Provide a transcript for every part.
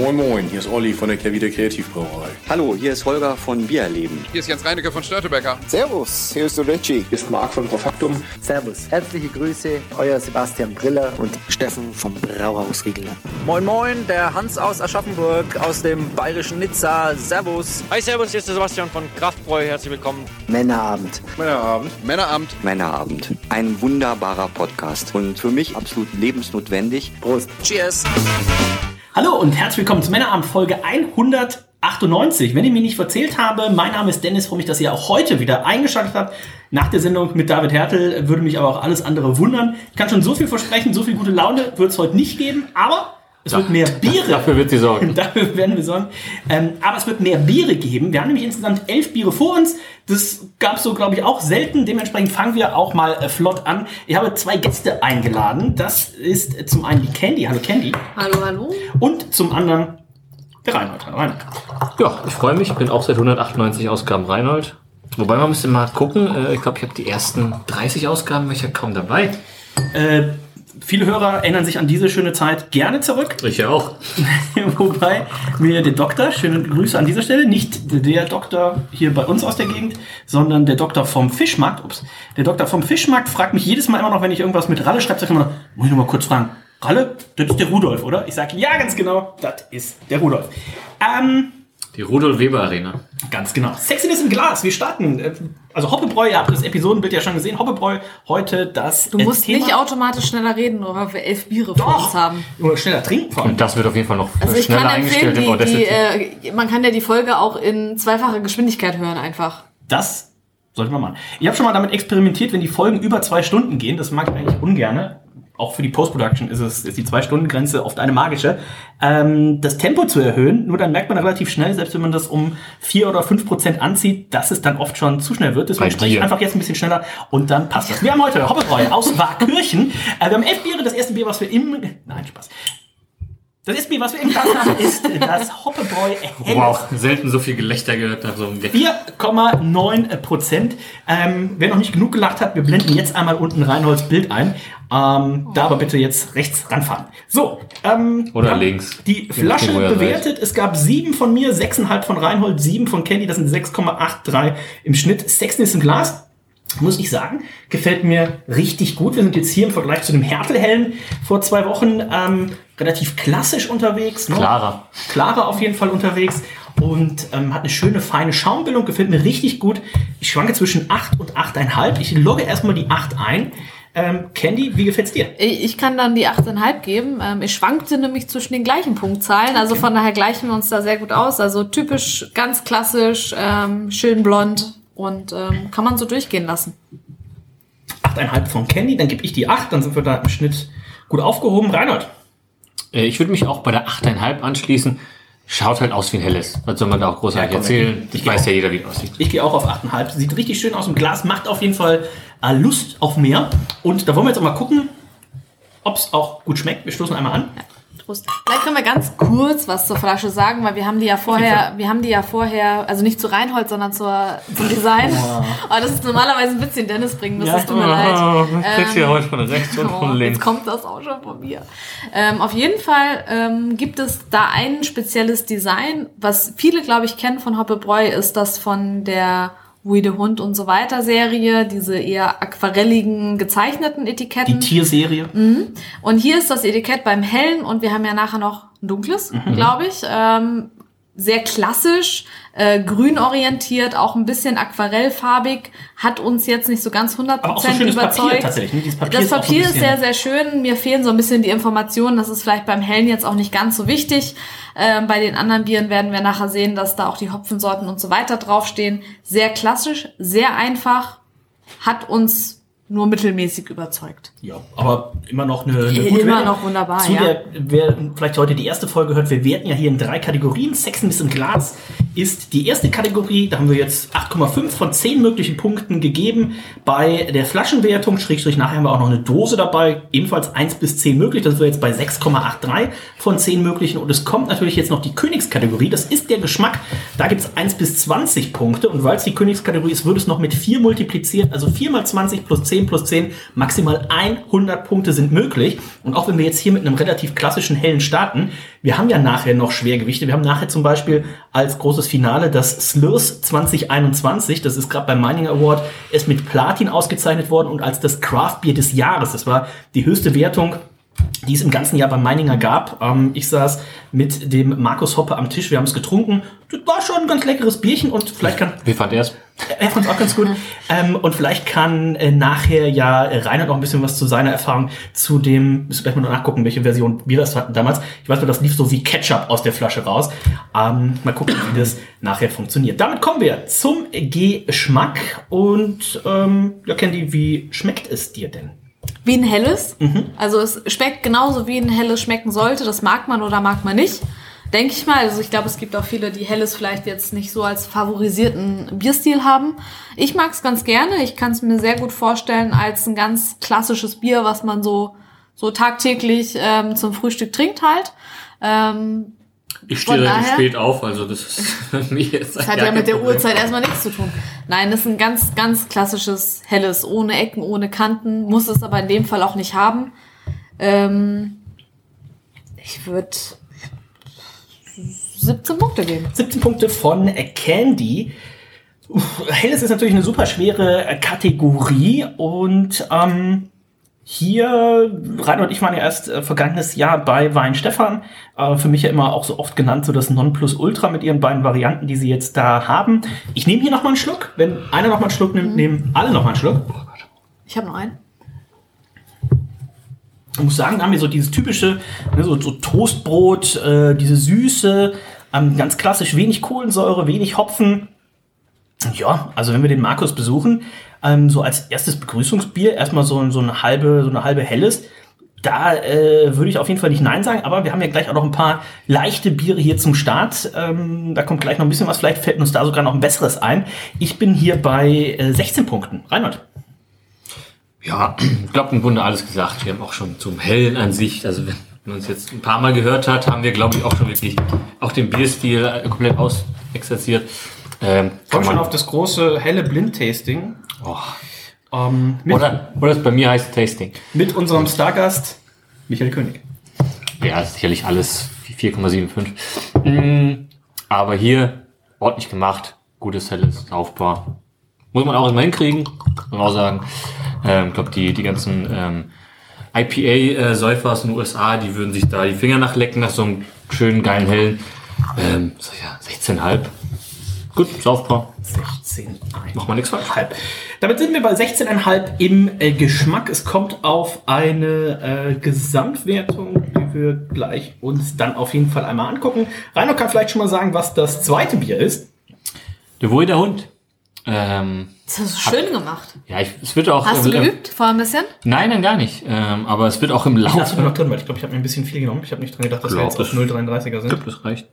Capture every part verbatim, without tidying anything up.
Moin Moin, hier ist Olli von der Kehrwieder Kreativbrauerei. Hallo, hier ist Holger von Biererleben. Hier ist Jens Reinecke von Störtebecker. Servus, hier ist der Richie. Hier ist Marc von Profaktum. Servus, herzliche Grüße, euer Sebastian Briller und Steffen vom Brauhaus Riegler. Moin Moin, der Hans aus Aschaffenburg, aus dem bayerischen Nizza. Servus. Hi, servus, hier ist der Sebastian von Kraftbräu. Herzlich willkommen. Männerabend. Männerabend. Männerabend. Männerabend. Ein wunderbarer Podcast und für mich absolut lebensnotwendig. Prost. Cheers. Hallo und herzlich willkommen zu Männerabend Folge hundertachtundneunzig. Wenn ich mich nicht verzählt habe, mein Name ist Dennis, freue mich, dass ihr auch heute wieder eingeschaltet habt. Nach der Sendung mit David Hertel würde mich aber auch alles andere wundern. Ich kann schon so viel versprechen, so viel gute Laune wird es heute nicht geben, aber es wird mehr Biere. Dafür wird sie sorgen. Dafür werden wir sorgen. Ähm, aber es wird mehr Biere geben. Wir haben nämlich insgesamt elf Biere vor uns. Das gab es so, glaube ich, auch selten. Dementsprechend fangen wir auch mal äh, flott an. Ich habe zwei Gäste eingeladen. Das ist äh, zum einen die Candy. Hallo Candy. Hallo, hallo. Und zum anderen der Reinhold. Hallo Reinhold. Ja, ich freue mich. Ich bin auch seit hundertachtundneunzig Ausgaben Reinhold. Wobei man müsste mal gucken. Äh, ich glaube, ich habe die ersten dreißig Ausgaben, war ich ja kaum dabei. Äh, Viele Hörer erinnern sich an diese schöne Zeit gerne zurück. Ich ja auch. Wobei mir der Doktor, schöne Grüße an dieser Stelle, nicht der Doktor hier bei uns aus der Gegend, sondern der Doktor vom Fischmarkt, ups, der Doktor vom Fischmarkt fragt mich jedes Mal immer noch, wenn ich irgendwas mit Ralle schreibe, sag ich immer, muss ich noch mal kurz fragen, Ralle, das ist der Rudolf, oder? Ich sage, ja, ganz genau, das ist der Rudolf. Ähm... Die Rudolf-Weber-Arena. Ganz genau. Sexiness im Glas. Wir starten. Also Hoppebräu, ihr habt das Episodenbild ja schon gesehen. Hoppebräu, heute das Du musst Thema. Nicht automatisch schneller reden, nur weil wir elf Biere Doch. vor uns haben. Oder schneller trinken vor allem. Und das wird auf jeden Fall noch also ich schneller kann eingestellt. empfehlen, die, die, äh, man kann ja die Folge auch in zweifacher Geschwindigkeit hören einfach. Das sollte man machen. Ich habe schon mal damit experimentiert, wenn die Folgen über zwei Stunden gehen. Das mag ich eigentlich ungerne. Auch für die Post-Production ist es ist die Zwei-Stunden-Grenze oft eine magische. Ähm, das Tempo zu erhöhen, nur dann merkt man relativ schnell, selbst wenn man das um vier oder fünf Prozent anzieht, dass es dann oft schon zu schnell wird. Deswegen spreche ich einfach jetzt ein bisschen schneller und dann passt das. Wir haben heute Hoppebräu aus Waakirchen. Äh, wir haben elf Biere. Das erste Bier, was wir im... Nein, Spaß. Das erste Bier, was wir im Glas haben, ist das Hoppebräu Helles. Wow, selten so viel Gelächter gehört nach so einem Gag. vier Komma neun Prozent. Ähm, wer noch nicht genug gelacht hat, wir blenden jetzt einmal unten Reinholds Bild ein. Ähm, da aber bitte jetzt rechts ranfahren. So. Ähm, Oder links. Die Flasche bewertet. Es gab sieben von mir, sechs Komma fünf von Reinhold, sieben von Candy. Das sind sechs Komma dreiundachtzig im Schnitt. Sexiness im Glas. Muss ich sagen, gefällt mir richtig gut. Wir sind jetzt hier im Vergleich zu dem Härtelhellen vor zwei Wochen ähm, relativ klassisch unterwegs. Ne? Klarer. Klarer auf jeden Fall unterwegs und ähm, hat eine schöne, feine Schaumbildung. Gefällt mir richtig gut. Ich schwanke zwischen acht und acht Komma fünf. Ich logge erstmal die acht ein. Ähm, Candy, wie gefällt's dir? Ich kann dann die acht Komma fünf geben. Ähm, ich schwankte nämlich zwischen den gleichen Punktzahlen. Also okay. Von daher gleichen wir uns da sehr gut aus. Also typisch, ganz klassisch, ähm, schön blond. Und ähm, kann man so durchgehen lassen. acht Komma fünf von Candy, dann gebe ich die acht, dann sind wir da im Schnitt gut aufgehoben. Reinhold? Ich würde mich auch bei der acht Komma fünf anschließen. Schaut halt aus wie ein Helles. Was soll man da auch großartig ja, erzählen? Ich weiß ja jeder, wie es aussieht. Ich gehe auch auf acht Komma fünf. Sieht richtig schön aus im Glas, macht auf jeden Fall äh, Lust auf mehr. Und da wollen wir jetzt auch mal gucken, ob es auch gut schmeckt. Wir stoßen einmal an. Ja. Prost. Vielleicht können wir ganz kurz was zur Flasche sagen, weil wir haben die ja vorher, wir haben die ja vorher, also nicht zu Reinhold, sondern zur, zum Design. Oh. Aber das ist normalerweise ein bisschen Dennis bringen müssen, ja. Das tut mir leid. Oh, kriegst du ja heute von rechts und von oh, links. Jetzt kommt das auch schon von mir. Ähm, auf jeden Fall ähm, gibt es da ein spezielles Design, was viele, glaube ich, kennen von Hoppebräu, ist das von der Hui de Hund und so weiter Serie, diese eher aquarelligen, gezeichneten Etiketten. Die Tierserie. Mhm. Und hier ist das Etikett beim Hellen und wir haben ja nachher noch ein dunkles, mhm. glaube ich. Ähm, sehr klassisch, äh, grün orientiert, auch ein bisschen aquarellfarbig, hat uns jetzt nicht so ganz hundert Prozent so überzeugt. Papier tatsächlich, ne? Dieses Papier das Papier ist, ist sehr, sehr schön. Mir fehlen so ein bisschen die Informationen. Das ist vielleicht beim Hellen jetzt auch nicht ganz so wichtig. Ähm, bei den anderen Bieren werden wir nachher sehen, dass da auch die Hopfensorten und so weiter draufstehen. Sehr klassisch, sehr einfach, hat uns nur mittelmäßig überzeugt. Ja, aber immer noch eine, eine gute Immer noch wunderbar, zu ja. Der, wer vielleicht heute die erste Folge hört, wir werten ja hier in drei Kategorien. Sexiness im Glas ist die erste Kategorie. Da haben wir jetzt acht Komma fünf von zehn möglichen Punkten gegeben. Bei der Flaschenwertung, Schrägstrich, nachher haben wir auch noch eine Dose dabei. Ebenfalls eins bis zehn möglich. Das sind wir jetzt bei sechs Komma dreiundachtzig von zehn möglichen. Und es kommt natürlich jetzt noch die Königskategorie. Das ist der Geschmack. Da gibt es eins bis zwanzig Punkte. Und weil es die Königskategorie ist, wird es noch mit vier multipliziert. Also vier mal zwanzig plus zehn zehn plus zehn, maximal hundert Punkte sind möglich. Und auch wenn wir jetzt hier mit einem relativ klassischen hellen starten, wir haben ja nachher noch Schwergewichte. Wir haben nachher zum Beispiel als großes Finale das Slurs zwanzig einundzwanzig. Das ist gerade beim Mining Award ist mit Platin ausgezeichnet worden und als das Craft Beer des Jahres. Das war die höchste Wertung, die es im ganzen Jahr beim Mininger gab. Ähm, ich saß mit dem Markus Hoppe am Tisch, wir haben es getrunken. Das war schon ein ganz leckeres Bierchen und vielleicht kann... Wie fand er es? Er fand es auch ganz gut. ähm, und vielleicht kann äh, nachher ja Reinhard auch ein bisschen was zu seiner Erfahrung zu dem, müssen wir gleich mal nachgucken, welche Version wir das hatten damals. Ich weiß nur, das lief so wie Ketchup aus der Flasche raus. Ähm, mal gucken, wie das nachher funktioniert. Damit kommen wir zum Geschmack und ähm, ja, Candy, wie schmeckt es dir denn? Wie ein helles. Mhm. Also es schmeckt genauso, wie ein helles schmecken sollte. Das mag man oder mag man nicht. Denke ich mal. Also ich glaube, es gibt auch viele, die helles vielleicht jetzt nicht so als favorisierten Bierstil haben. Ich mag es ganz gerne. Ich kann es mir sehr gut vorstellen als ein ganz klassisches Bier, was man so so tagtäglich ähm, zum Frühstück trinkt halt. Ähm, Ich stehe relativ spät auf, also das ist für mich jetzt... Das hat ja mit der Uhrzeit erstmal nichts zu tun. Nein, das ist ein ganz, ganz klassisches Helles, ohne Ecken, ohne Kanten, muss es aber in dem Fall auch nicht haben. Ähm, ich würde siebzehn Punkte geben. siebzehn Punkte von Candy. Helles ist natürlich eine super schwere Kategorie und ähm, hier, Rainer und ich waren ja erst äh, vergangenes Jahr bei Weinstefan. Äh, für mich ja immer auch so oft genannt, so das Nonplusultra mit ihren beiden Varianten, die sie jetzt da haben. Ich nehme hier nochmal einen Schluck. Wenn einer nochmal einen Schluck nimmt, mhm. nehmen alle nochmal einen Schluck. Ich habe noch einen. Ich muss sagen, da haben wir so dieses typische, ne, so, so Toastbrot, äh, diese Süße, ähm, ganz klassisch wenig Kohlensäure, wenig Hopfen. Ja, also wenn wir den Markus besuchen, ähm, so als erstes Begrüßungsbier, erstmal so, so eine halbe, so eine halbe Helles, da äh, würde ich auf jeden Fall nicht Nein sagen, aber wir haben ja gleich auch noch ein paar leichte Biere hier zum Start. Ähm, da kommt gleich noch ein bisschen was, vielleicht fällt uns da sogar noch ein besseres ein. Ich bin hier bei äh, sechzehn Punkten. Reinhold? Ja, ich glaube, im Grunde alles gesagt. Wir haben auch schon zum Hellen an sich, also wenn man uns jetzt ein paar Mal gehört hat, haben wir, glaube ich, auch schon wirklich auch den Bierstil komplett ausexerziert. Ähm, Komm schon auf das große helle Blind-Tasting. Oh. Ähm, oder, oder es bei mir heißt Tasting. Mit unserem Stargast Michael König. Ja, ist sicherlich alles vier Komma fünfundsiebzig. Mm, aber hier ordentlich gemacht, gutes, helles, saufbar. Muss man auch erstmal hinkriegen, muss man auch sagen. Ähm, ich glaube, die, die ganzen ähm, I P A-Säufer aus den U S A, die würden sich da die Finger nachlecken nach so einem schönen, geilen, hellen. Ähm, so, ja, sechzehn Komma fünf. Gut, saufbar. sechzehn Komma fünf. Mach mal nichts falsch. Damit sind wir bei sechzehn Komma fünf im äh, Geschmack. Es kommt auf eine äh, Gesamtwertung, die wir gleich uns dann auf jeden Fall einmal angucken. Rainer kann vielleicht schon mal sagen, was das zweite Bier ist. Der Wohl der Hund. Ähm, das hast du schön gemacht. Ja, ich, es wird auch... Hast du äh, geübt vor ein bisschen? Nein, nein, gar nicht. Ähm, aber es wird auch im Laufe... Ich lasse mir noch drin, weil ich glaube, ich habe mir ein bisschen viel genommen. Ich habe nicht dran gedacht, dass wir jetzt auf null Komma dreiunddreißiger sind. Ich glaube, das reicht.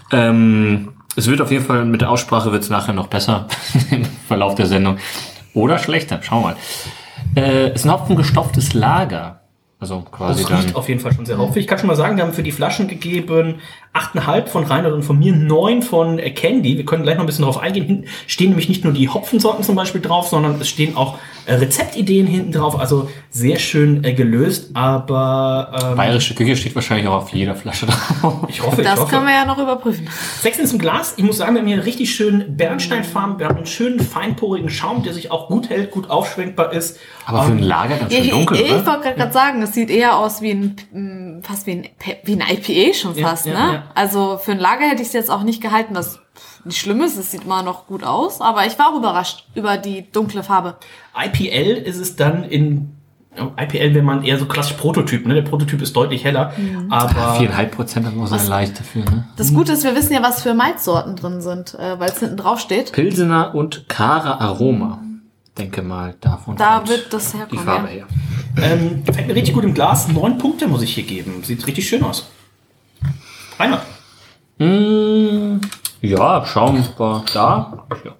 Ähm, es wird auf jeden Fall, mit der Aussprache wird es nachher noch besser im Verlauf der Sendung. Oder schlechter, schauen wir mal. Äh, es ist ein hopfengestopftes Lager. Also quasi das dann... riecht auf jeden Fall schon sehr hopfig. Ich kann schon mal sagen, wir haben für die Flaschen gegeben acht Komma fünf von Reinhard und von mir, neun von Candy. Wir können gleich noch ein bisschen drauf eingehen. Hinten stehen nämlich nicht nur die Hopfensorten zum Beispiel drauf, sondern es stehen auch äh, Rezeptideen hinten drauf. Also sehr schön äh, gelöst, aber... Ähm, Bayerische Küche steht wahrscheinlich auch auf jeder Flasche drauf. Ich hoffe, das ich hoffe. können wir ja noch überprüfen. sechzehn ist im Glas. Ich muss sagen, wir haben hier einen richtig schönen Bernsteinfarben. Wir haben einen schönen feinporigen Schaum, der sich auch gut hält, gut aufschwenkbar ist. Aber für ein Lager ganz schön ich, dunkel, Ich, ich oder? wollte gerade sagen, das sieht eher aus wie ein, fast wie ein, wie ein I P A schon fast, ja, ne? Ja, ja. Also für ein Lager hätte ich es jetzt auch nicht gehalten, was nicht schlimm ist. Es sieht immer noch gut aus, aber ich war auch überrascht über die dunkle Farbe. I P L ist es dann in... I P L wäre man eher so klassisch Prototyp, ne? Der Prototyp ist deutlich heller, mhm. aber... vier Komma fünf Prozent, das muss sein leicht dafür, ne? Das Gute ist, wir wissen ja, was für Malzsorten drin sind, äh, weil es hinten drauf steht. Pilsener und Kara Aroma. Denke mal, davon da kommt wird das herkommen, die Farbe ja. her. Ähm, gefällt mir richtig gut im Glas. Neun Punkte muss ich hier geben. Sieht richtig schön aus. Rainer. Mm, ja, Schaum war da. Ja.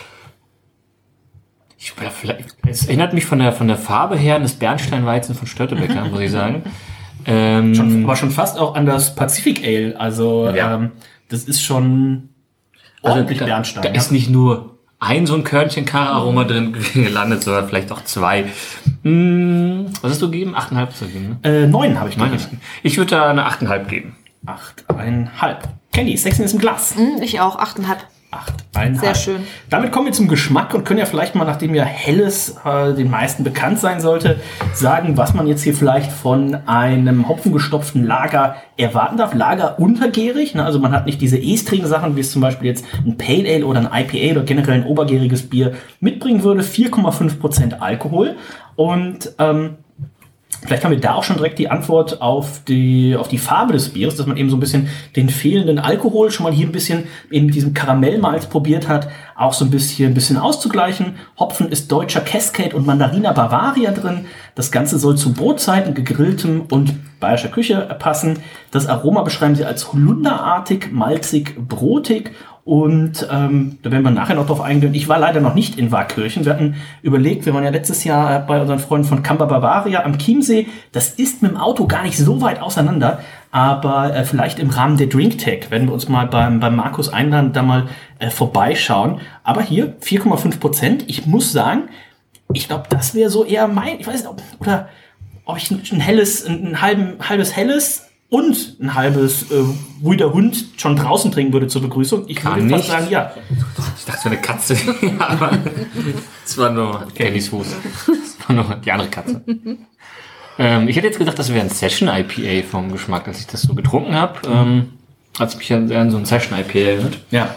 Ich, vielleicht, es erinnert mich von der, von der Farbe her an das Bernsteinweizen von Störtebeker, muss ich sagen. Ähm, schon, aber schon fast auch an das Pacific Ale. Also ja. ähm, das ist schon ordentlich also da, Bernstein. Da ja. ist nicht nur ein so ein Körnchen Kara-Aroma drin gelandet, oder vielleicht auch zwei. Hm, was hast du gegeben? acht Komma fünf zu geben, ne? Äh, neun habe ich gegeben. Ich würde da eine acht Komma fünf geben. acht Komma fünf. Candy, Sechsen ist im Glas. Ich auch, acht Komma fünf. acht Komma fünf. Sehr schön. Damit kommen wir zum Geschmack und können ja vielleicht mal, nachdem ja Helles äh, den meisten bekannt sein sollte, sagen, was man jetzt hier vielleicht von einem hopfengestopften Lager erwarten darf. Lager untergärig, ne? Also man hat nicht diese estrigen Sachen, wie es zum Beispiel jetzt ein Pale Ale oder ein I P A oder generell ein obergäriges Bier mitbringen würde. vier Komma fünf Prozent Alkohol und ähm, vielleicht haben wir da auch schon direkt die Antwort auf die, auf die Farbe des Bieres, dass man eben so ein bisschen den fehlenden Alkohol schon mal hier ein bisschen eben mit diesem Karamellmalz probiert hat, auch so ein bisschen, ein bisschen auszugleichen. Hopfen ist deutscher Cascade und Mandarina Bavaria drin. Das Ganze soll zu Brotzeiten, gegrilltem und bayerischer Küche passen. Das Aroma beschreiben sie als holunderartig, malzig, brotig. Und ähm, da werden wir nachher noch drauf eingehen. Ich war leider noch nicht in Waakirchen. Wir hatten überlegt, wir waren ja letztes Jahr bei unseren Freunden von Camber Bavaria am Chiemsee. Das ist mit dem Auto gar nicht so weit auseinander, aber äh, vielleicht im Rahmen der Drinktech werden wir uns mal beim, beim Markus einladen, da mal äh, vorbeischauen. Aber hier vier Komma fünf Prozent. Ich muss sagen, ich glaube, das wäre so eher mein, ich weiß nicht, ob, oder ob ich ein, ein helles, ein, ein halben, halbes helles und ein halbes äh, Wuider Hund schon draußen trinken würde zur Begrüßung. Ich Kann würde nicht. fast sagen, ja. Ich dachte, es wäre eine Katze. Ja, aber es war nur Kellys Fuß. Es war nur die andere Katze. ähm, ich hätte jetzt gedacht, das wäre ein Session-I P A vom Geschmack, als ich das so getrunken habe. Ähm, hat es mich ja sehr an so ein Session-I P A erinnert. Ja.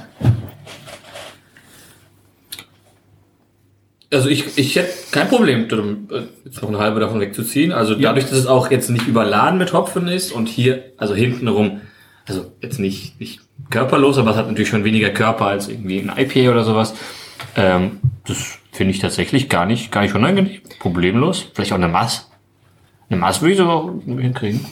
Also ich, ich hätte kein Problem, jetzt noch eine halbe davon wegzuziehen. Also dadurch, dass es auch jetzt nicht überladen mit Hopfen ist und hier, also hintenrum, also jetzt nicht, nicht körperlos, aber es hat natürlich schon weniger Körper als irgendwie ein I P A oder sowas. Ähm, das finde ich tatsächlich gar nicht, gar nicht unangenehm, problemlos. Vielleicht auch eine Maß. Eine Maß würde ich sogar auch hinkriegen.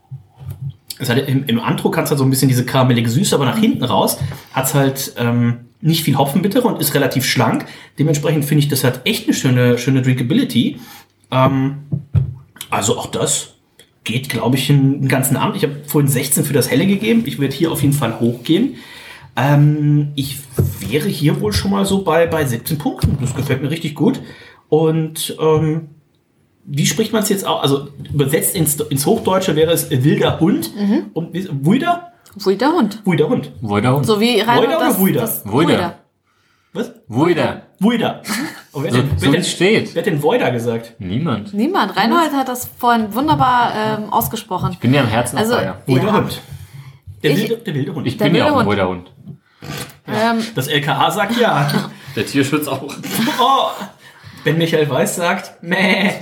Es hat, im, Im Antro kannst du halt so ein bisschen diese karamellige Süße, aber nach hinten raus hat's halt ähm, nicht viel Hopfenbittere und ist relativ schlank. Dementsprechend finde ich, das hat echt eine schöne, schöne Drinkability. Ähm, also auch das geht, glaube ich, einen ganzen Abend. Ich habe vorhin sechzehn für das Helle gegeben. Ich werde hier auf jeden Fall hochgehen. Ähm, ich wäre hier wohl schon mal so bei, bei siebzehn Punkten. Das gefällt mir richtig gut. Und ähm, wie spricht man es jetzt auch? Also übersetzt ins, ins Hochdeutsche wäre es wilder Hund. Mhm. Und Wuider? Wuider Hund. Wuider Hund. Wuider Hund. So wie Reinhold Wuider das, oder Wuider? das Wuider. Was? Wuider. Wuider. Und wer So, denn, so wer wie denn, es steht. wer hat denn Wuider gesagt? Niemand. Niemand. Reinhold hat das vorhin wunderbar ähm, ausgesprochen. Ich bin ja am Herzen Also, auf Feier. Wuider ja. Hund. Der, Ich- wilde, der wilde Hund. Ich Der bin ja wilde auch ein Hund. Wuider Hund. Ähm, Das L K A sagt ja. Der Tierschutz auch. Oh. Ben Michael Weiß sagt, meh.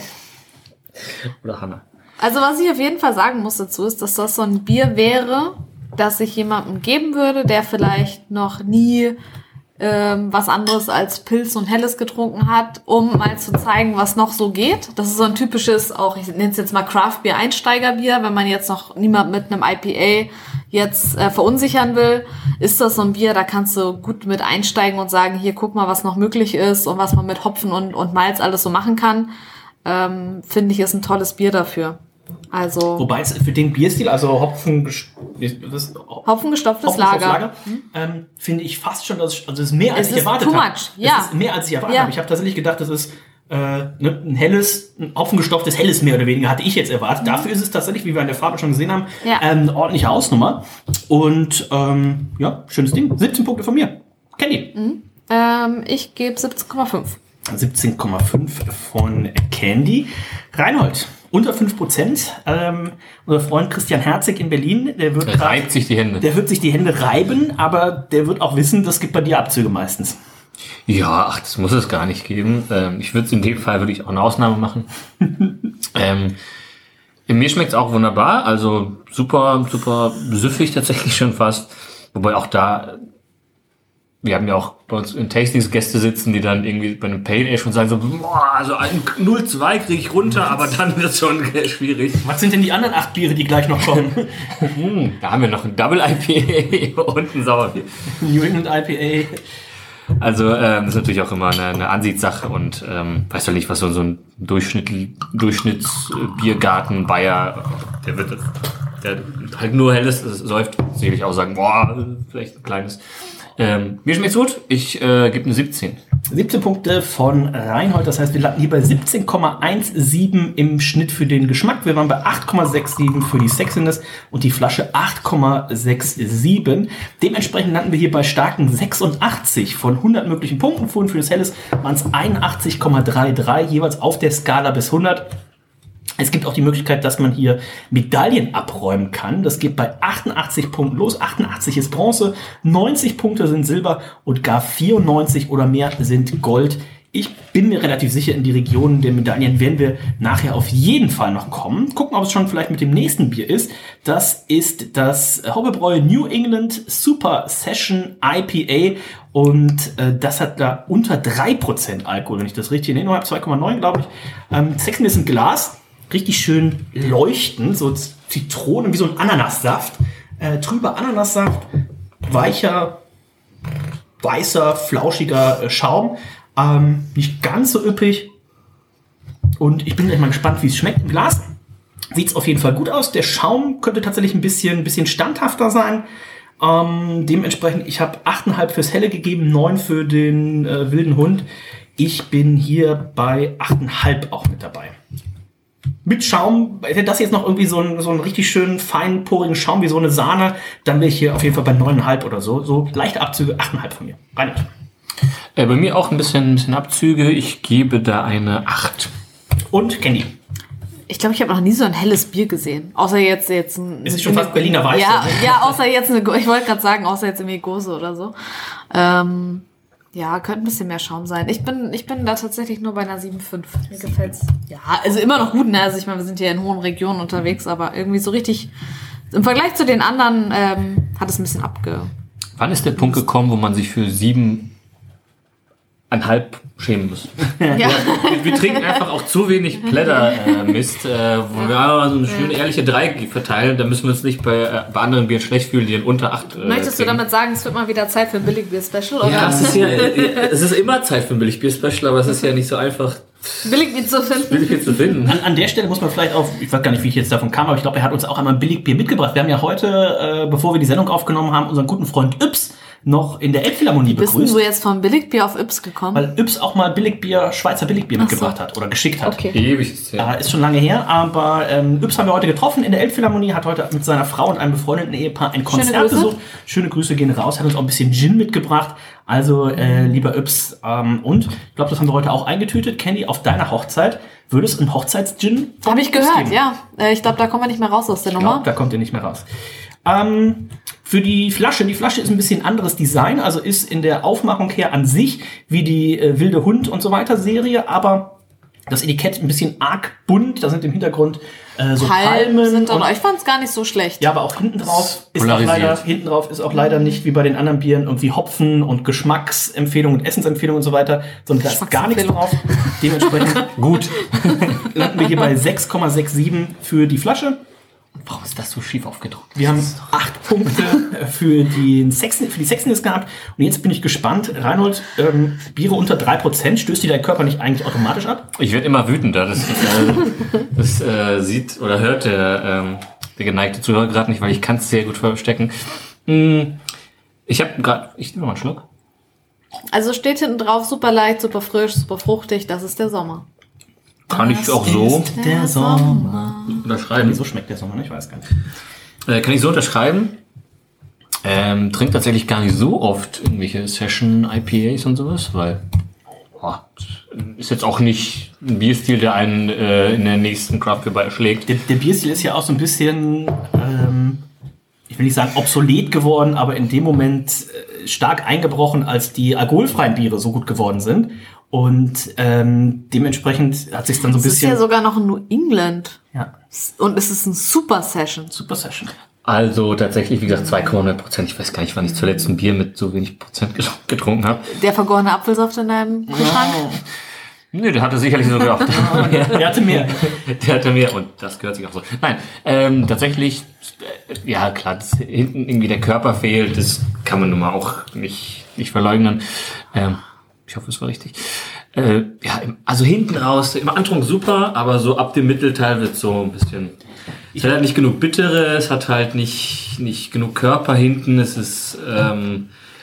Oder Hanna. Also was ich auf jeden Fall sagen muss dazu ist, dass das so ein Bier wäre, das ich jemandem geben würde, der vielleicht noch nie ähm, was anderes als Pilz und Helles getrunken hat, um mal zu zeigen, was noch so geht. Das ist so ein typisches, auch ich nenne es jetzt mal Craft-Bier-Einsteigerbier, wenn man jetzt noch niemand mit einem I P A jetzt äh, verunsichern will, ist das so ein Bier, da kannst du gut mit einsteigen und sagen, hier guck mal, was noch möglich ist und was man mit Hopfen und, und Malz alles so machen kann. Ähm, finde ich, ist ein tolles Bier dafür. Also Wobei es für den Bierstil, also Hopfen, das, hopfengestopftes Hopfengestopftes Lager. Lager ähm, finde ich fast schon, dass, also es ist mehr als Es ich ist erwartet too habe. much, ja. Es ist mehr als ich erwartet Ja. habe. Ich habe tatsächlich gedacht, das ist äh, ne, ein helles, ein hopfengestopftes Helles mehr oder weniger, hatte ich jetzt erwartet. Dafür ist es tatsächlich, wie wir in der Farbe schon gesehen haben, Ja. ähm, eine ordentliche Hausnummer. Und ähm, ja, schönes Ding. siebzehn Punkte von mir. Candy. Ähm, ich gebe siebzehn Komma fünf. siebzehn Komma fünf von Candy. Reinhold, unter fünf Prozent. Ähm, unser Freund Christian Herzig in Berlin, der wird Der grad- reibt sich die Hände. Der wird sich die Hände reiben, aber der wird auch wissen, das gibt bei dir Abzüge meistens. Ja, ach, das muss es gar nicht geben. Ähm, ich würde es in dem Fall würde ich auch eine Ausnahme machen. ähm, mir schmeckt es auch wunderbar, also super, super süffig tatsächlich schon fast. Wobei auch da, wir haben ja auch bei uns in Tastings Gäste sitzen, die dann irgendwie bei einem Pale Ale schon sagen so, boah, also ein null Komma zwei kriege ich runter, aber dann wird es schon schwierig. Was sind denn die anderen acht Biere, die gleich noch kommen? Hm, da haben wir noch ein Double I P A und ein Sauerbier. New England I P A. Also ähm, das ist natürlich auch immer eine, eine Ansichtssache und ähm, weiß doch nicht, was so, so ein Durchschnitt, Durchschnittsbiergarten Bayer, der wird der halt nur Helles säuft, sicherlich auch sagen, boah, vielleicht ein kleines. Ähm, mir schmeckt's gut. Ich äh, gebe eine siebzehn. siebzehn Punkte von Reinhold. Das heißt, wir landen hier bei siebzehn Komma siebzehn im Schnitt für den Geschmack. Wir waren bei acht Komma siebenundsechzig für die Sexiness und die Flasche acht Komma siebenundsechzig. Dementsprechend landen wir hier bei starken sechsundachtzig von hundert möglichen Punkten. Vorhin für das Helles waren es einundachtzig Komma dreiunddreißig, jeweils auf der Skala bis hundert. Es gibt auch die Möglichkeit, dass man hier Medaillen abräumen kann. Das geht bei achtundachtzig Punkten los. achtundachtzig ist Bronze, neunzig Punkte sind Silber und gar vierundneunzig oder mehr sind Gold. Ich bin mir relativ sicher, in die Regionen der Medaillen werden wir nachher auf jeden Fall noch kommen. Gucken, ob es schon vielleicht mit dem nächsten Bier ist. Das ist das Hobbebräu New England Super Session I P A. Und äh, das hat da unter drei Prozent Alkohol, wenn ich das richtig erinnere. zwei Komma neun, glaube ich. Ähm, Sexen ist ein Glas. Richtig schön leuchten, so Zitronen, wie so ein Ananassaft. Äh, trüber Ananassaft, weicher, weißer, flauschiger äh, Schaum. Ähm, nicht ganz so üppig. Und ich bin gleich mal gespannt, wie es schmeckt im Glas. Sieht es auf jeden Fall gut aus. Der Schaum könnte tatsächlich ein bisschen, ein bisschen standhafter sein. Ähm, dementsprechend, ich habe acht Komma fünf fürs Helle gegeben, neun für den äh, wilden Hund. Ich bin hier bei acht Komma fünf auch mit dabei. Mit Schaum, hätte das jetzt noch irgendwie so einen, so einen richtig schönen, feinporigen Schaum wie so eine Sahne, dann wäre ich hier auf jeden Fall bei neun Komma fünf oder so. So leichte Abzüge, acht Komma fünf von mir. Reinhard. Äh, bei mir auch ein bisschen, ein bisschen Abzüge. Ich gebe da eine acht. Und Candy. Ich glaube, ich habe noch nie so ein helles Bier gesehen. Außer jetzt jetzt ein... Es ist schon fast Berliner Weiße. Ja, ja, außer jetzt eine... Ich wollte gerade sagen, außer jetzt irgendwie Gose oder so. Ähm... Ja, könnte ein bisschen mehr Schaum sein. Ich bin, ich bin da tatsächlich nur bei einer sieben Komma fünf. Mir gefällt's. Ja, also immer noch gut, ne? Also ich meine, wir sind hier in hohen Regionen unterwegs, aber irgendwie so richtig, im Vergleich zu den anderen, ähm, hat es ein bisschen abge... Wann ist der Punkt gekommen, wo man sich für sieben einhalb schämen muss? Ja. Wir, wir trinken einfach auch zu wenig Plätter-Mist, äh, wo wir aber so eine schöne ehrliche drei verteilen. Da müssen wir uns nicht bei, äh, bei anderen Bieren schlecht fühlen, die in unter acht äh, Möchtest trinken. du damit sagen, es wird mal wieder Zeit für ein Billigbier-Special? Oder? Ja, es ist, ja, es ist immer Zeit für ein Billigbier-Special, aber es ist ja nicht so einfach, Billigbier zu finden. Billigbier zu finden. An, an der Stelle muss man vielleicht auch, ich weiß gar nicht, wie ich jetzt davon kam, aber ich glaube, er hat uns auch einmal ein Billigbier mitgebracht. Wir haben ja heute, äh, bevor wir die Sendung aufgenommen haben, unseren guten Freund Yps noch in der Elbphilharmonie begrüßt. Bist du jetzt vom Billigbier auf Yps gekommen? Weil Yps auch mal Billigbier, Schweizer Billigbier Ach mitgebracht so. hat oder geschickt hat. Okay. Ewig ist Ja, ist schon lange her, aber ähm, Yps haben wir heute getroffen in der Elbphilharmonie, hat heute mit seiner Frau und einem befreundeten Ehepaar ein Konzert Schöne Grüße. besucht. Schöne Grüße gehen raus, hat uns auch ein bisschen Gin mitgebracht. Also, äh, lieber Yps, ähm, und ich glaube, das haben wir heute auch eingetütet. Candy, auf deiner Hochzeit würde es einen Hochzeits-Gin von Habe ich Yps gehört, geben? ja. Äh, Ich glaube, da kommen wir nicht mehr raus aus der Ich Nummer. glaub, da kommt ihr nicht mehr raus. Ähm, für die Flasche, die Flasche ist ein bisschen anderes Design, also ist in der Aufmachung her an sich wie die äh, Wilde Hund und so weiter Serie, aber das Etikett ein bisschen arg bunt, da sind im Hintergrund äh, so Palmen Palmen. sind und, doch, ich fand's gar nicht so schlecht. ja, aber auch hinten drauf ist auch Polarisiert. leider, hinten drauf ist auch leider nicht wie bei den anderen Bieren irgendwie Hopfen und Geschmacksempfehlungen und Essensempfehlungen und so weiter, sondern da ist gar nichts drauf. Dementsprechend Gut. landen wir hier bei sechs Komma siebenundsechzig für die Flasche. Warum ist das so schief aufgedruckt? Wir haben acht Punkte für, den Sexen, für die Sexiness gehabt. Und jetzt bin ich gespannt. Reinhold, ähm, Biere unter drei Prozent, stößt dir dein Körper nicht eigentlich automatisch ab? Ich werde immer wütender. Das, äh, das äh, sieht oder hört der, ähm, der geneigte Zuhörer gerade nicht, weil ich kann es sehr gut verstecken. Hm, ich habe gerade... Ich nehme mal einen Schluck. Also steht hinten drauf, super leicht, super frisch, super fruchtig, das ist der Sommer. Kann ich auch so Der Sommer. unterschreiben. So schmeckt der Sommer, ne? Ich weiß gar nicht. Äh, kann ich so unterschreiben. Ähm, trinkt tatsächlich gar nicht so oft irgendwelche Session-I P As und sowas, weil oh, ist jetzt auch nicht ein Bierstil, der einen äh, in der nächsten Craft Beer erschlägt. Der, der Bierstil ist ja auch so ein bisschen, ähm, ich will nicht sagen obsolet geworden, aber in dem Moment äh, stark eingebrochen, als die alkoholfreien Biere so gut geworden sind. Und ähm, dementsprechend hat sich dann so ein Es ist bisschen... ja sogar noch in New England. ja, Und es ist ein Super Session. Super Session. Also tatsächlich, wie gesagt, zwei Komma neun Prozent. Ich weiß gar nicht, wann ich zuletzt ein Bier mit so wenig Prozent getrunken habe. Der vergorene Apfelsaft in deinem Kühlschrank? Nee, der hatte sicherlich sogar auch. Der hatte mehr. Der hatte mehr und das gehört sich auch so. Nein, ähm, tatsächlich, äh, ja klar, dass hinten irgendwie der Körper fehlt, das kann man nun mal auch nicht, nicht verleugnen. Ähm, ich hoffe, es war richtig. Äh, ja, im, also hinten raus, im Antrunk super, aber so ab dem Mittelteil wird so ein bisschen... Es hat halt nicht genug Bittere, es hat halt nicht, nicht genug Körper hinten, es ist... Ähm,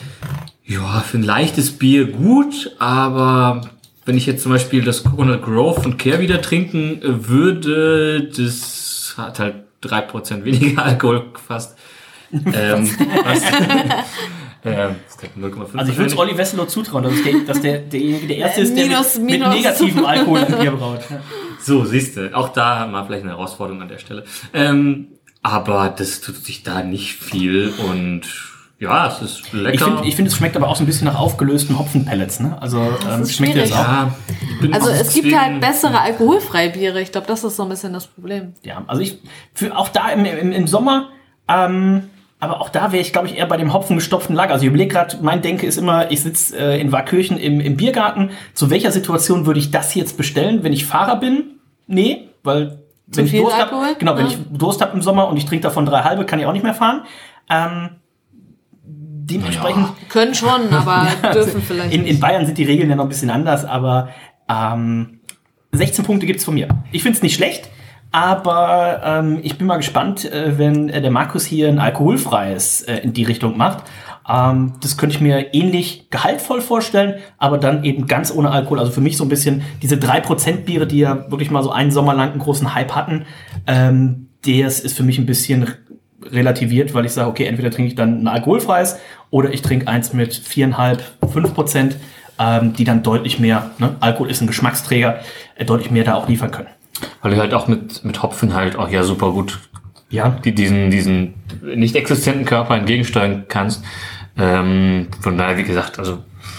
Ja, für ein leichtes Bier gut, aber wenn ich jetzt zum Beispiel das Coconut Grove von Care wieder trinken würde, das hat halt drei Prozent weniger Alkohol fast. ähm, was, ähm, null Komma fünf Also ich würde es Olli Wesselow zutrauen, dass der, dass der, derjenige der Erste ist, der Minus, mit, minus. mit negativem Alkohol ein Bier braut. Ja. So, siehst du, auch da haben wir vielleicht eine Herausforderung an der Stelle. Ähm, aber das tut sich da nicht viel und ja, es ist lecker. Ich finde, ich find, es schmeckt aber auch so ein bisschen nach aufgelösten Hopfenpellets, ne? Also ähm, ist schmeckt jetzt auch. Ja, Also es gibt halt bessere alkoholfreie Biere. Ich glaube, das ist so ein bisschen das Problem. Ja, also ich, für auch da im, im, im Sommer, ähm, aber auch da wäre ich, glaube ich, eher bei dem hopfengestopften Lager. Also ich überlege gerade, mein Denke ist immer, ich sitze äh, in Waakirchen im, im Biergarten. Zu welcher Situation würde ich das jetzt bestellen? Wenn ich Fahrer bin? Nee, weil Zu wenn ich viel Durst Alkohol? habe, genau, wenn Ja. ich Durst habe im Sommer und ich trinke davon drei halbe, kann ich auch nicht mehr fahren. Ähm, dementsprechend. Können schon, aber dürfen vielleicht In, nicht. in Bayern sind die Regeln ja noch ein bisschen anders, aber ähm, sechzehn Punkte gibt's von mir. Ich find's nicht schlecht, aber ähm, ich bin mal gespannt, äh, wenn äh, der Markus hier ein alkoholfreies äh, in die Richtung macht. Ähm, das könnte ich mir ähnlich gehaltvoll vorstellen, aber dann eben ganz ohne Alkohol. Also für mich so ein bisschen diese drei Prozent Biere, die ja wirklich mal so einen Sommer lang einen großen Hype hatten, ähm, das ist für mich ein bisschen relativiert, weil ich sage, okay, entweder trinke ich dann ein alkoholfreies oder ich trinke eins mit viereinhalb, fünf Prozent, ähm, die dann deutlich mehr, ne, Alkohol ist ein Geschmacksträger, äh, deutlich mehr da auch liefern können. Weil du halt auch mit, mit Hopfen halt auch ja super gut Ja. die, diesen, diesen nicht existenten Körper entgegensteuern kannst. Ähm, von daher, wie gesagt, also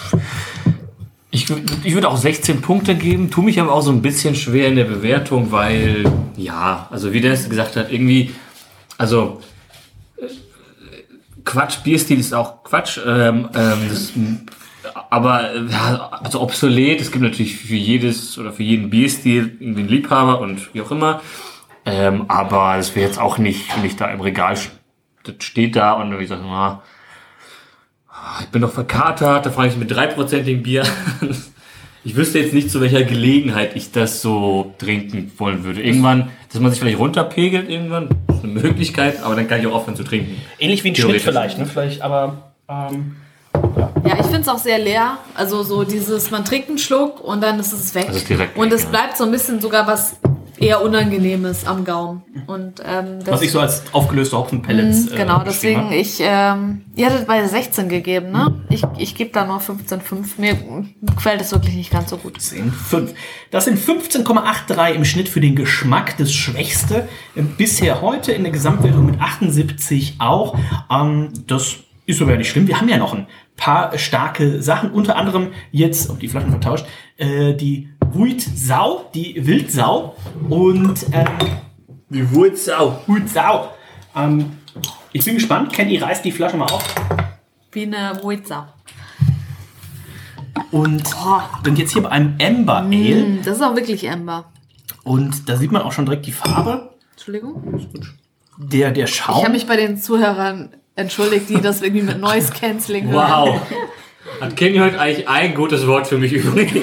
ich, ich würde auch sechzehn Punkte geben, tue mich aber auch so ein bisschen schwer in der Bewertung, weil, ja, also wie Dennis gesagt hat, irgendwie, also äh, Quatsch, Bierstil ist auch Quatsch, ähm, ähm, das, aber äh, ja, also obsolet, es gibt natürlich für jedes oder für jeden Bierstil irgendwie einen Liebhaber und wie auch immer. Ähm, aber das wäre jetzt auch nicht, wenn ich da im Regal, das steht da und ich sage, na, ich bin doch verkatert, da fange ich mit drei Prozentigen Bier an. Ich wüsste jetzt nicht, zu welcher Gelegenheit ich das so trinken wollen würde. Irgendwann, dass man sich vielleicht runterpegelt irgendwann, ist eine Möglichkeit, aber dann kann ich auch aufhören zu trinken. Ähnlich wie ein Schnitt Theoretisch. vielleicht, ne? Vielleicht, aber ähm, Ja, ich finde es auch sehr leer. Also so dieses, man trinkt einen Schluck und dann ist es weg. Also ist direkt und weg, es ja. bleibt so ein bisschen sogar was eher Unangenehmes am Gaumen. Und, ähm, das, was ich so als aufgelöste Hopfenpellets Mhm, genau, äh, deswegen, habe. ich, ähm, ihr hattet bei sechzehn gegeben, ne? Ich, ich gebe da nur fünfzehn Komma fünf. Mir gefällt es wirklich nicht ganz so gut. zehn Komma fünf. Das sind fünfzehn Komma dreiundachtzig im Schnitt für den Geschmack, das Schwächste. Bisher heute in der Gesamtwertung mit achtundsiebzig auch. Ähm, das ist sogar nicht schlimm. Wir haben ja noch ein paar starke Sachen. Unter anderem jetzt, ob die Flaschen vertauscht, äh, die Wuitsau, die Wildsau und ähm, Die Wuitsau. Wuitsau. Ähm, ich bin gespannt. Kennt ihr, reißt die Flasche mal auf. Wie eine Wuitsau. Und sind jetzt hier bei einem Amber Ale. Mm, das ist auch wirklich Amber. Und da sieht man auch schon direkt die Farbe. Entschuldigung. Der, der Schaum. Ich habe mich bei den Zuhörern entschuldigt, die das irgendwie mit Noise Cancelling hören. Wow. Hat Kenny heute eigentlich ein gutes Wort für mich übrig?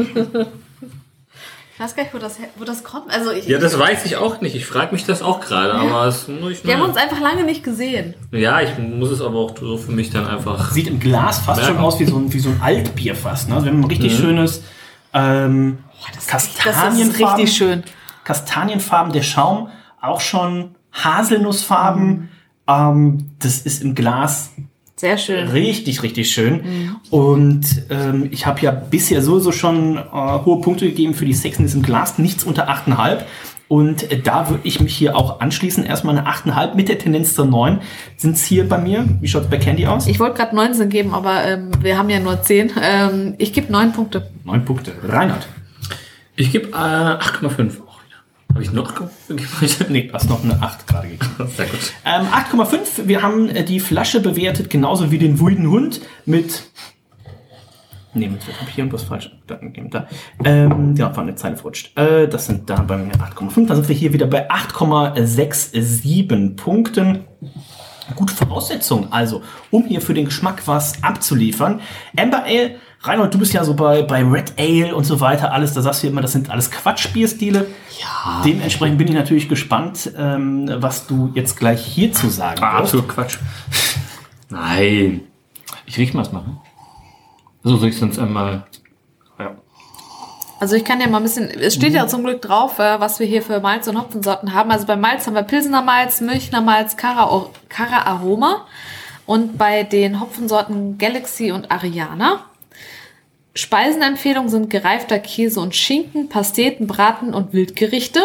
Ich weiß gar nicht, wo das, wo das kommt. Also ich, Ja, das weiß ich auch nicht. Ich frage mich das auch gerade, aber es muss ich wir haben uns einfach lange nicht gesehen. Ja, ich muss es aber auch so für mich dann einfach. Sieht im Glas fast Ja. schon aus wie so ein, wie so ein Altbier fast. Ne? Also wir haben ein richtig Mhm. schönes ähm, Das Kastanienfarben. ist richtig schön. Kastanienfarben, der Schaum auch schon Haselnussfarben. Mhm. Ähm, das ist im Glas Sehr schön. richtig, richtig schön. Mhm. Und ähm, ich habe ja bisher sowieso schon äh, hohe Punkte gegeben für die Sexiness im Glas. Nichts unter acht Komma fünf. Und äh, da würde ich mich hier auch anschließen. Erstmal eine acht Komma fünf mit der Tendenz zur neun. Sind es hier bei mir? Wie schaut es bei Candy aus? Ich wollte gerade neunzehn geben, aber ähm, wir haben ja nur zehn. Ähm, ich gebe neun Punkte. neun Punkte. Reinhard. Ich gebe äh, acht Komma fünf auch wieder. Habe ich noch gegeben? Nee, du hast noch eine acht gerade gegeben. Sehr gut. Ähm, acht Komma fünf. Wir haben äh, die Flasche bewertet, genauso wie den Wuiden Hund mit... Nee, mit habe ich irgendwas falsch gegeben. Da. Ähm, ja, war eine Zeile verrutscht. Äh, das sind da bei mir acht Komma fünf. Dann sind wir hier wieder bei acht Komma siebenundsechzig Punkten. Gute Voraussetzung, also, um hier für den Geschmack was abzuliefern. Amber Ale, Reinhold, du bist ja so bei, bei Red Ale und so weiter, alles, da sagst du immer, das sind alles Quatschbierstile. Ja. Dementsprechend bin ich natürlich gespannt, ähm, was du jetzt gleich hierzu sagen Ah, wirst. absolut Quatsch. Nein. Ich riech mal es machen. So soll ich sonst einmal... Ja. Also ich kann ja mal ein bisschen, es steht ja zum Glück drauf, was wir hier für Malz- und Hopfensorten haben. Also bei Malz haben wir Pilsener Malz, Münchner Malz, Cara, Cara Aroma und bei den Hopfensorten Galaxy und Ariana. Speisenempfehlungen sind gereifter Käse und Schinken, Pasteten, Braten und Wildgerichte.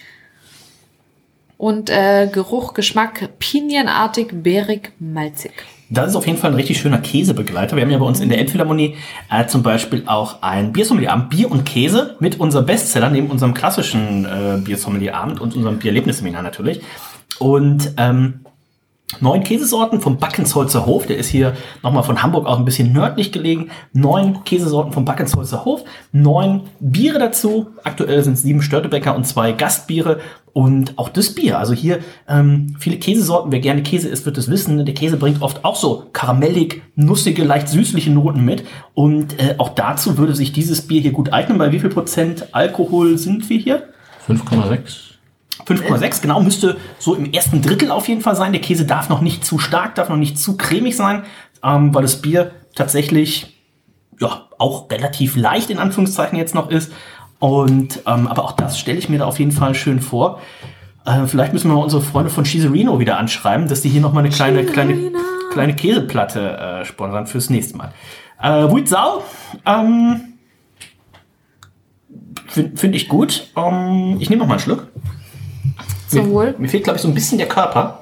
Und äh, Geruch, Geschmack pinienartig, bärig, malzig. Das ist auf jeden Fall ein richtig schöner Käsebegleiter. Wir haben ja bei uns in der Elbphilharmonie äh, zum Beispiel auch ein Biersommelier-Abend, Bier und Käse mit unserem Bestseller, neben unserem klassischen äh, Biersommelier-Abend und unserem Biererlebnisseminar natürlich. Und ähm, neun Käsesorten vom Backensholzer Hof. Der ist hier nochmal von Hamburg auch ein bisschen nördlich gelegen. Neun Käsesorten vom Backensholzer Hof. Neun Biere dazu. Aktuell sind es sieben Störtebecker und zwei Gastbiere. Und auch das Bier. Also hier ähm, viele Käsesorten. Wer gerne Käse isst, wird das wissen. Der Käse bringt oft auch so karamellig, nussige, leicht süßliche Noten mit. Und äh, auch dazu würde sich dieses Bier hier gut eignen. Bei wie viel Prozent Alkohol sind wir hier? fünf Komma sechs. fünf Komma sechs, genau, müsste so im ersten Drittel auf jeden Fall sein. Der Käse darf noch nicht zu stark, darf noch nicht zu cremig sein, ähm, weil das Bier tatsächlich ja auch relativ leicht in Anführungszeichen jetzt noch ist. Und ähm, aber auch das stelle ich mir da auf jeden Fall schön vor. Äh, vielleicht müssen wir mal unsere Freunde von Cheeserino wieder anschreiben, dass die hier noch mal eine kleine kleine kleine Käseplatte äh, sponsern fürs nächste Mal. Äh, Wuitsau, ähm, finde find ich gut. Ähm, ich nehme noch mal einen Schluck. Zum Wohl. Mir fehlt, glaube ich, so ein bisschen der Körper.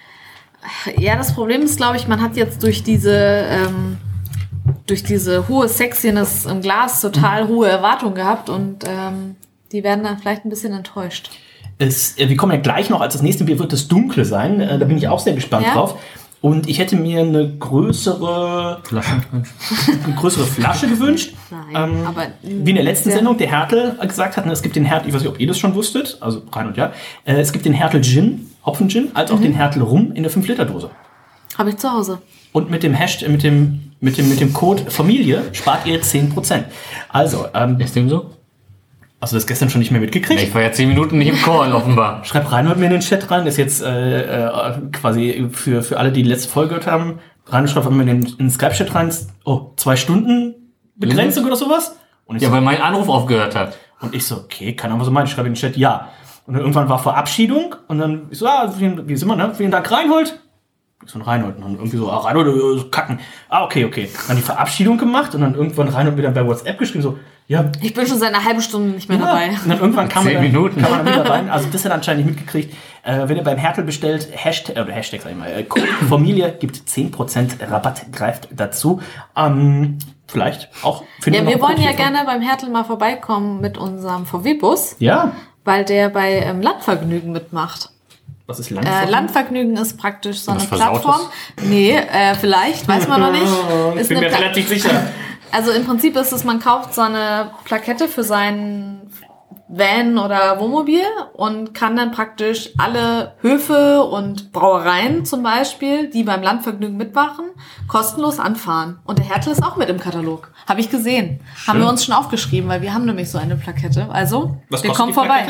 Ja, das Problem ist, glaube ich, man hat jetzt durch diese ähm, durch diese hohe Sexiness im Glas total hohe Erwartungen gehabt und ähm, die werden dann vielleicht ein bisschen enttäuscht. Es, äh, wir kommen ja gleich noch, als das nächste Bier wird das Dunkle sein. Äh, da bin ich auch sehr gespannt ja? drauf. Und ich hätte mir eine größere Flasche, eine größere Flasche gewünscht. Nein, ähm, aber wie in der letzten Sendung der Hertel gesagt hat, ne, es gibt den Hertel, ich weiß nicht, ob ihr das schon wusstet, also rein und ja, äh, es gibt den Hertel Gin, Hopfen-Gin, als auch mhm. den Hertel Rum in der fünf Liter Dose. Habe ich zu Hause. Und mit dem Hashtag, mit dem, mit dem, mit dem Code Familie spart ihr zehn Prozent. Also, ähm, ist dem so? Hast du das gestern schon nicht mehr mitgekriegt? Ich war ja zehn Minuten nicht im Call, offenbar. Schreib Reinhold mir in den Chat rein. Das ist jetzt äh, äh, quasi für, für alle, die die letzte Folge gehört haben. Reinhold schreibt mir in den, in den Skype-Chat rein. Oh, zwei Stunden Begrenzung mhm. oder sowas? Und ich ja, so, weil mein Anruf aufgehört hat. Und ich so, okay, kann aber so meinen. Ich schreibe in den Chat, ja. Und dann irgendwann war Verabschiedung. Und dann ich so, ah, wie sind wir, ne? Vielen Dank, Reinhold. Ich so ein Reinhold. Und dann irgendwie so, ah, Reinhold, so kacken. Ah, okay, okay. Dann die Verabschiedung gemacht. Und dann irgendwann Reinhold mir dann bei WhatsApp geschrieben, so, ja. Ich bin schon seit einer halben Stunde nicht mehr ja. dabei. Und dann irgendwann kam Zehn man, dann, Minuten. kam man dann wieder rein. Also das hat er anscheinend nicht mitgekriegt. Äh, wenn ihr beim Hertel bestellt, Hashtag, oder Hashtag sag ich mal, äh, Code Familie gibt zehn Prozent Rabatt, greift dazu. Ähm, vielleicht auch. Ja, wir wollen ja gerne beim Hertel mal vorbeikommen mit unserem V W-Bus. Ja. Weil der bei ähm, Landvergnügen mitmacht. Was ist Landvergnügen? Äh, Landvergnügen ist praktisch so eine Was Plattform. Nee, äh, vielleicht, weiß man noch nicht. Ich bin mir Pla- relativ sicher. Also im Prinzip ist es, man kauft so eine Plakette für seinen Van oder Wohnmobil und kann dann praktisch alle Höfe und Brauereien zum Beispiel, die beim Landvergnügen mitmachen, kostenlos anfahren. Und der Hertel ist auch mit im Katalog. Habe ich gesehen. Schön. Haben wir uns schon aufgeschrieben, weil wir haben nämlich so eine Plakette. Also, was wir kommen vorbei.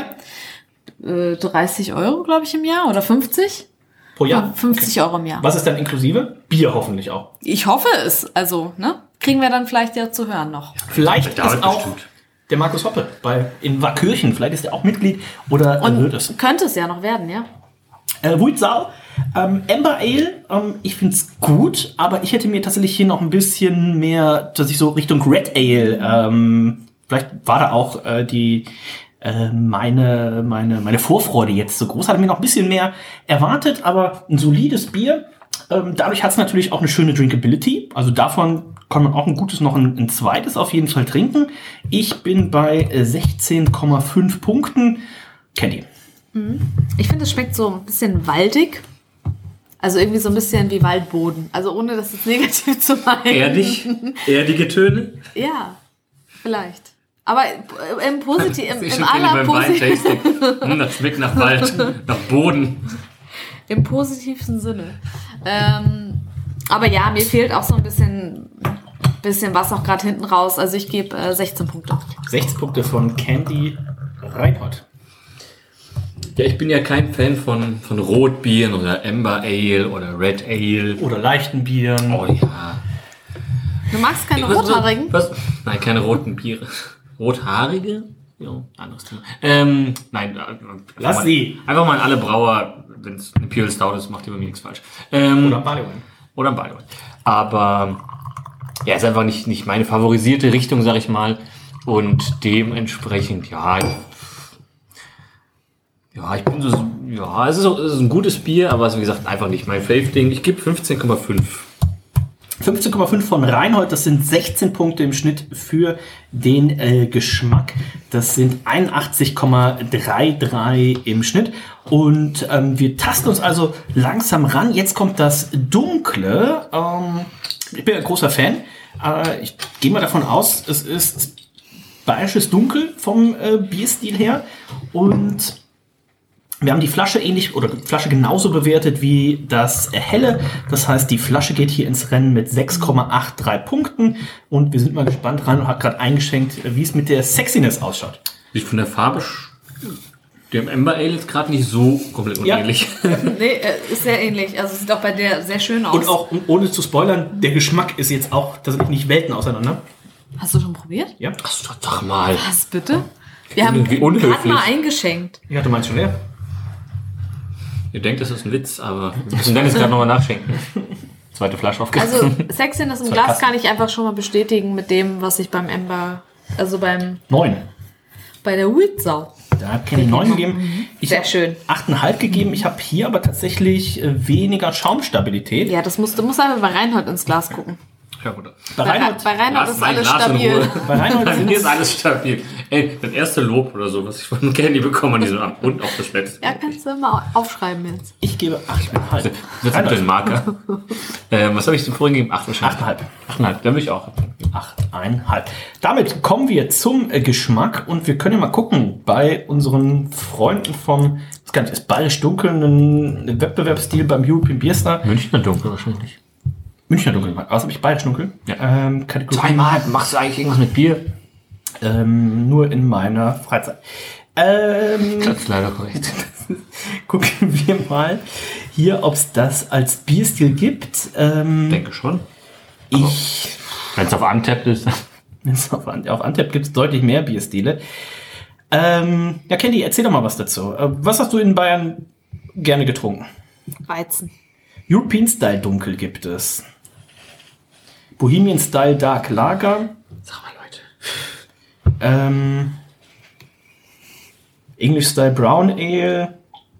Äh, dreißig Euro, glaube ich, im Jahr oder fünfzig? Pro Jahr? fünfzig okay. Euro im Jahr. Was ist dann inklusive? Bier hoffentlich auch. Ich hoffe es. Also, ne? Kriegen wir dann vielleicht ja zu hören noch. Vielleicht ist auch bestimmt der Markus Hoppe bei in Waakirchen. Vielleicht ist er auch Mitglied oder Und wird es. Könnte es ja noch werden, ja. Äh, Wuitsau, ähm, Amber Ale, ähm, ich finde es gut, aber ich hätte mir tatsächlich hier noch ein bisschen mehr, dass ich so Richtung Red Ale, ähm, vielleicht war da auch äh, die äh, meine meine meine Vorfreude jetzt so groß, hatte mir noch ein bisschen mehr erwartet, aber ein solides Bier. Ähm, dadurch hat es natürlich auch eine schöne Drinkability, also davon kann man auch ein gutes noch ein, ein zweites auf jeden Fall trinken. Ich bin bei sechzehn Komma fünf Punkten. Kennt ihr? Ich finde, es schmeckt so ein bisschen waldig. Also irgendwie so ein bisschen wie Waldboden. Also ohne das jetzt negativ zu meinen. Erdig? Erdige Töne? Ja, vielleicht. Aber im Positiv, im, im aller Positiv. hm, das schmeckt nach Wald, nach Boden. Im positivsten Sinne. Ähm, aber ja, mir fehlt auch so ein bisschen, bisschen was auch gerade hinten raus. Also ich gebe äh, sechzehn Punkte. sechzehn Punkte von Candy Reinhardt. Ja, ich bin ja kein Fan von, von Rotbieren oder Amber Ale oder Red Ale. Oder leichten Bieren. Oh ja. Du magst keine was, rothaarigen? Was? Nein, keine roten Biere. Rothaarige? Ja, anderes Thema. Ähm, nein. Lass mal, sie. Einfach mal an alle Brauer, wenn es eine Imperial Stout ist, macht ihr bei mir nichts falsch. Ähm, Oder ein Barley Wine. Oder ein Barley Wine. Aber, ja, ist einfach nicht, nicht meine favorisierte Richtung, sag ich mal. Und dementsprechend, ja, ja, ich bin so, ja, es ist, es ist ein gutes Bier, aber es ist, wie gesagt, einfach nicht mein Fave-Ding. Ich gebe fünfzehn Komma fünf. fünfzehn Komma fünf von Reinhold, das sind sechzehn Punkte im Schnitt für den äh, Geschmack. Das sind einundachtzig Komma dreiunddreißig im Schnitt. Und ähm, wir tasten uns also langsam ran. Jetzt kommt das Dunkle. Ähm, ich bin ein großer Fan. Äh, ich gehe mal davon aus, es ist bayerisches Dunkel vom äh, Bierstil her. Und wir haben die Flasche ähnlich oder die Flasche genauso bewertet wie das Helle. Das heißt, die Flasche geht hier ins Rennen mit sechs Komma dreiundachtzig Punkten. Und wir sind mal gespannt dran und hat gerade eingeschenkt, wie es mit der Sexiness ausschaut. Sieht von der Farbe dem Amber Ale jetzt gerade nicht so komplett unähnlich. Ja. Nee, ist sehr ähnlich. Also sieht auch bei der sehr schön aus. Und auch, ohne zu spoilern, der Geschmack ist jetzt auch tatsächlich nicht Welten auseinander. Hast du schon probiert? Ja. Ach, doch, doch mal. Was, bitte? Wir haben gerade mal eingeschenkt. Ja, du meinst schon leer? Ihr denkt, das ist ein Witz, aber wir müssen Dennis gerade nochmal nachschenken. Zweite Flasche aufgemacht. Also Sexiness im Glas kann ich einfach schon mal bestätigen mit dem, was ich beim Amber, also beim... Neun. Bei der Wildsau. Da hat keine neun gegeben. Ich Sehr schön. acht Komma fünf gegeben. Ich habe hier aber tatsächlich weniger Schaumstabilität. Ja, das musst, du musst einfach bei Reinhold ins Glas gucken. Ja, gut. Bei Reinhold, bei Reinhold ist alles Glas stabil. bei Reinhold Hier ist alles stabil. Ey, das erste Lob oder so, was ich von Candy bekomme an diesem Abend und auch das letzte. Ja, kannst du mal aufschreiben jetzt. ich gebe acht Komma fünf. Das ist ein Marker. ähm, was habe ich denn vorhin gegeben? acht wahrscheinlich. acht Komma fünf. acht Komma fünf, da will ich auch. acht Komma fünf. Damit kommen wir zum äh, Geschmack und wir können ja mal gucken bei unseren Freunden vom, das kann ich, das Bayerisch Dunkel, einen Wettbewerbsstil beim European Beer Star. Münchner Dunkel wahrscheinlich. Münchner Dunkel. Was habe ich? Bayerisch Dunkel? Ja. Ähm, Kategorie. Zweimal. Machst du eigentlich irgendwas mit Bier? Ähm, nur in meiner Freizeit. Ähm, Das ist leider korrekt. gucken wir mal hier, ob es das als Bierstil gibt. Ähm, Denke schon. ich, Wenn es auf Untapped ist. auf, auf Antep gibt es deutlich mehr Bierstile. Ähm, ja, Candy, erzähl doch mal was dazu. Äh, was hast du in Bayern gerne getrunken? Weizen. European Style Dunkel gibt es. Bohemian Style Dark Lager. Sag mal, Leute. Ähm, English Style Brown Ale.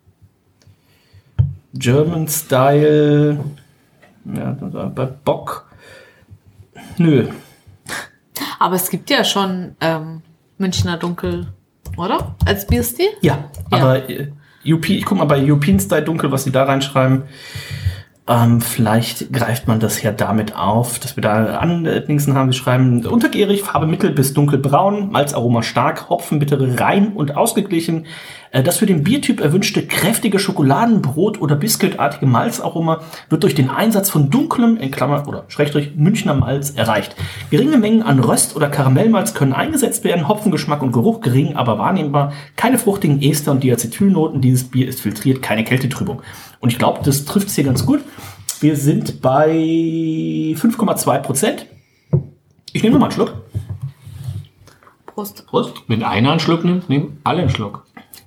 German Style. Ja, bei Bock. Nö. Aber es gibt ja schon ähm, Münchner Dunkel, oder? Als Bierstil? Ja, aber äh, U P, ich guck mal bei European Style Dunkel, was sie da reinschreiben. Ähm, vielleicht greift man das ja damit auf, dass wir da Andingsen haben. Sie schreiben untergärig, Farbe mittel bis dunkelbraun, Malzaroma stark, Hopfenbittere rein und ausgeglichen. Äh, das für den Biertyp erwünschte kräftige Schokoladenbrot- oder biskuitartige Malzaroma wird durch den Einsatz von dunklem, in Klammer oder Schrägstrich, Münchner Malz erreicht. Geringe Mengen an Röst- oder Karamellmalz können eingesetzt werden, Hopfengeschmack und Geruch gering, aber wahrnehmbar. Keine fruchtigen Ester- und Diacetylnoten. Dieses Bier ist filtriert, keine Kältetrübung. Und ich glaube, das trifft es hier ganz gut. Wir sind bei fünf Komma zwei Prozent. Ich nehme noch mal einen Schluck. Prost. Prost. Wenn einer einen Schluck nimmt, nehmen alle einen Schluck.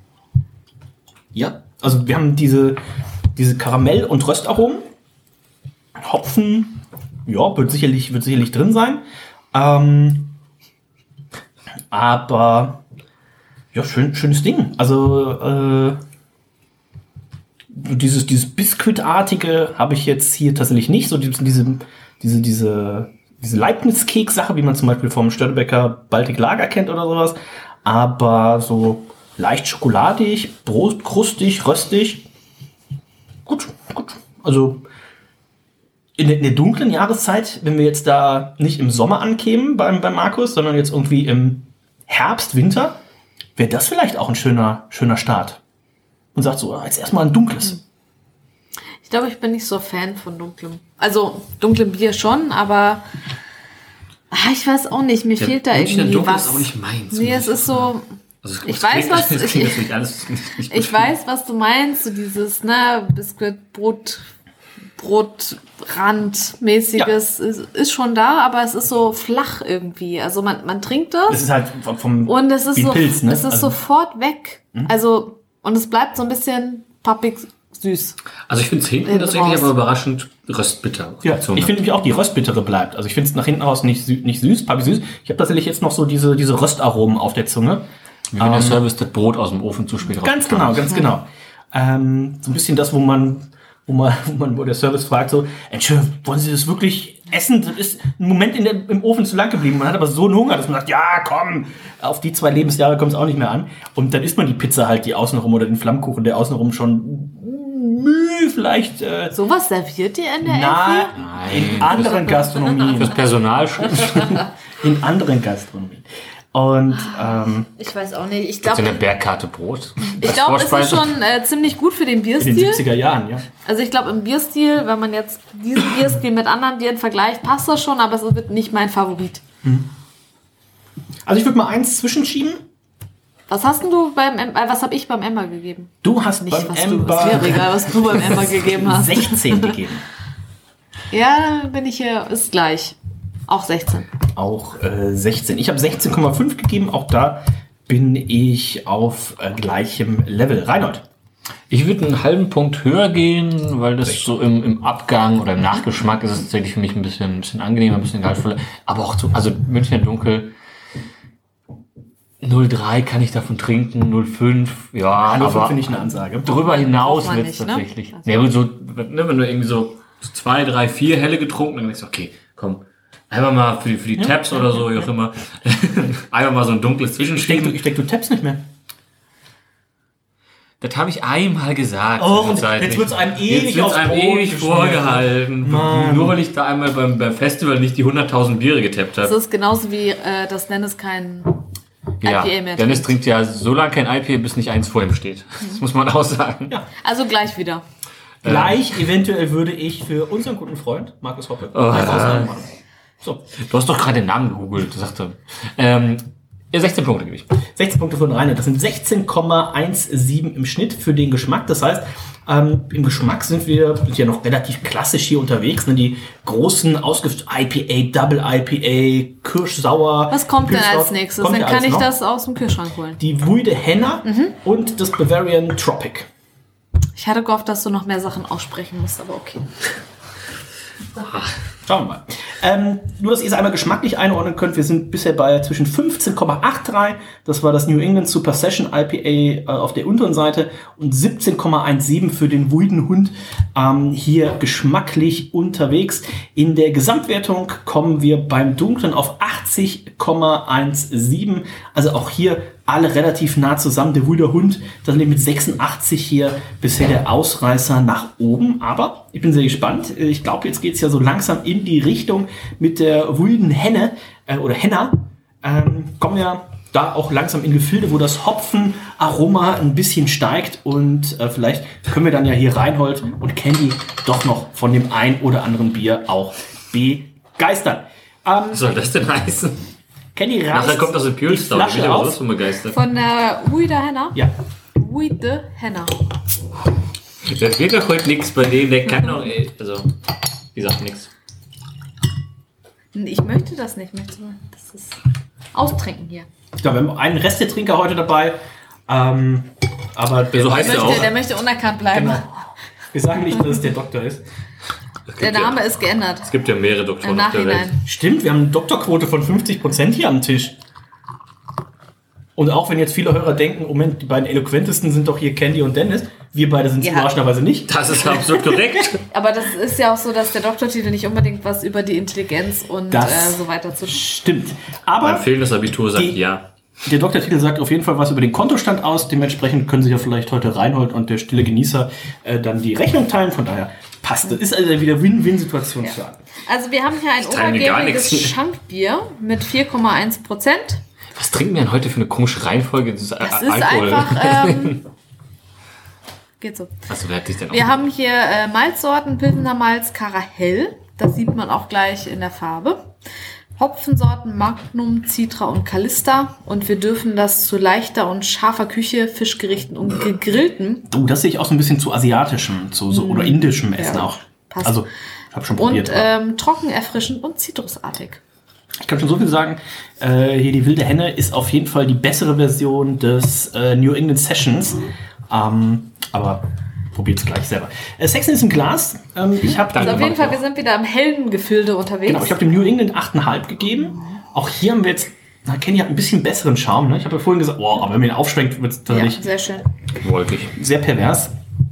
Ja, also wir haben diese, diese Karamell- und Röstaromen. Hopfen, ja, wird sicherlich, wird sicherlich drin sein. Ähm, aber, ja, schön, schönes Ding. Also, äh, dieses, dieses Biskuitartige habe ich jetzt hier tatsächlich nicht. So diese, diese, diese, diese, diese Leibniz-Keks-Sache, wie man zum Beispiel vom Störtebecker Baltic Lager kennt oder sowas. Aber so leicht schokoladig, brotkrustig, röstig. Gut, gut. Also in der, in der dunklen Jahreszeit, wenn wir jetzt da nicht im Sommer ankämen beim, beim Markus, sondern jetzt irgendwie im Herbst, Winter, wäre das vielleicht auch ein schöner, schöner Start. Und sagt so, jetzt erstmal ein dunkles. Ich glaube, ich bin nicht so Fan von dunklem. Also dunklem Bier schon, aber ach, ich weiß auch nicht, mir Der fehlt da Münchner irgendwie Dunkel was. ist auch nicht meins. Nee, es ist so. Also es- Ich es weiß, klingt- was- es ich- klingt natürlich alles nicht- nicht Ich gut. weiß, was du meinst, so dieses, ne, Biskuit, Brot, Brotrandmäßiges ja. ist, ist schon da, aber es ist so flach irgendwie. Also man, man trinkt das. Es ist halt vom und es ist so, Pilz, ne? es ist also, sofort weg. Hm? Also, und es bleibt so ein bisschen pappig süß. Also ich finde es hinten tatsächlich aber überraschend röstbitter. Ja, ich finde nämlich auch, die Röstbittere bleibt. Also ich finde es nach hinten raus nicht, sü- nicht süß, pappig süß. Ich habe tatsächlich jetzt noch so diese, diese Röstaromen auf der Zunge. Wie wenn ähm, der Service das Brot aus dem Ofen zu spät raus. Ganz genau, ganz genau. Ähm, so ein bisschen das, wo man, wo man, wo man, wo der Service fragt so, Entschuldigung, wollen Sie das wirklich essen? Das ist ein Moment in der, im Ofen zu lang geblieben. Man hat aber so einen Hunger, dass man sagt, ja, komm, auf die zwei Lebensjahre kommt es auch nicht mehr an. Und dann isst man die Pizza halt, die außenrum oder den Flammkuchen, der außenrum schon Mühe vielleicht. Äh, Sowas serviert ihr in der na, in anderen Gastronomien. Fürs Personal schon. In anderen Gastronomien. Und ähm, ich weiß auch nicht. Ich glaube, glaube, eine Bergkarte Brot. Ich glaube, es ist schon äh, ziemlich gut für den Bierstil. In den siebziger Jahren, ja. Also ich glaube, im Bierstil, wenn man jetzt diesen Bierstil mit anderen Bieren vergleicht, passt das schon, aber es wird nicht mein Favorit. Hm. Also ich würde mal eins zwischenschieben. Was hast denn du beim äh, was habe ich beim Ember gegeben? Du hast nicht beim was Ember du, es wäre egal, was du beim Ember gegeben hast. sechzehn gegeben. Ja, bin ich hier, ist gleich. Auch sechzehn. Auch äh, sechzehn. Ich habe sechzehn Komma fünf gegeben. Auch da bin ich auf äh, gleichem Level. Reinhold? Ich würde einen halben Punkt höher gehen, weil das so im, im Abgang oder im Nachgeschmack ist es tatsächlich für mich ein bisschen, ein bisschen angenehmer, ein bisschen gehaltvoller. Aber auch, zu, also Münchner Dunkel null Komma drei kann ich davon trinken, null Komma fünf, ja, null Komma fünf aber finde ich eine Ansage. Darüber hinaus wird es nicht, tatsächlich. Ne? Ja, aber so, ne, wenn du irgendwie so zwei, drei, vier Helle getrunken, dann denkst du, okay, komm, einmal mal für die, für die ja, Tabs ja, oder so, wie auch immer, einmal mal so ein dunkles Zwischenschieben. Ich denke, du, denk, du Tabs nicht mehr. Das habe ich einmal gesagt. Oh, und jetzt wird es einem ewig, jetzt einem ewig vorgehalten. Mann. Nur weil ich da einmal beim, beim Festival nicht die hunderttausend Biere getappt habe. Das ist genauso wie, äh, dass Dennis kein ja, I P A mehr Dennis trinkt ja so lange kein I P A, bis nicht eins vor ihm steht. Das muss man auch sagen. Ja. Also gleich wieder. Gleich, ähm. eventuell würde ich für unseren guten Freund, Markus Hoppe, oh, äh. so. Du hast doch gerade den Namen gegoogelt, sagte. Ähm, sechzehn Punkte gebe ich. sechzehn Punkte von Rainer. Das sind sechzehn Komma siebzehn im Schnitt für den Geschmack. Das heißt, ähm, im Geschmack sind wir sind ja noch relativ klassisch hier unterwegs. Ne? Die großen ausgef I P A, Double I P A, Kirschsauer. Was kommt Pilsner, denn als nächstes? Dann kann ich noch? das aus dem Kühlschrank holen. Die Wuide Henna mhm. und das Bavarian Tropic. Ich hatte gehofft, dass du noch mehr Sachen aussprechen musst, aber okay. Schauen wir mal. Ähm, nur, dass ihr es einmal geschmacklich einordnen könnt. Wir sind bisher bei zwischen fünfzehn Komma dreiundachtzig. Das war das New England Super Session I P A äh, auf der unteren Seite. Und siebzehn Komma siebzehn für den Wuidenhund. Ähm, hier geschmacklich unterwegs. In der Gesamtwertung kommen wir beim Dunklen auf achtzig Komma siebzehn. Also auch hier alle relativ nah zusammen. Der Wuider Hund, das liegt mit sechsundachtzig hier bisher der Ausreißer nach oben. Aber ich bin sehr gespannt. Ich glaube, jetzt geht es ja so langsam in die Richtung mit der Wuiden Henne äh, oder Henna. Ähm, kommen wir da auch langsam in Gefilde, wo das Hopfenaroma ein bisschen steigt. Und äh, vielleicht können wir dann ja hier Reinhold und Candy doch noch von dem ein oder anderen Bier auch begeistern. Ähm, Was soll das denn heißen? Candy reißt Nachher kommt das Imperial die Stout. Flasche Ich bin aber auf. so begeistert. Von der Wuide Henna? Ja. Wuide Henna. Das wird doch heute nichts bei dem, der kann doch, ey, also, wie gesagt, nichts. Ich möchte das nicht. Ich möchte das ist austrinken hier. Ich glaube, wir haben einen Restetrinker heute dabei. Ähm, aber der, so heißt der, er möchte, auch. der möchte unerkannt bleiben. Genau. Wir sagen nicht, dass es der Doktor ist. Der Name ja, ist geändert. Es gibt ja mehrere Doktoren Im auf der Welt. Stimmt, wir haben eine Doktorquote von fünfzig Prozent hier am Tisch. Und auch wenn jetzt viele Hörer denken, Moment, die beiden eloquentesten sind doch hier Candy und Dennis. Wir beide sind es ja. überraschenderweise nicht. Das ist absolut korrekt. Aber das ist ja auch so, dass der Doktortitel nicht unbedingt was über die Intelligenz und äh, so weiter zu... Stimmt. Aber mein fehlendes Abitur sagt die, ja. Der Doktortitel sagt auf jeden Fall was über den Kontostand aus. Dementsprechend können sich ja vielleicht heute Reinhold und der stille Genießer äh, dann die Rechnung teilen. Von daher passt. Das ist also wieder Win-Win-Situation ja. für alle. Also wir haben hier ein obergäriges Schankbier mit vier Komma eins Prozent. Was trinken wir denn heute für eine komische Reihenfolge? Das ist, das äh, ist Alkohol. einfach... Ähm, geht so. Achso, wer hat dich denn auch? Wir haben hier äh, Malzsorten, Pilsener Malz, Karahell. Das sieht man auch gleich in der Farbe. Hopfensorten Magnum, Citra und Calista. Und wir dürfen das zu leichter und scharfer Küche, Fischgerichten und gegrillten. Oh, das sehe ich auch so ein bisschen zu asiatischem zu, so, oder indischem Essen ja. auch. passt. Also, ich habe schon probiert. Und ähm, trocken, erfrischend und zitrusartig. Ich kann schon so viel sagen. Äh, hier die wilde Henne ist auf jeden Fall die bessere Version des äh, New England Sessions. Ähm, aber probiert es gleich selber. Äh, Sexton ist im Glas. Ähm, ich habe also auf jeden Fall, wir sind wieder im Heldengefilde unterwegs. Genau, ich habe dem New England acht Komma fünf gegeben. Auch hier haben wir jetzt, na, Kenny hat ein bisschen besseren Schaum. Ne? Ich habe ja vorhin gesagt, boah, aber wenn man ihn aufschwenkt, wird es tatsächlich ja, sehr schön. Wolkig. Sehr pervers.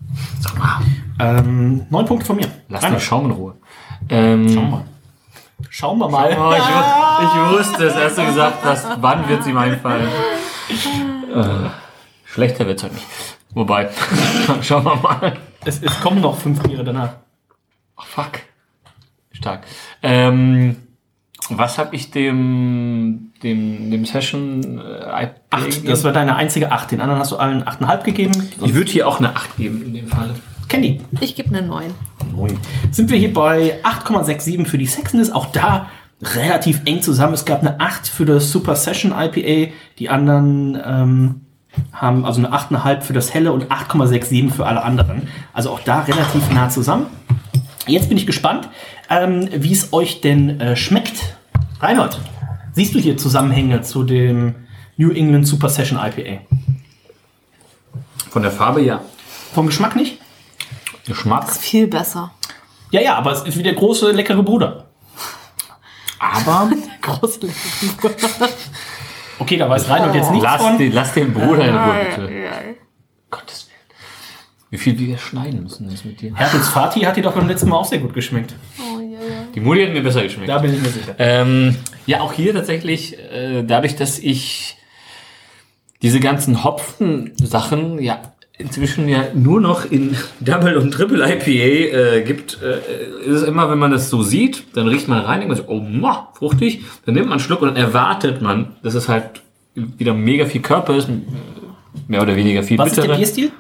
Ähm, neun Punkte von mir. Lass den Schaum in Ruhe. Ähm, Schauen wir mal. Schauen wir mal. Oh, ich, ich wusste es, als du gesagt hast, wann wird sie ihm einfallen. Äh, schlechter wird es halt nicht. Wobei, schauen wir mal. Es, es kommen noch fünf Biere danach. Ach, fuck. Stark. Ähm, was habe ich dem, dem, dem Session äh, I P A acht, gegeben? das war deine einzige acht. Den anderen hast du allen acht Komma fünf gegeben. Ich würde hier auch eine acht geben in dem Fall. Candy. Ich gebe eine neun. neun. Sind wir hier bei acht Komma sechsundsiebzig für die Sexton. Auch da relativ eng zusammen. Es gab eine acht für das Super Session I P A. Die anderen ähm, haben also eine acht Komma fünf für das Helle und acht Komma sechsundsiebzig für alle anderen. Also auch da relativ nah zusammen. Jetzt bin ich gespannt, ähm, wie es euch denn äh, schmeckt. Reinhold, siehst du hier Zusammenhänge zu dem New England Super Session I P A? Von der Farbe ja. Vom Geschmack nicht? Geschmack? Das ist viel besser. Ja, ja, aber es ist wie der große, leckere Bruder. Aber... Große leckere Bruder. Okay, da weiß Reinhold jetzt nichts Lass von. den, lass den Bruder in Ruhe, bitte. Ja. Gottes Willen. Wie viel wir schneiden müssen das mit dir? Hertels Vati hat dir doch beim letzten Mal auch sehr gut geschmeckt. Oh, ja, ja. Die Mutti hat mir besser geschmeckt. Da bin ich mir sicher. Ähm, ja, auch hier tatsächlich, äh, dadurch, dass ich diese ganzen Hopfen-Sachen ja inzwischen ja nur noch in Double und Triple I P A äh, gibt, äh, ist es immer, wenn man das so sieht, dann riecht man rein, denkt man so, oh, ma, fruchtig, dann nimmt man einen Schluck und dann erwartet man, dass es halt wieder mega viel Körper ist, mehr oder weniger viel Was bittere. ist der Bierstil?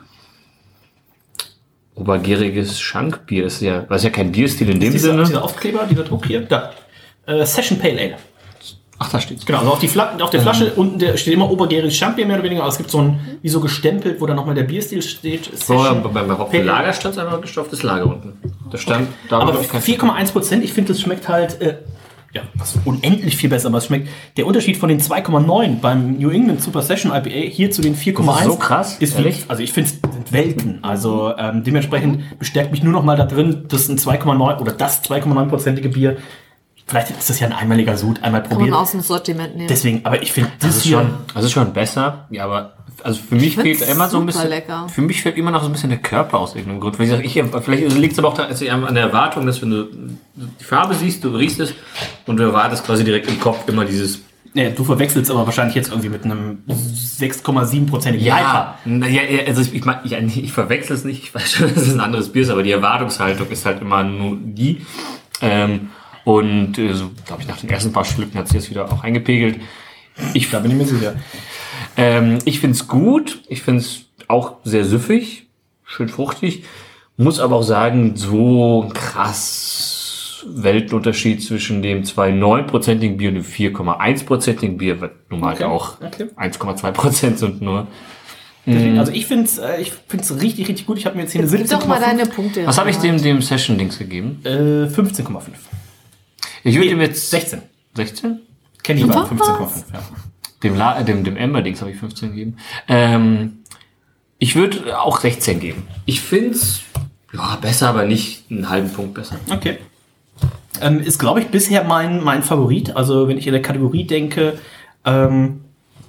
Obergäriges Schankbier, das ist ja, das ist ja kein Bierstil in dem Dieser, Sinne. dieser Aufkleber, dieser Druck hier, da. Äh, Session Pale Ale. Ach, da steht's. Genau, also auf, die Fla auf der Flasche unten der steht immer obergäriges Schankbier mehr oder weniger, aber es gibt so ein, wie so gestempelt, wo dann nochmal der Bierstil steht. Vorher beim Hopfenlager stand es einfach gestopftes Lager unten. Da stand, Okay. da Aber vier Komma eins Prozent, ich finde, das schmeckt halt, äh, ja, was unendlich viel besser, aber es schmeckt, der Unterschied von den zwei Komma neun beim New England Super Session I P A hier zu den vier Komma eins. Das ist so krass, ist wie, also ich finde es sind Welten, also ähm, dementsprechend bestärkt mich nur noch mal da drin, dass ein zwei Komma neun oder das zwei Komma neun-prozentige Bier, vielleicht ist das ja ein einmaliger Sud, einmal Kann man probiert. aus dem Sortiment nehmen. Deswegen, aber ich finde, das das ist hier, schon, das ist schon besser. Ja, aber also für mich fehlt immer so ein bisschen. Lecker. Für mich fehlt immer noch so ein bisschen der Körper aus irgendeinem Grund. Weil ich sag, ich, vielleicht liegt es aber auch da, also an der Erwartung, dass wenn du die Farbe siehst, du riechst es und du erwartest quasi direkt im Kopf immer dieses. ja, du verwechselst aber wahrscheinlich jetzt irgendwie mit einem sechs Komma sieben-prozentigen Ja, na, ja, also ich, ich, mein, ich, ich verwechsel es nicht. Ich weiß schon, dass es ein anderes Bier ist, aber die Erwartungshaltung ist halt immer nur die. Ähm, und äh, so, glaube ich, nach den ersten paar Schlücken hat sich das wieder auch eingepegelt. Ich, da bin ich mir sicher. Ähm, ich find's gut. Ich find's auch sehr süffig, schön fruchtig. Muss aber auch sagen, so ein krass Weltenunterschied zwischen dem zwei Komma neun-prozentigen Bier und dem vier Komma eins-prozentigen Bier, was nun mal Okay, auch okay. eins Komma zwei Prozent sind nur. Deswegen, also ich finde es äh, ich find's richtig, richtig gut. Ich habe mir jetzt hier eine Gib siebzehn doch mal Komma fünf. deine Punkte. Was habe ich dem, dem Session-Dings gegeben? Äh, fünfzehn Komma fünf. Ich würde Nee, ihm jetzt sechzehn. sechzehn? Kenny war Was? fünfzehn Komma fünf, ja. Dem, La dem, dem Ember-Dings habe ich fünfzehn gegeben. Ähm, ich würde auch sechzehn geben. Ich find's ja, besser, aber nicht einen halben Punkt besser. Okay. Ähm, ist, glaube ich, bisher mein, mein Favorit. Also, wenn ich in der Kategorie denke, ähm,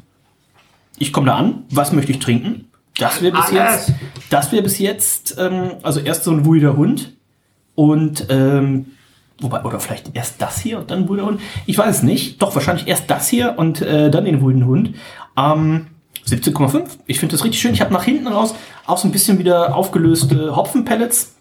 ich komme da an, was möchte ich trinken? Das wäre bis Alles. jetzt, das wäre bis jetzt, ähm, also erst so ein wuider Hund und, ähm, wobei, oder vielleicht erst das hier und dann wuider Hund. Ich weiß es nicht. Doch, wahrscheinlich erst das hier und äh, dann den wuiden Hund. Ähm, siebzehn Komma fünf. Ich finde das richtig schön. Ich habe nach hinten raus auch so ein bisschen wieder aufgelöste Hopfenpellets.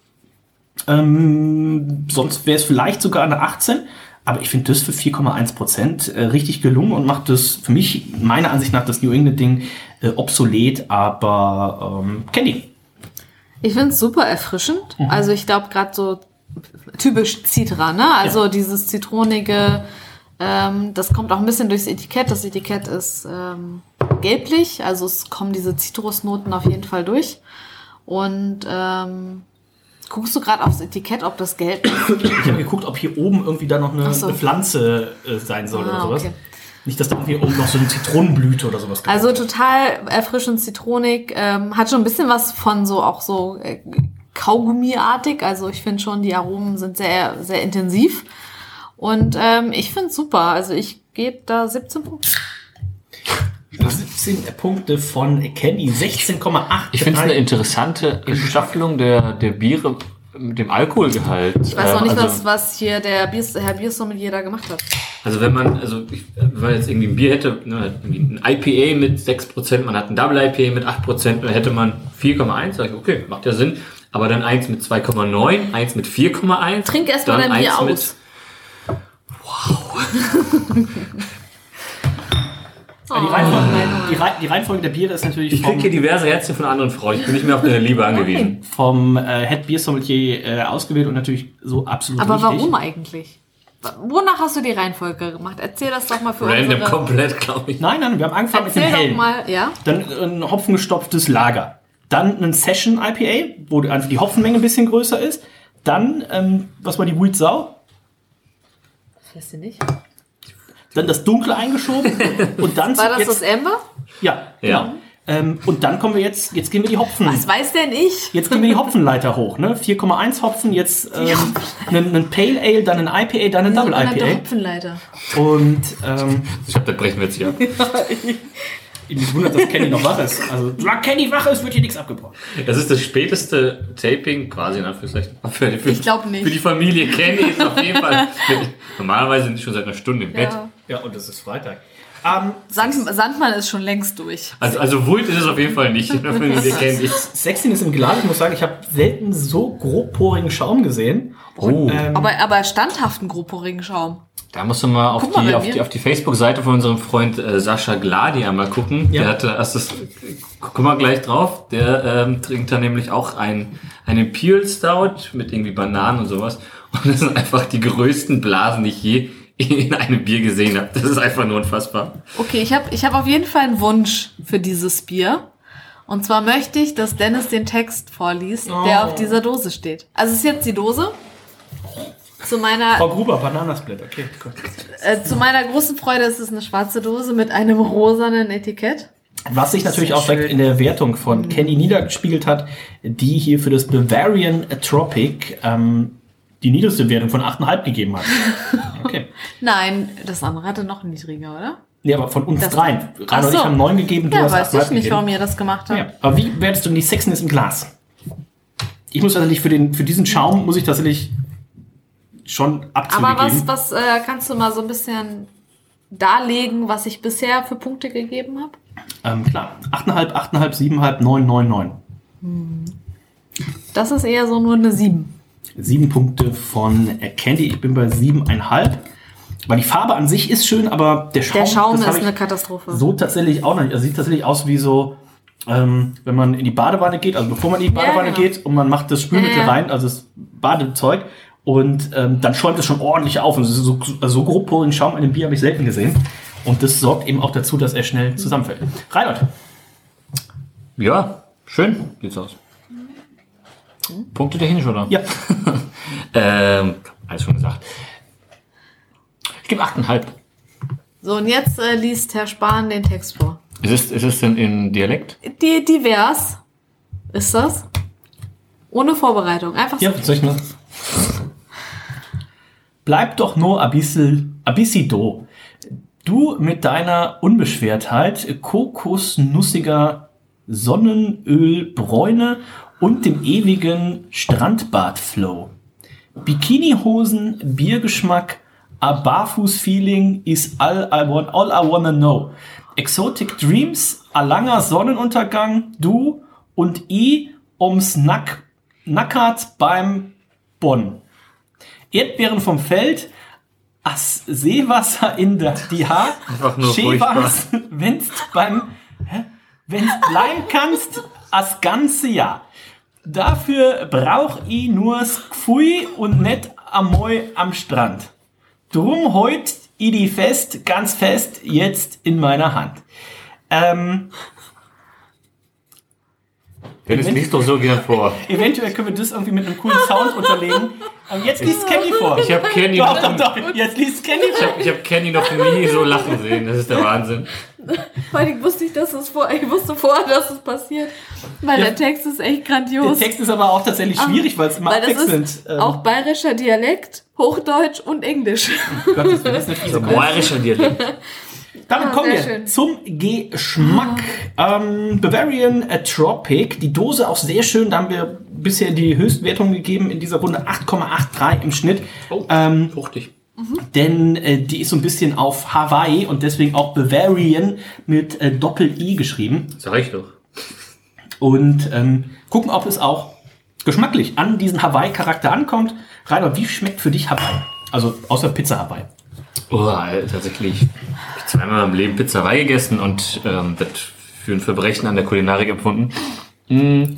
Ähm, sonst wäre es vielleicht sogar eine achtzehn. Aber ich finde das für vier Komma eins Prozent äh, richtig gelungen und macht das für mich, meiner Ansicht nach, das New England-Ding äh, obsolet. Aber ähm, Candy. Ich finde es super erfrischend. Mhm. Also ich glaube gerade so typisch Citra, ne? Also Ja. dieses zitronige, ähm, das kommt auch ein bisschen durchs Etikett. Das Etikett ist ähm, gelblich, also es kommen diese Zitrusnoten auf jeden Fall durch. Und ähm, Guckst du gerade aufs Etikett, ob das gelb ist? Ich habe geguckt, ob hier oben irgendwie da noch eine, so. eine Pflanze äh, sein soll ah, oder sowas. Okay. Nicht, dass da irgendwie oben noch so eine Zitronenblüte oder sowas gibt. Also total erfrischend, zitronig. Ähm, hat schon ein bisschen was von so, auch so äh, Kaugummiartig. Also ich finde schon, die Aromen sind sehr, sehr intensiv. Und ähm, ich finde es super. Also ich gebe da siebzehn Punkte. siebzehn Punkte von Candy, sechzehn Komma acht. Ich finde es eine interessante Staffelung der, der Biere mit dem Alkoholgehalt. Ich weiß auch nicht, also, was, was hier der Bier, Herr Biersommelier da gemacht hat. Also wenn man, also ich, wenn man jetzt irgendwie ein Bier hätte, ne, ein I P A mit sechs Prozent, man hat ein Double I P A mit acht Prozent, dann hätte man vier Komma eins, sag ich, okay, macht ja Sinn. Aber dann eins mit zwei Komma neun, eins mit vier Komma eins. Trink erst mal dein Bier aus. Mit, wow. Die Reihenfolge, die, Reihe, die Reihenfolge der Biere ist natürlich Ich kriege hier diverse Herzchen von anderen Frauen. Ich bin nicht mehr auf deine Liebe angewiesen. Vom äh, Head Biersommelier äh, ausgewählt und natürlich so absolut Aber richtig. warum eigentlich? Wonach hast du die Reihenfolge gemacht? Erzähl das doch mal für Random unsere... komplett, glaube ich. Nein, nein, wir haben angefangen Erzähl mit dem Hellen. doch mal, ja? Dann ein hopfengestopftes Lager. Dann ein Session I P A, wo einfach die Hopfenmenge ein bisschen größer ist. Dann, ähm, was war die Wheat Sau? Das weißt du nicht. Dann das Dunkle eingeschoben. Und dann War das jetzt, das Amber? Ja, Ja. genau. Ähm, und dann kommen wir jetzt, jetzt gehen wir die Hopfen. Was weiß denn ich? Jetzt gehen wir die Hopfenleiter hoch, ne? vier Komma eins Hopfen, jetzt ähm, einen, einen Pale Ale, dann ein I P A, dann ein Double I P A. Hopfenleiter. Und ähm, Ich glaube, da brechen wir jetzt hier ab. mich wundert, dass Kenny noch wach ist. Also, solange Kenny wach ist, wird hier nichts abgebrochen. Das ist das späteste Taping, quasi in Anführungszeichen. Für, für, Ich glaub nicht. Für die Familie Kenny ist auf jeden Fall. Normalerweise sind die schon seit einer Stunde im Bett. Ja. Ja, und es ist Freitag. Ähm, Sand, Sandmann ist schon längst durch. Also, also Wult ist es auf jeden Fall nicht in der Familie Kenny. sechzehn ist im Glas. Ich muss sagen, ich habe selten so grobporigen Schaum gesehen. Oh. Ähm, Aber, aber standhaften grobporigen Schaum. Da musst du mal auf Guck mal die, bei auf mir. die, auf die Facebook-Seite von unserem Freund äh, Sascha Gladi einmal gucken. Ja. Der hatte erst das, guck mal gleich drauf, der ähm, trinkt da nämlich auch ein, einen Imperial Stout mit irgendwie Bananen und sowas. Und das sind einfach die größten Blasen, die ich je in einem Bier gesehen habe. Das ist einfach nur unfassbar. Okay, ich habe ich hab auf jeden Fall einen Wunsch für dieses Bier. Und zwar möchte ich, dass Dennis den Text vorliest, Oh. der auf dieser Dose steht. Also es ist jetzt die Dose. Zu meiner, Frau Gruber, Bananasplit, okay. Gut. äh, zu meiner großen Freude ist es eine schwarze Dose mit einem rosanen Etikett. Was sich natürlich auch direkt in der Wertung von Kenny niedergespiegelt hat, die hier für das Bavarian Tropic ähm, die niedrigste Wertung von acht Komma fünf gegeben hat. Okay. Nein, das andere hatte noch niedriger, oder? Nee, aber von uns Das- dreien. Ach Rainer und ich so. haben neun gegeben, du Ja, hast weiß acht Komma ich fünf nicht, gegeben. warum ihr das gemacht habt. Ja, aber wie wertest du denn die Sexiness im Glas? Ich muss tatsächlich für, den, für diesen Schaum, muss ich tatsächlich schon Abzüge Aber was, geben. was äh, kannst du mal so ein bisschen darlegen, was ich bisher für Punkte gegeben habe? Ähm, klar, acht Komma fünf, acht Komma fünf, sieben Komma fünf, neun, neun, neun. Das ist eher so nur eine sieben. Sieben Punkte von äh, Candy, ich bin bei sieben Komma fünf. Weil die Farbe an sich ist schön, aber der Schaum, Der Schaum das hab ist ich eine Katastrophe. so tatsächlich auch noch nicht. Also sieht tatsächlich aus wie so, ähm, wenn man in die Badewanne geht, also bevor man in die Ja, Badewanne genau. geht und man macht das Spülmittel Ja, ja. rein, also das Badezeug, und ähm, dann schäumt es schon ordentlich auf. Und es ist so, also so grobporigen Schaum in dem Bier habe ich selten gesehen. Und das sorgt eben auch dazu, dass er schnell zusammenfällt. Reinhold. Ja, schön sieht's aus. Punkte technisch, oder? Ja. ähm, alles schon gesagt. Ich gebe acht Komma fünf. So, und jetzt äh, liest Herr Spahn den Text vor. Ist es, ist es denn in Dialekt? Die, divers ist das. Ohne Vorbereitung. Einfach Ja, so. soll ich mal? Bleib doch nur ein bisschen, ein bisschen do. Du mit deiner Unbeschwertheit, kokosnussiger Sonnenölbräune und dem ewigen Strandbad-Flow. Bikinihosen, Biergeschmack, a Barfuß-Feeling is all I, want, all I wanna know. Exotic Dreams, a langer Sonnenuntergang, du und i ums Nack, Nackert beim Bonn. Erdbeeren vom Feld, as Seewasser in der die Haar, Einfach nur Schäfers, wenn's beim, hä? Wenn's bleiben kannst, as ganze Jahr. Dafür brauch i nur's Gfui und net amoi am Strand. Drum heut i die fest, ganz fest, jetzt in meiner Hand. Ähm, Dennis, liest doch so gern vor. Eventuell können wir das irgendwie mit einem coolen Sound unterlegen. Aber jetzt liest Kenny vor. Ich habe Kenny doch, doch, doch. Jetzt liest Kenny vor. Ich habe ich hab Kenny noch nie so lachen sehen. Das ist der Wahnsinn. Vor allem wusste ich, dass es vor, ich wusste vorher, dass es passiert. Weil ja. Der Text ist echt grandios. Der Text ist aber auch tatsächlich schwierig, weil es immer abwechselnd ist. Ähm, auch bayerischer Dialekt, Hochdeutsch und Englisch. Oh Gott, das ist eine fiese bayerischer Dialekt. Damit ah, kommen wir schön. zum Geschmack. Ah. Ähm, Bavarian Tropic. Die Dose auch sehr schön. Da haben wir bisher die Höchstwertung gegeben in dieser Runde. acht Komma dreiundachtzig im Schnitt. Oh, ähm, fruchtig. Mhm. Denn äh, die ist so ein bisschen auf Hawaii und deswegen auch Bavarian mit äh, Doppel-I geschrieben. Sag ich doch. Und ähm, gucken, ob es auch geschmacklich an diesen Hawaii-Charakter ankommt. Rainer, wie schmeckt für dich Hawaii? Also außer Pizza Hawaii. Oh, tatsächlich. Ich habe zweimal im Leben Pizza Hawaii gegessen und ähm, das für ein Verbrechen an der Kulinarik empfunden. Mm,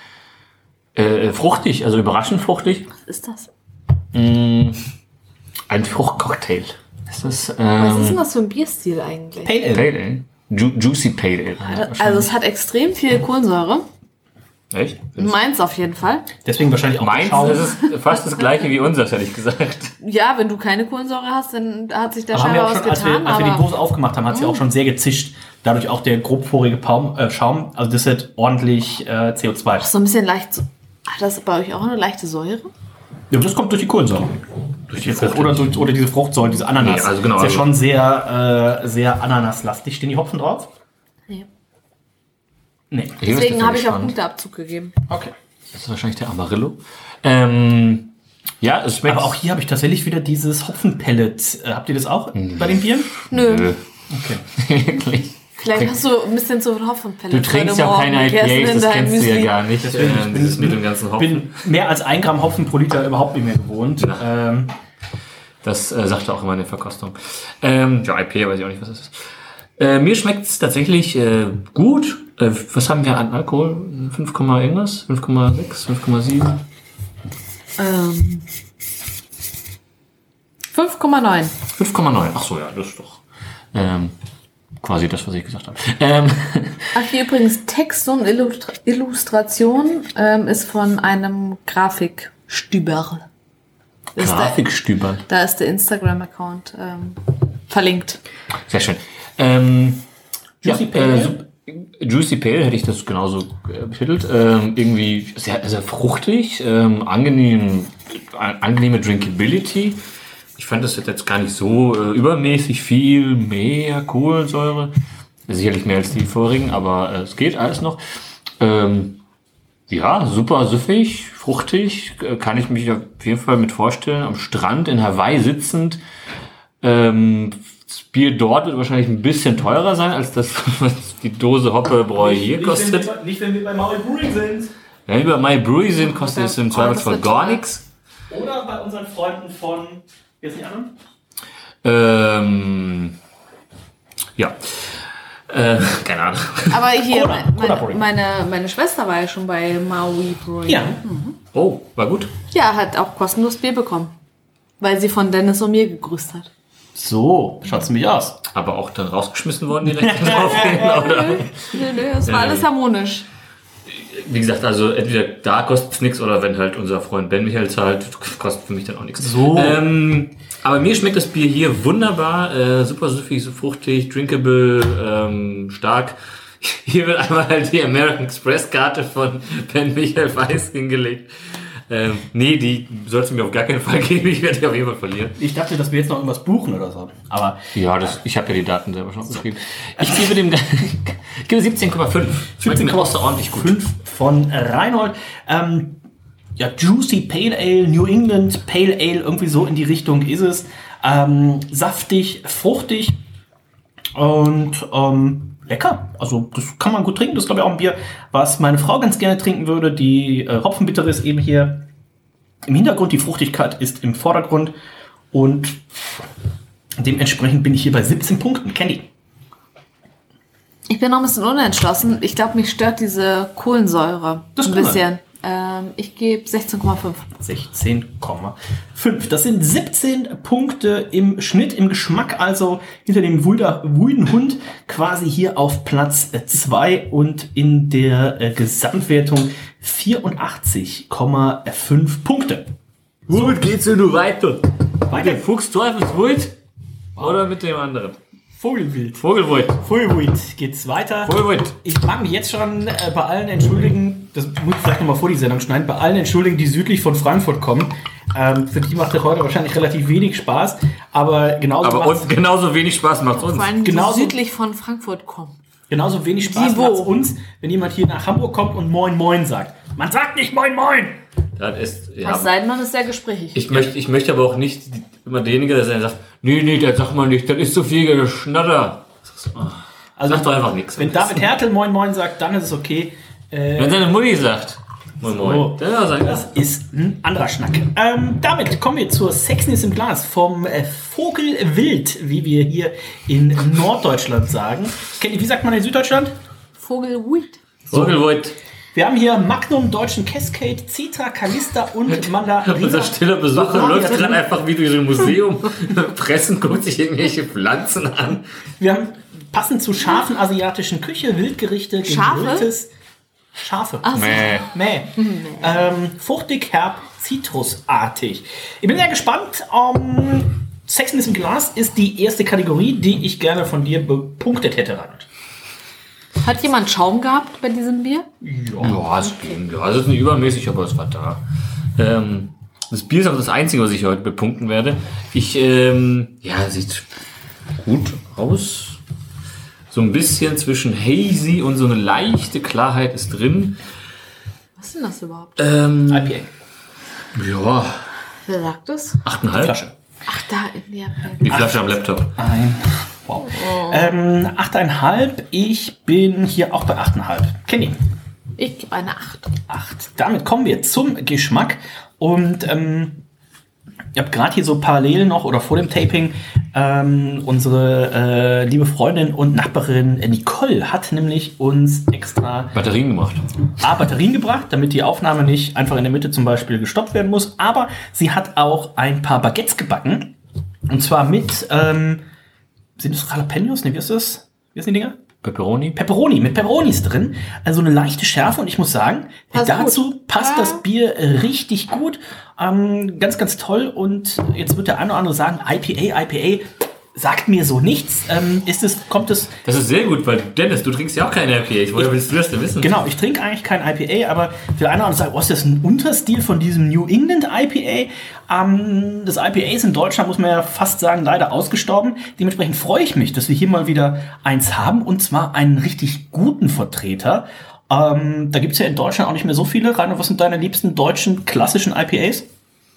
äh, fruchtig, also überraschend fruchtig. Was ist das? Mm, ein Fruchtcocktail. Ist das, ähm, Was ist denn das für ein Bierstil eigentlich? Pale Ale. Pale Ale. Ju- Juicy Pale Ale. Also es hat extrem viel Kohlensäure. Echt? Meins auf jeden Fall. Deswegen wahrscheinlich auch Meins Schaum. ist es fast das gleiche wie unseres, hätte ich gesagt. Ja, wenn du keine Kohlensäure hast, dann hat sich da Aber haben wir scheinbar auch was schon, als wir, getan. als wir die aber Dose aufgemacht haben, hat sie auch schon sehr gezischt. Dadurch auch der grobporige Paum, äh, Schaum. Also das hat ordentlich äh, C O zwei. so ein bisschen leicht. So, hat das bei euch auch eine leichte Säure? Ja, das kommt durch die Kohlensäure. Durch die Frucht oder, durch, oder diese Fruchtsäure, diese Ananas. Nee, also genau, ist ja also schon sehr, äh, sehr ananaslastig. Stehen die Hopfen drauf? Nee. Nee. Deswegen habe ich auch Punkteabzug gegeben. Okay. Das ist wahrscheinlich der Amarillo. Ähm, ja, es schmeckt. Aber auch hier habe ich tatsächlich wieder dieses Hopfenpellet. Äh, habt ihr das auch Mhm. bei den Bieren? Nö. Nö. Okay. Wirklich. Vielleicht hast du ein bisschen zu viel Hopfenpellet. Du trinkst ja auch keine I P As, das kennst du ja gar nicht. Deswegen, ich ähm, bin, das mit dem ganzen Hopfen. bin mehr als ein Gramm Hopfen pro Liter überhaupt nicht mehr gewohnt. Ähm, Das äh, sagt er auch immer in der Verkostung. Ähm, ja, I P A weiß ich auch nicht, was das ist. Äh, mir schmeckt es tatsächlich äh, gut. Äh, was haben wir an Alkohol? fünf, irgendwas? fünf Komma sechs, fünf Komma sieben? Ähm, fünf Komma neun. fünf Komma neun. Ach so, ja, das ist doch ähm, quasi das, was ich gesagt habe. Ähm, Ach, hier übrigens Text und Illustra- Illustration ähm, ist von einem Grafikstüber. Das ist der- Grafikstüber. Da ist der Instagram-Account ähm, verlinkt. Sehr schön. Ähm, Juicy ja, Pale? äh, so- Juicy Pale hätte ich das genauso äh, betitelt. Ähm, irgendwie sehr, sehr fruchtig, ähm, angenehm, an, angenehme Drinkability. Ich fand, das hat jetzt gar nicht so äh, übermäßig viel mehr Kohlensäure. Sicherlich mehr als die vorigen, aber äh, es geht alles noch. Ähm, ja, super süffig, fruchtig. Äh, kann ich mich auf jeden Fall mit vorstellen. Am Strand in Hawaii sitzend. Ähm, das Bier dort wird wahrscheinlich ein bisschen teurer sein, als das, was die Dose Hoppebräu hier kostet. Nicht, wenn wir, nicht, wenn wir bei Maui Brewing sind. Wenn wir bei My Brewery sind, kostet es im Zweifelsfall gar nichts. Oder bei unseren Freunden von... Wie ist die anderen? Ähm, ja. Äh, keine Ahnung. Aber hier, Cola, mein- Cola meine, Brewing. meine, meine Schwester war ja schon bei Maui Brewing. Ja. Oh, war gut. Ja, hat auch kostenlos Bier bekommen. Weil sie von Dennis und mir gegrüßt hat. So, schaut's mich aus. Aber auch dann rausgeschmissen worden direkt draufgehen, oder? Nö, nö, es war alles harmonisch. Wie gesagt, also entweder da kostet es nichts oder wenn halt unser Freund Ben Michael zahlt, kostet für mich dann auch nichts. So. Ähm, aber mir schmeckt das Bier hier wunderbar, äh, super süffig, so fruchtig, drinkable, ähm, stark. Hier wird einmal halt die American Express Karte von Ben Michael Weiß hingelegt. Ähm, nee, die sollst du mir auf gar keinen Fall geben, ich werde die auf jeden Fall verlieren. Ich dachte, dass wir jetzt noch irgendwas buchen oder so. Aber Ja, das, ich habe ja die Daten selber schon geschrieben. Ich gebe dem ich gebe siebzehn Komma fünf. siebzehn Komma ordentlich gut. fünf von Reinhold. Ähm, ja, Juicy Pale Ale, New England Pale Ale, irgendwie so in die Richtung ist es. Ähm, saftig, fruchtig und ähm, lecker. Also das kann man gut trinken. Das ist, glaube ich, auch ein Bier, was meine Frau ganz gerne trinken würde. Die äh, Hopfenbittere ist eben hier im Hintergrund, die Fruchtigkeit ist im Vordergrund und dementsprechend bin ich hier bei siebzehn Punkten. Candy. Ich bin noch ein bisschen unentschlossen. Ich glaube, mich stört diese Kohlensäure Das ein kann bisschen. sein. Ähm, ich gebe sechzehn Komma fünf. sechzehn Komma fünf. Das sind siebzehn Punkte im Schnitt, im Geschmack, also hinter dem Wulden Hund quasi hier auf Platz zwei und in der äh, Gesamtwertung vierundachtzig Komma fünf Punkte. Womit geht's denn nur weiter? Weiter. Mit dem Fuchs Teufelswild oder mit dem anderen? Vogelwild. Vogelwild. Vogelwild geht's weiter. Vogelwild. Ich mag mich jetzt schon äh, bei allen entschuldigen, das muss ich vielleicht nochmal vor die Sendung schneiden, bei allen entschuldigen, die südlich von Frankfurt kommen. Ähm, für die macht das heute wahrscheinlich relativ wenig Spaß, aber genauso, aber uns genauso wenig Spaß macht uns. Vor allem, die genauso, südlich von Frankfurt kommen. Genauso wenig Spaß macht uns, wenn jemand hier nach Hamburg kommt und Moin Moin sagt. Man sagt nicht Moin Moin! Das ist, ja, Was sei denn, man ist sehr gesprächig. ich, möchte, ich möchte aber auch nicht immer derjenige, der sagt, nee, nee, das sagt man nicht, das ist so viel Geschnatter. Also Sag doch einfach nichts. Wenn David Hertel Moin Moin sagt, dann ist es okay. Äh, Wenn seine Mutti sagt, Moin Moin, so, dann ja, sagen das ist ein anderer Schnack. Ähm, damit kommen wir zur Sexiness im Glas vom äh, Vogelwild, wie wir hier in Norddeutschland sagen. Kennt ihr, wie sagt man in Süddeutschland? Vogelwild. Vogelwild. Wir haben hier Magnum, Deutschen Cascade, Citra, Calista und Mandarina. Unser stiller Besucher läuft gerade einfach wie durch so ein Museum, pressen, guckt sich irgendwelche Pflanzen an. Wir haben passend zur scharfen asiatischen Küche Wildgerichte, Schafe? gegrilltes Schafe. Ach so. Mäh. Mäh. Ähm, fruchtig, herb, zitrusartig. Ich bin sehr gespannt. Um, Sexiness im Glas ist die erste Kategorie, die ich gerne von dir bepunktet hätte, Reinhard. Hat jemand Schaum gehabt bei diesem Bier? Ja, es ging. Ja, es ist nicht übermäßig, aber es war da. Ähm, das Bier ist auch das Einzige, was ich heute bepunkten werde. Ich, ähm, ja, sieht gut aus. So ein bisschen zwischen hazy und so eine leichte Klarheit ist drin. Was ist denn das überhaupt? Ähm, I P A. ja, Wer sagt das? achteinhalb. Flasche. Ach, da in der Die Flasche am Laptop. Ein. Wow. Ähm, achteinhalb. Ich bin hier auch bei achteinhalb. Kenny. Ich gebe eine acht. acht. Damit kommen wir zum Geschmack. Und ähm, ihr habt gerade hier so parallel noch oder vor dem Taping ähm, unsere äh, liebe Freundin und Nachbarin Nicole hat nämlich uns extra Batterien gemacht. A, Batterien gebracht, damit die Aufnahme nicht einfach in der Mitte zum Beispiel gestoppt werden muss. Aber sie hat auch ein paar Baguettes gebacken. Und zwar mit, ähm, sind das Jalapenos? Ne, wie ist das? Wie ist die Dinger? Pepperoni. Pepperoni, mit Peperonis drin. Also eine leichte Schärfe und ich muss sagen, Passt dazu gut. passt Ja. das Bier äh, richtig gut. Ähm, ganz, ganz toll. Und jetzt wird der eine oder andere sagen, I P A, I P A sagt mir so nichts. Ähm, ist es, kommt es... Das ist sehr gut, weil Dennis, du trinkst ja auch keine I P A. Woher willst du das denn wissen? Genau, ich trinke eigentlich kein I P A, aber für einen oder anderen sagt, oh, ist das ein Unterstil von diesem New England I P A? Ähm, das I P A ist in Deutschland, muss man ja fast sagen, leider ausgestorben. Dementsprechend freue ich mich, dass wir hier mal wieder eins haben, und zwar einen richtig guten Vertreter. Ähm, da gibt es ja in Deutschland auch nicht mehr so viele. Rainer, was sind deine liebsten deutschen klassischen I P As?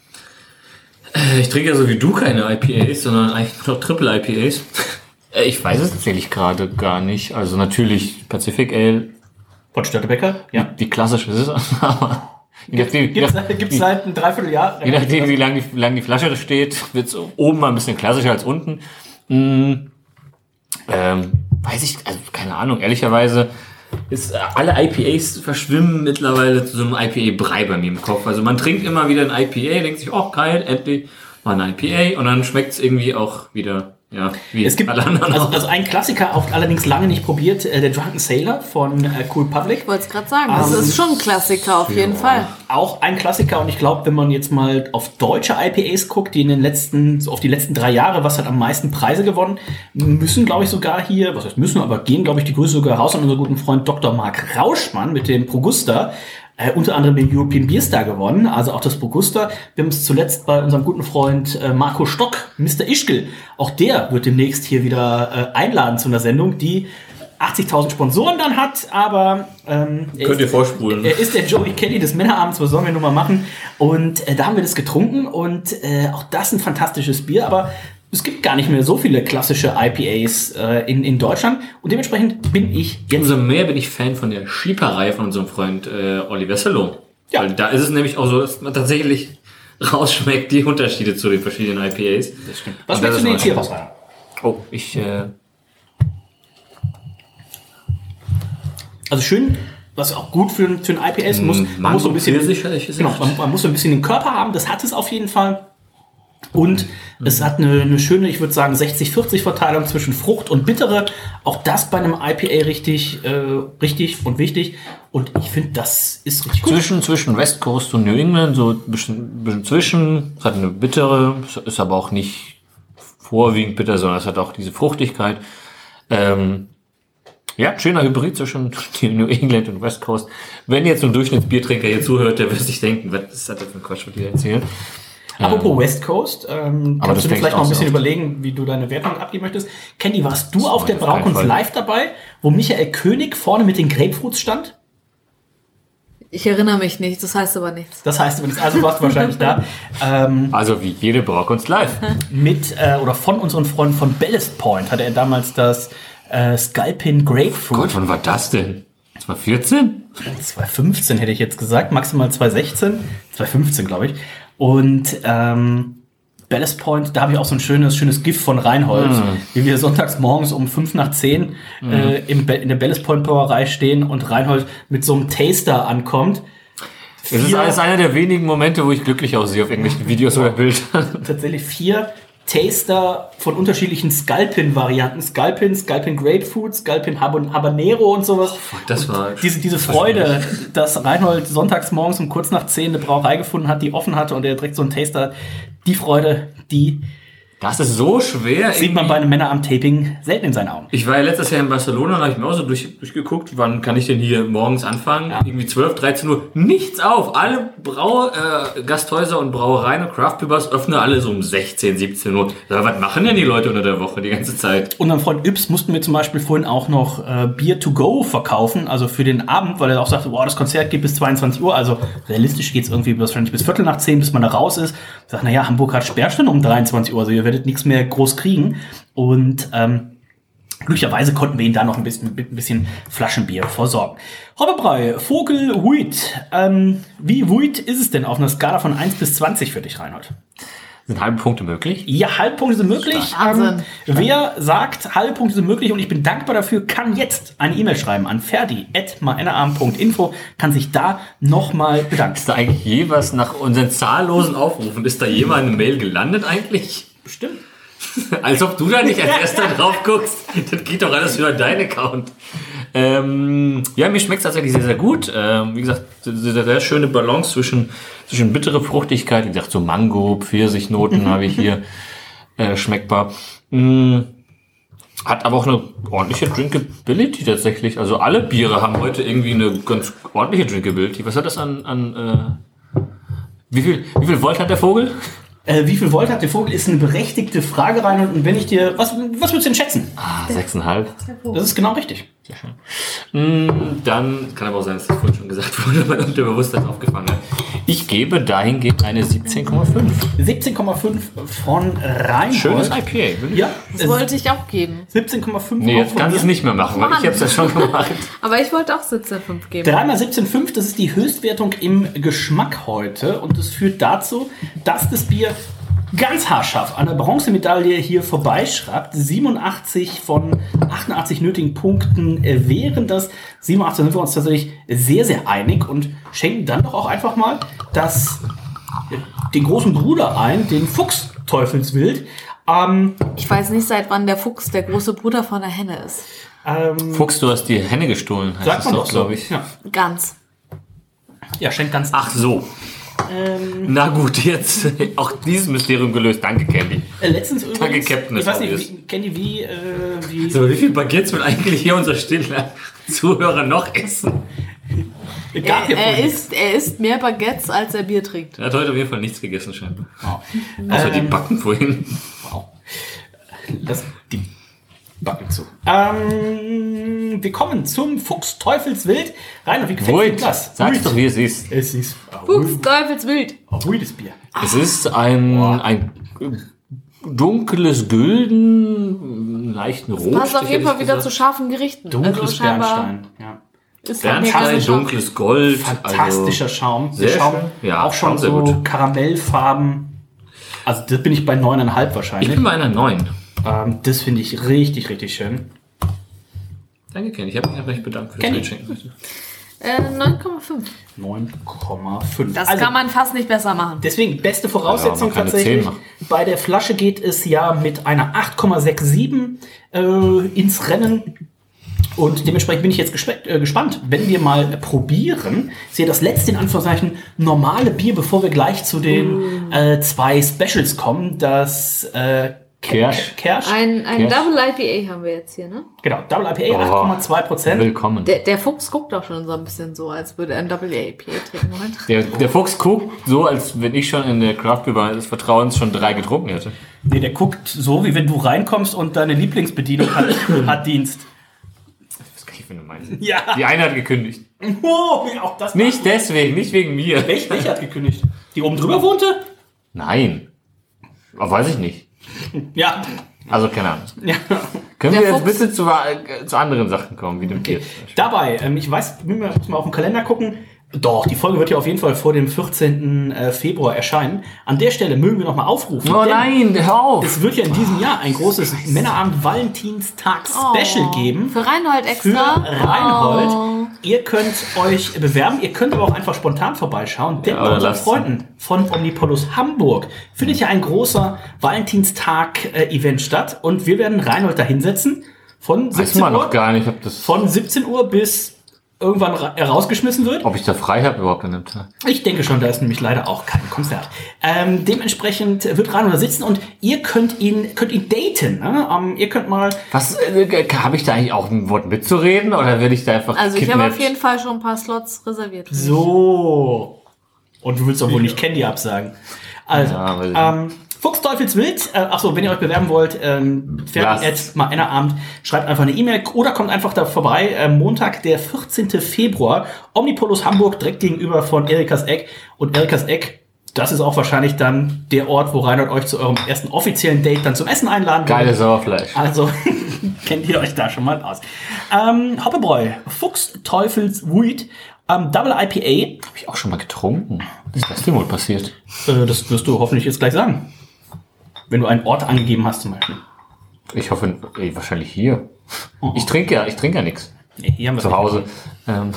Ich trinke ja so wie du keine I P As, sondern eigentlich nur Triple I P As. Ich weiß es tatsächlich gerade gar nicht. Also natürlich Pacific Ale. Von Störtebecker? Ja. Die klassische ist es, aber je nachdem, Gibt es seit einem Dreivierteljahr. je nachdem, wie lange die, lang die Flasche steht, wird es oben mal ein bisschen klassischer als unten. Hm, ähm, weiß ich, also keine Ahnung, ehrlicherweise ist, äh, alle I P As verschwimmen mittlerweile zu so einem I P A-Brei bei mir im Kopf. Also man trinkt immer wieder ein I P A, denkt sich, oh geil, endlich mal ein I P A, und dann schmeckt es irgendwie auch wieder, ja, wie Es gibt alle anderen also, auch. also ein Klassiker, auch allerdings lange nicht probiert, äh, der Drunken Sailor von äh, Cool Public. Ich wollte es gerade sagen, das Ähm, ist schon ein Klassiker auf jeden Fall. Auch ein Klassiker, und ich glaube, wenn man jetzt mal auf deutsche I P As guckt, die in den letzten, so auf die letzten drei Jahre, was hat am meisten Preise gewonnen, müssen, glaube ich, sogar hier, was heißt müssen, aber gehen, glaube ich, die Grüße sogar raus an unseren guten Freund Doktor Marc Rauschmann mit dem Progusta. Äh, unter anderem den European Beer Star gewonnen, also auch das Progusta. Wir haben es zuletzt bei unserem guten Freund äh, Marco Stock, Mister Ischgl. Auch der wird demnächst hier wieder äh, einladen zu einer Sendung, die achtzigtausend Sponsoren dann hat, aber ähm, er, Könnt ihr ist, vorspulen. er ist der Joey Kelly des Männerabends, was sollen wir nun mal machen? Und äh, da haben wir das getrunken, und äh, auch das ein fantastisches Bier, aber es gibt gar nicht mehr so viele klassische I P As äh, in, in Deutschland, und dementsprechend bin ich jetzt... Umso mehr bin ich Fan von der Schieperei von unserem Freund äh, Oliver Salon. Ja. Weil da ist es nämlich auch so, dass man tatsächlich rausschmeckt die Unterschiede zu den verschiedenen I P As. Das stimmt. Was Und das möchtest ist du denn mal jetzt hier schön. raus rein? Oh, ich, äh, Also schön was auch gut für, für ein I P A ist. Muss, man, muss so ein bisschen, genau, man, man muss so ein bisschen den Körper haben, das hat es auf jeden Fall. Und mhm. es hat eine, eine schöne, ich würde sagen, sechzig vierzig Verteilung zwischen Frucht und Bittere. Auch das bei einem I P A richtig, äh, richtig und wichtig. Und ich finde, das ist richtig gut. Zwischen, zwischen West Coast und New England, so ein bisschen, bisschen zwischen. Es hat eine Bittere, ist aber auch nicht vorwiegend bitter, sondern es hat auch diese Fruchtigkeit. Ähm, ja, schöner Hybrid zwischen New England und West Coast. Wenn jetzt so ein Durchschnittsbiertrinker hier zuhört, der wird sich denken, was ist das denn für ein Quatsch, was die erzählen? Apropos ähm, West Coast, ähm, kannst du dir vielleicht noch ein bisschen überlegen, wie du deine Wertung abgeben möchtest. Candy, warst du auf der Braukunst live dabei, wo Michael König vorne mit den Grapefruits stand? Ich erinnere mich nicht, das heißt aber nichts. Das heißt aber nichts, also warst du wahrscheinlich da. Ähm, also wie jede Braukunst live. Mit, äh, oder von unseren Freunden von Ballast Point hatte er damals das äh, Sculpin Grapefruit. Gott, wann war das denn? zwanzig vierzehn? zwanzig fünfzehn hätte ich jetzt gesagt, maximal zwanzig sechzehn. zwanzig fünfzehn, glaube ich. Und ähm, Ballast Point, da habe ich auch so ein schönes, schönes GIF von Reinhold, mm. wie wir sonntags morgens um fünf nach zehn mm. äh, im, in der Ballast Point Brauerei stehen und Reinhold mit so einem Taster ankommt. Es ist alles einer der wenigen Momente, wo ich glücklich aussehe auf irgendwelchen Videos oder Bildern. Tatsächlich vier Taster von unterschiedlichen Sculpin-Varianten. Sculpin, Sculpin Grapefruit, Sculpin Habanero und sowas. Oh, fuck, das war und diese, diese Freude, dass Reinhold sonntags morgens um kurz nach zehn eine Brauerei gefunden hat, die offen hatte und er direkt so einen Taster hat. Die Freude, die das ist so schwer. Sieht man bei einem Männerabend-Taping selten in seinen Augen. Ich war ja letztes Jahr in Barcelona, da habe ich mir auch so durch, durchgeguckt, wann kann ich denn hier morgens anfangen? Ja. Irgendwie zwölf, dreizehn Uhr. Nichts auf. Alle Brau äh, Gasthäuser und Brauereien und Craft-Bars öffnen alle so um sechzehn, siebzehn Uhr. Aber was machen denn die Leute unter der Woche die ganze Zeit? Unserem Freund Yps mussten wir zum Beispiel vorhin auch noch äh, Beer to go verkaufen, also für den Abend, weil er auch sagte, boah, das Konzert geht bis zweiundzwanzig Uhr, also realistisch geht's irgendwie wahrscheinlich bis Viertel nach zehn, bis man da raus ist. Ich sag, naja, Hamburg hat Sperrstunde um dreiundzwanzig Uhr, also ihr werdet nichts mehr groß kriegen. Und ähm, glücklicherweise konnten wir ihn da noch ein bisschen mit ein bisschen Flaschenbier versorgen. Hoppebrei, Vogel, Huit. Ähm, wie Huit ist es denn auf einer Skala von eins bis zwanzig für dich, Reinhold? Sind halbe Punkte möglich? Ja, halbe Punkte sind möglich. Ähm, wer sagt, halbe Punkte sind möglich und ich bin dankbar dafür, kann jetzt eine E-Mail schreiben an ferdi at meinerarm punkt info, kann sich da nochmal bedanken. Ist da eigentlich je was nach unseren zahllosen Aufrufen, ist da jemand eine Mail gelandet eigentlich? Bestimmt. Als ob du da nicht als erster drauf guckst. Das geht doch alles über deinen Account. Ähm, ja, mir schmeckt es tatsächlich sehr, sehr gut. Ähm, wie gesagt, eine sehr schöne Balance zwischen, zwischen bittere Fruchtigkeit. Wie gesagt, so Mango, Pfirsichnoten habe ich hier äh, schmeckbar. Mm, hat aber auch eine ordentliche Drinkability tatsächlich. Also alle Biere haben heute irgendwie eine ganz ordentliche Drinkability. Was hat das an... an äh, wie viel, wie viel Volt hat der Vogel? Äh, wie viel Volt hat der Vogel, ist eine berechtigte Frage, rein. Und wenn ich dir, was, was würdest du denn schätzen? Ah, sechseinhalb. Das ist genau richtig. Sehr schön. Mm, dann kann aber auch sein, dass das vorhin schon gesagt wurde, weil der Bewusstsein aufgefangen hat. Ich gebe dahingehend eine siebzehn Komma fünf. siebzehn Komma fünf von Reinhold. Schönes I P A. Ja, das wollte ich auch geben. siebzehn Komma fünf. Nee, jetzt kannst du es nicht mehr machen, weil ich habe es ja schon gemacht. Aber ich wollte auch siebzehn Komma fünf geben. drei mal siebzehn Komma fünf, das ist die Höchstwertung im Geschmack heute. Und das führt dazu, dass das Bier ganz haarscharf an der Bronzemedaille hier vorbeischreibt. siebenundachtzig von achtundachtzig nötigen Punkten wären das. siebenundachtzig sind wir uns tatsächlich sehr, sehr einig und schenken dann doch auch einfach mal das, den großen Bruder ein, den Fuchs Teufelswild. Ähm, ich weiß nicht, seit wann der Fuchs der große Bruder von der Henne ist. Ähm, Fuchs, du hast die Henne gestohlen, heißt sagt man das doch, glaube ich. Ja. Ganz. Ja, schenkt ganz. Ach so. Ähm, Na gut, jetzt auch dieses Mysterium gelöst. Danke, Candy. Äh, letztens übrigens, Danke, Captain. Ich weiß nicht, wie, Candy, wie... Äh, wie so, wie viel Baguettes will eigentlich hier unser stiller Zuhörer noch essen? Er, er, isst, er isst mehr Baguettes, als er Bier trinkt. Er hat heute auf jeden Fall nichts gegessen, scheinbar. Wow. Außer ähm, die Backen vorhin. Wow. Das, die Backen zu. Ähm, wir kommen zum Fuchs Teufelswild. Rainer, wie gefällt dir das? Sag's doch, wie es ist. Es ist Fuchs Teufelswild. Ruhiges Bier. Es ist ein, ein dunkles Gülden, einen leichten Rot. Passt auf jeden Fall wieder zu scharfen Gerichten. Dunkles also Bernstein, ja. Bernstein, dunkles Gold. Fantastischer also Schaum. Sehr Schaum schön. Ja, auch schon so gut. Karamellfarben. Also das bin ich bei neuneinhalb wahrscheinlich. Ich bin bei einer neun. Ähm, das finde ich richtig, richtig schön. Danke, Ken. Ich habe mich recht bedankt für das Geschenk. Äh, neun Komma fünf. neun Komma fünf. Das also, kann man fast nicht besser machen. Deswegen, beste Voraussetzung ja, tatsächlich. Bei der Flasche geht es ja mit einer acht Komma siebenundsechzig äh, ins Rennen. Und dementsprechend bin ich jetzt gespe- äh, gespannt, wenn wir mal probieren. Ist ja das letzte, in Anführungszeichen, normale Bier, bevor wir gleich zu den mm. äh, zwei Specials kommen. Das äh, Kersch. Kersch. Ein, ein Kersch. Double I P A haben wir jetzt hier, ne? Genau, Double I P A, Oh, acht Komma zwei Prozent. Willkommen. Der, der Fuchs guckt auch schon so ein bisschen so, als würde er ein Double I P A trinken wollen. Der, der Fuchs guckt so, als wenn ich schon in der Craft-Beer des Vertrauens schon drei getrunken hätte. Nee, der guckt so, wie wenn du reinkommst und deine Lieblingsbedienung hat, hat Dienst. Das kann ich, wenn du meinst. Ja. Die eine hat gekündigt. Oh, auch das Nicht deswegen, nicht wegen mir. Welche, welche hat gekündigt? Die oben drüber wohnte? Nein. Aber weiß ich nicht. Ja. Also, keine Ahnung. Ja. Können Der wir jetzt Fuchs. bitte zu, äh, zu anderen Sachen kommen, wie dem Bier? Dabei, ähm, ich weiß, wir müssen mal auf den Kalender gucken. Doch, die Folge wird ja auf jeden Fall vor dem vierzehnten Februar erscheinen. An der Stelle mögen wir noch mal aufrufen. Oh denn nein, hör auf! Es wird ja in diesem Jahr ein großes Männerabend-Valentinstag-Special Oh, geben. Für Reinhold Für extra. Reinhold. Oh. Ihr könnt euch bewerben, ihr könnt aber auch einfach spontan vorbeischauen, denn Ja, bei oder unseren lasst- Freunden von Omnipolus Hamburg findet ja ein großer Valentinstag-Event statt und wir werden Reinhold da hinsetzen von Weiß siebzehn man noch Uhr, gar nicht, ob das, von siebzehn Uhr bis irgendwann ra- er rausgeschmissen wird. ob ich da frei habe überhaupt an dem Tag. Ich denke schon, da ist nämlich leider auch kein Konzert. Ähm, dementsprechend wird Reinhold da sitzen und ihr könnt ihn, könnt ihn daten. Ne? Ähm, ihr könnt mal Was, äh, habe ich da eigentlich auch ein Wort mitzureden oder werde ich da einfach Also ich habe kidnappt? auf jeden Fall schon ein paar Slots reserviert. so. Und du willst doch wohl nicht Candy absagen. Also, Ja, weiß ich ähm, Fuchsteufelswild, äh, achso, wenn ihr euch bewerben wollt, ähm, fertig at Männerabend, schreibt einfach eine E-Mail oder kommt einfach da vorbei. Äh, Montag, der vierzehnten Februar, Omnipolus Hamburg, direkt gegenüber von Erikas Eck. Und Erikas Eck, das ist auch wahrscheinlich dann der Ort, wo Reinhold euch zu eurem ersten offiziellen Date dann zum Essen einladen wird. Geiles Sauerfleisch. Also kennt ihr euch da schon mal aus. Ähm, Hoppebräu, Fuchsteufelswild, ähm, Double I P A. Habe ich auch schon mal getrunken. Das ist das Ding wohl passiert. Äh, das wirst du hoffentlich jetzt gleich sagen. Wenn du einen Ort angegeben hast zum Beispiel. Ich hoffe, ey, wahrscheinlich hier. Ich trinke ja, ich trinke ja nichts. Nee, hier haben wir Zu Hause. Ähm,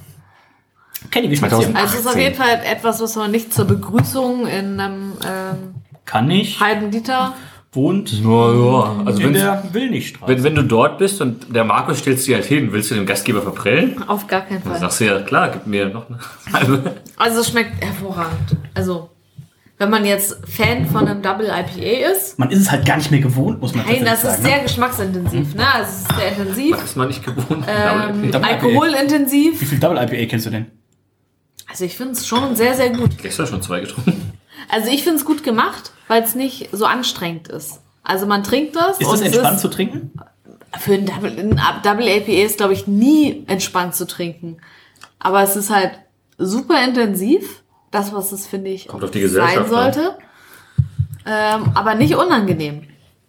Kenny, wie schmeckt's dir? zweitausend. Also es ist auf jeden Fall etwas, was man nicht zur Begrüßung in einem ähm, Kann nicht, halben Liter. wohnt ja, ja. Also in wenn, der Willnichstraße. wenn, wenn du dort bist und der Markus stellt sich halt hin, willst du den Gastgeber verprellen? Auf gar keinen Dann Fall. sagst du ja, klar, gib mir noch eine halbe. Also es schmeckt hervorragend. Also wenn man jetzt Fan von einem Double I P A ist, Man ist es halt gar nicht mehr gewohnt, muss man nein, tatsächlich das ist sagen. sehr ne? geschmacksintensiv. Ne? Also es ist sehr intensiv, Das ist man nicht gewohnt. ähm, Double I P A. Wie alkoholintensiv. viel Double I P A kennst du denn? Also ich finde es schon sehr, sehr gut. Gestern schon zwei getrunken. Also ich finde es gut gemacht, weil es nicht so anstrengend ist. Also man trinkt das. Ist und das es entspannt ist, zu trinken? Für ein Double, ein Double I P A ist, glaube ich, nie entspannt zu trinken. Aber es ist halt super intensiv. Das, was es, finde ich, Kommt auf die Gesellschaft sein sollte. Ähm, aber nicht unangenehm.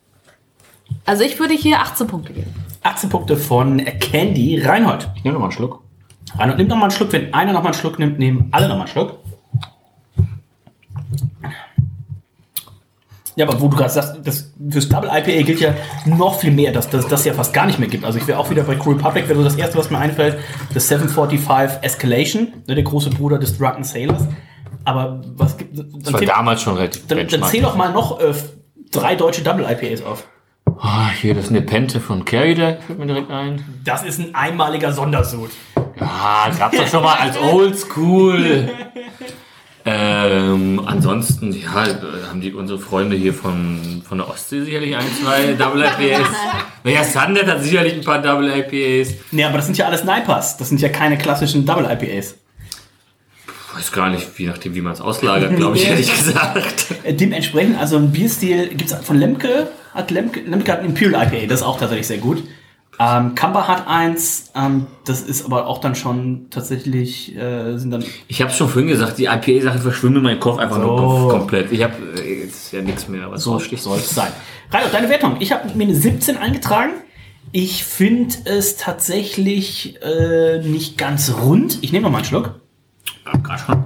Also ich würde hier achtzehn Punkte geben. achtzehn Punkte von Candy. Reinhold. Ich nehme noch mal einen Schluck. Reinhold, nimm noch mal einen Schluck. Wenn einer noch mal einen Schluck nimmt, nehmen alle noch mal einen Schluck. Ja, aber wo du gerade sagst, das, fürs Double I P A gilt ja noch viel mehr, dass das das ja fast gar nicht mehr gibt. Also ich wäre auch wieder bei Crew Republic, wäre so das erste, was mir einfällt, das sieben fünfundvierzig Escalation, ne, der große Bruder des Drunken Sailors. Aber was gibt dann Das war zähl, damals schon relativ dann, dann zähl doch mal noch äh, drei deutsche Double I P As auf. Oh, hier, das ist eine Pente von Carry, da fällt mir direkt ein. Das ist ein einmaliger Sondersud. Ja, gab's doch schon mal als Oldschool. ähm, ansonsten, ja, haben die unsere Freunde hier von, von der Ostsee sicherlich ein, zwei Double I P As. Naja, Sundet hat sicherlich ein paar Double I P As. Nee, aber das sind ja alles Snipers. Das sind ja keine klassischen Double I P As. Ich weiß gar nicht, je nachdem, wie man es auslagert, glaube ich, ehrlich gesagt. Äh, Dementsprechend, also ein Bierstil gibt's von Lemke, hat Lemke, Lemke hat einen Imperial I P A, das ist auch tatsächlich sehr gut. Ähm, Kamper hat eins, ähm, das ist aber auch dann schon tatsächlich, äh, sind dann... Ich habe schon vorhin gesagt, die I P A-Sachen verschwimmen in meinem Kopf einfach So. nur komplett. Ich habe äh, jetzt ja nichts mehr, was So raussticht. soll es sein. Rainer, deine Wertung. Ich habe mir eine siebzehn eingetragen. Ich finde es tatsächlich äh, nicht ganz rund. Ich nehme noch mal einen Schluck. Ja, gerade schon.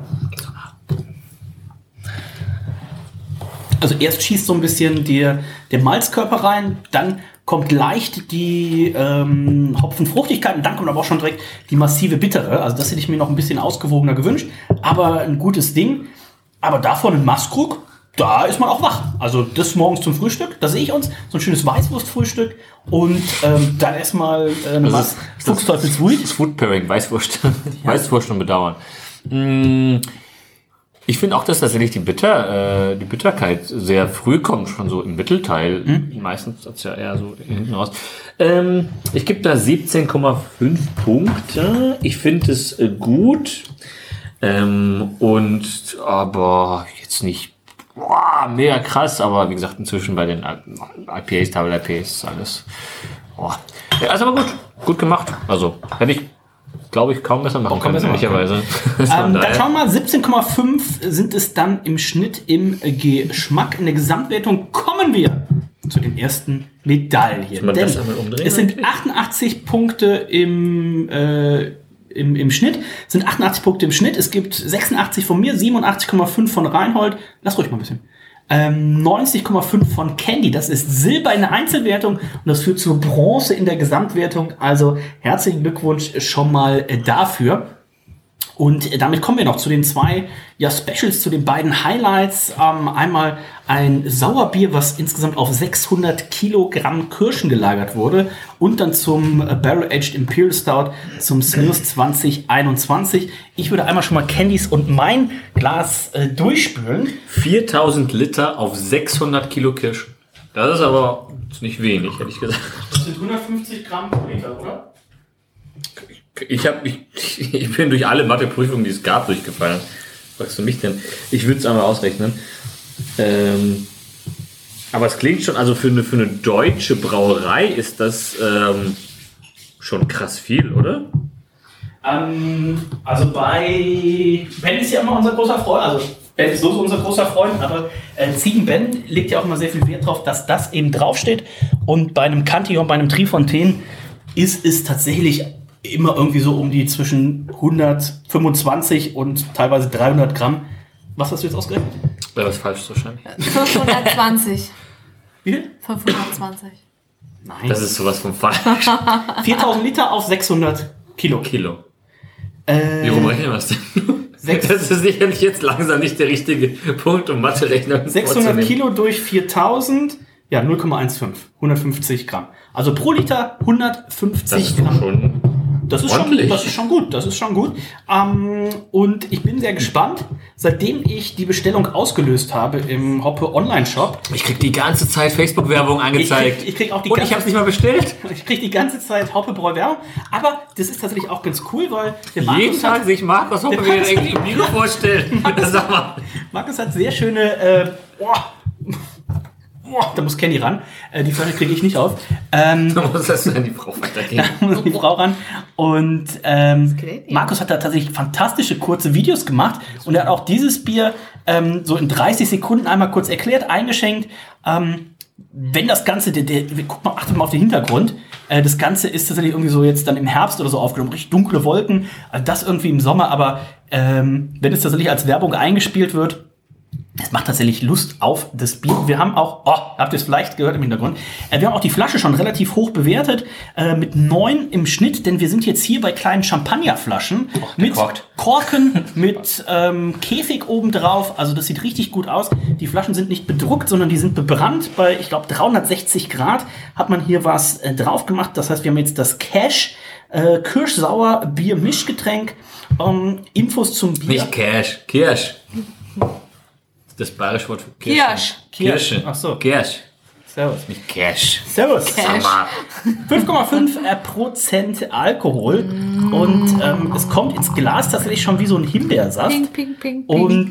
Also erst schießt so ein bisschen der, der Malzkörper rein, dann kommt leicht die ähm, Hopfenfruchtigkeit und dann kommt aber auch schon direkt die massive Bittere. Also das hätte ich mir noch ein bisschen ausgewogener gewünscht, aber ein gutes Ding. Aber davon ein Maskrug, da ist man auch wach. Also das morgens zum Frühstück, da sehe ich uns, so ein schönes Weißwurstfrühstück und ähm, dann erstmal äh, eine Maß Fuchsteufelswut. Das Food Pairing, Weißwurst. Ja. Weißwurst und Bedauern. Mm, ich finde auch, dass tatsächlich die Bitter, äh, die Bitterkeit sehr früh kommt, schon so im Mittelteil. Mhm. Meistens ist es ja eher so hinten raus. Ähm, ich gebe da siebzehn Komma fünf Punkte. Ich finde es äh, gut. Ähm, und aber jetzt nicht boah, mega krass, aber wie gesagt, inzwischen bei den I P As, Double I P As ist alles. Boah. Ja, ist aber gut. Gut gemacht. Also, hätte ich, glaube ich, kaum besser machen können, ehrlicherweise. Ähm, dann schauen wir mal, siebzehn Komma fünf sind es dann im Schnitt im Geschmack. In der Gesamtwertung kommen wir zu den ersten Medaillen. Man das einmal umdrehen, es sind achtundachtzig Punkte im äh, Im, im Schnitt, sind achtundachtzig Punkte im Schnitt. Es gibt sechsundachtzig von mir, siebenundachtzig Komma fünf von Reinhold. Lass ruhig mal ein bisschen. Ähm, neunzig Komma fünf von Candy. Das ist Silber in der Einzelwertung und das führt zu Bronze in der Gesamtwertung. Also herzlichen Glückwunsch schon mal äh, dafür. Und damit kommen wir noch zu den zwei ja, Specials, zu den beiden Highlights. Ähm, einmal ein Sauerbier, was insgesamt auf sechshundert Kilogramm Kirschen gelagert wurde. Und dann zum äh, Barrel Aged Imperial Stout, zum Smills zwanzig einundzwanzig. Ich würde einmal schon mal Candys und mein Glas äh, durchspülen. viertausend Liter auf sechshundert Kilo Kirschen. Das ist aber nicht wenig, ehrlich gesagt. Das sind hundertfünfzig Gramm pro Liter, oder? Ich, hab, ich, ich bin durch alle Matheprüfungen, die es gab, durchgefallen. Was fragst du mich denn? Ich würde es einmal ausrechnen. Ähm, aber es klingt schon, also für eine, für eine deutsche Brauerei ist das ähm, schon krass viel, oder? Ähm, also bei Ben ist ja immer unser großer Freund, also Ben ist sowieso unser großer Freund, aber äh, Ziegen Ben legt ja auch immer sehr viel Wert drauf, dass das eben draufsteht. Und bei einem Cantillon, bei einem Trifontaine ist es tatsächlich immer irgendwie so um die zwischen hundertfünfundzwanzig und teilweise dreihundert Gramm. Was hast du jetzt ausgerechnet? Ja, was falsch wahrscheinlich. fünfhundertzwanzig. Wie viel? fünfhundertzwanzig. Nein. Das ist sowas von falsch. viertausend Liter auf sechshundert Kilo. Kilo. Äh, Wie rum rechnen wir es denn? Sechs, das ist sicherlich jetzt langsam nicht der richtige Punkt, um Mathe-Rechnung sechshundert Kilo durch viertausend, ja, null Komma fünfzehn. hundertfünfzig Gramm. Also pro Liter hundertfünfzig das ist Gramm. Schon Das ist, schon, das ist schon gut, das ist schon gut. Ähm, und ich bin sehr gespannt, seitdem ich die Bestellung ausgelöst habe im Hoppe Online-Shop. Ich krieg die ganze Zeit Facebook-Werbung angezeigt. Ich krieg, ich krieg auch die und ganze, ich hab's nicht mal bestellt. Ich krieg die ganze Zeit Hoppe Bräu-Werbung. Aber das ist tatsächlich auch ganz cool, weil der Markus Jeden Tag hat, sich Markus Hoppe wieder irgendwie im Video vorstellen. Markus, Sag mal. Markus hat sehr schöne... Äh, oh, oh, da muss Candy ran. Äh, die Flasche kriege ich nicht auf. Ähm, da muss das an die Frau weitergehen. Da muss die Frau ran. Und ähm, Markus hat da tatsächlich fantastische kurze Videos gemacht. Und er hat auch dieses Bier ähm, so in dreißig Sekunden einmal kurz erklärt, eingeschenkt. Ähm, wenn das Ganze, der, der, guck mal, achtet mal auf den Hintergrund. Äh, das Ganze ist tatsächlich irgendwie so jetzt dann im Herbst oder so aufgenommen. Richtig dunkle Wolken. Also das irgendwie im Sommer. Aber ähm, wenn es tatsächlich als Werbung eingespielt wird, es macht tatsächlich Lust auf das Bier. Wir haben auch, oh, habt ihr es vielleicht gehört im Hintergrund, äh, wir haben auch die Flasche schon relativ hoch bewertet, äh, mit neun im Schnitt, denn wir sind jetzt hier bei kleinen Champagnerflaschen oh, mit gekorkt. Korken, mit ähm, Käfig obendrauf. Also das sieht richtig gut aus. Die Flaschen sind nicht bedruckt, sondern die sind bebrannt. Bei, ich glaube, dreihundertsechzig Grad hat man hier was äh, drauf gemacht. Das heißt, wir haben jetzt das Cash äh, Kirschsauer Bier Mischgetränk. Ähm, Infos zum Bier. Nicht Cash, Kirsch. Das bayerische Wort für Kirsch. Kirsch. Kirsche. Ach so. Kirsch. Servus. Nicht Cash. Servus. Cash. fünf Komma fünf Prozent Alkohol. Mm. Und ähm, es kommt ins Glas tatsächlich schon wie so ein Himbeersaft. Ping, ping, ping, ping. Und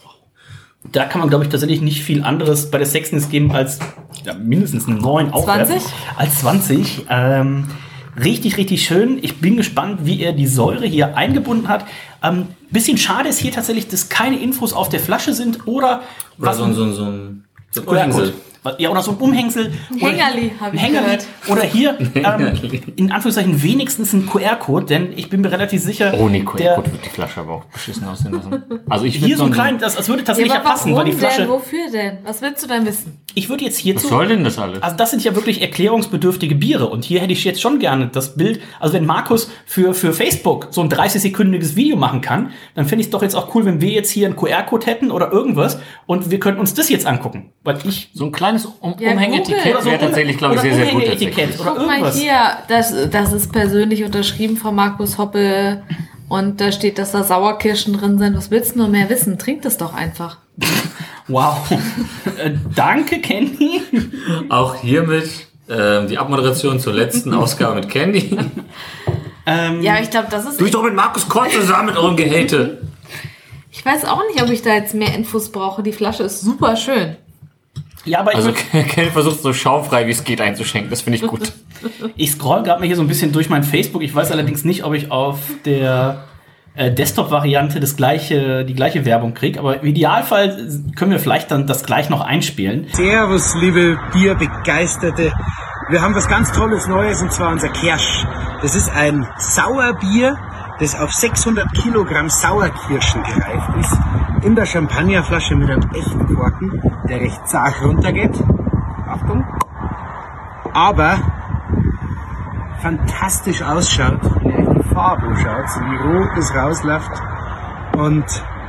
da kann man, glaube ich, tatsächlich nicht viel anderes bei der Sexiness geben als ja, mindestens eine neun aufwärts. zwanzig? Als zwanzig. Ähm, richtig, richtig schön. Ich bin gespannt, wie er die Säure hier eingebunden hat. Ähm, bisschen schade ist hier tatsächlich, dass keine Infos auf der Flasche sind oder Oder was so, so, so ein so Q R-Code. Ja, oder so ein Umhängsel. Ein Hängerli, habe ich Hängerli. gehört. Oder hier, ähm, in Anführungszeichen, wenigstens ein Q R-Code, denn ich bin mir relativ sicher... Ohne Q R-Code wird die Flasche aber auch beschissen aussehen lassen. Also ich hier so ein so klein, das, das würde tatsächlich ja, passen, weil die Flasche... Denn? Wofür denn? Was willst du denn wissen? Ich würde jetzt hierzu... Was soll denn das alles? Also das sind ja wirklich erklärungsbedürftige Biere und hier hätte ich jetzt schon gerne das Bild... Also wenn Markus für, für Facebook so ein dreißig-sekündiges Video machen kann, dann finde ich es doch jetzt auch cool, wenn wir jetzt hier einen Q R-Code hätten oder irgendwas und wir könnten uns das jetzt angucken. Weil ich... So ein kleines um Ja, Umhängeetikett so wäre tatsächlich, glaube ich, sehr, sehr gut. Umhängeetikett oder Guck mal irgendwas. hier, das, das ist persönlich unterschrieben von Markus Hoppe und da steht, dass da Sauerkirschen drin sind. Was willst du nur mehr wissen? Trink das doch einfach. Wow. äh, danke, Candy. Auch hiermit äh, die Abmoderation zur letzten Ausgabe mit Candy. ähm, Ja, ich glaube, das ist... Du bist doch mit Markus Kort zusammen mit eurem Gehate. Ich weiß auch nicht, ob ich da jetzt mehr Infos brauche. Die Flasche ist super schön. Ja, aber ich, Also würd, Ken versucht so schaumfrei wie es geht einzuschenken. Das finde ich gut. ich scroll gerade mal hier so ein bisschen durch mein Facebook. Ich weiß allerdings nicht, ob ich auf der äh, Desktop-Variante das gleiche, die gleiche Werbung kriege. Aber im Idealfall können wir vielleicht dann das gleich noch einspielen. Servus, liebe Bierbegeisterte. Wir haben was ganz Tolles Neues und zwar unser Kersch. Das ist ein Sauerbier, das auf sechshundert Kilogramm Sauerkirschen gereift ist, in der Champagnerflasche mit einem echten Korken, der recht zart runtergeht. Achtung. Aber fantastisch ausschaut, wenn ihr in die Farbe schaut, wie rot das rausläuft und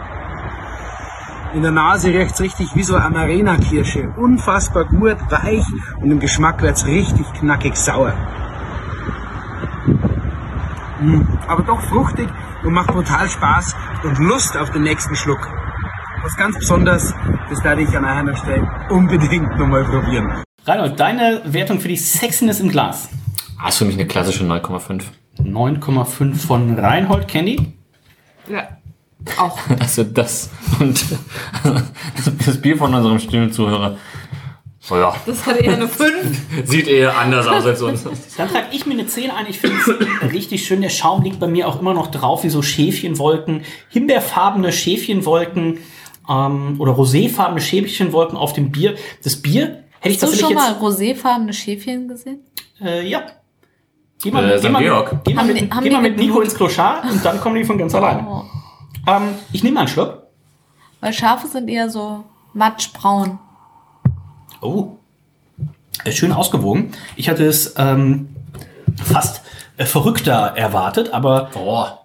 in der Nase riecht's richtig wie so eine Amarena-Kirsche. Unfassbar gut, weich und im Geschmack wird's richtig knackig sauer. Aber doch fruchtig und macht total Spaß und Lust auf den nächsten Schluck. Was ganz Besonderes, das werde ich an einer Stelle unbedingt nochmal probieren. Reinhold, deine Wertung für die Sexiness im Glas? Das ist für mich eine klassische neun Komma fünf. neun Komma fünf von Reinhold. Candy? Ja, auch. Also das und das Bier von unserem stillen Zuhörer. Oh ja. Das hat eher eine fünf. Sieht eher anders aus als uns. Dann trage ich mir eine zehn ein. Ich finde es richtig schön. Der Schaum liegt bei mir auch immer noch drauf, wie so Schäfchenwolken. Himbeerfarbene Schäfchenwolken ähm, oder roséfarbene Schäfchenwolken auf dem Bier. Das Bier hätte ich Hast du schon jetzt, mal roséfarbene Schäfchen gesehen? Äh, ja. Geh mal, Äh, mit, geh mal, Georg. mit, geh mal Haben mit, die- haben geh die mal mit geblutet? Nico ins Kloschar und dann kommen die von ganz alleine. Oh. Ähm, ich nehme mal einen Schluck. Weil Schafe sind eher so matschbraun. Oh. Äh, Schön ausgewogen. Ich hatte es ähm, fast äh, verrückter erwartet, aber Boah.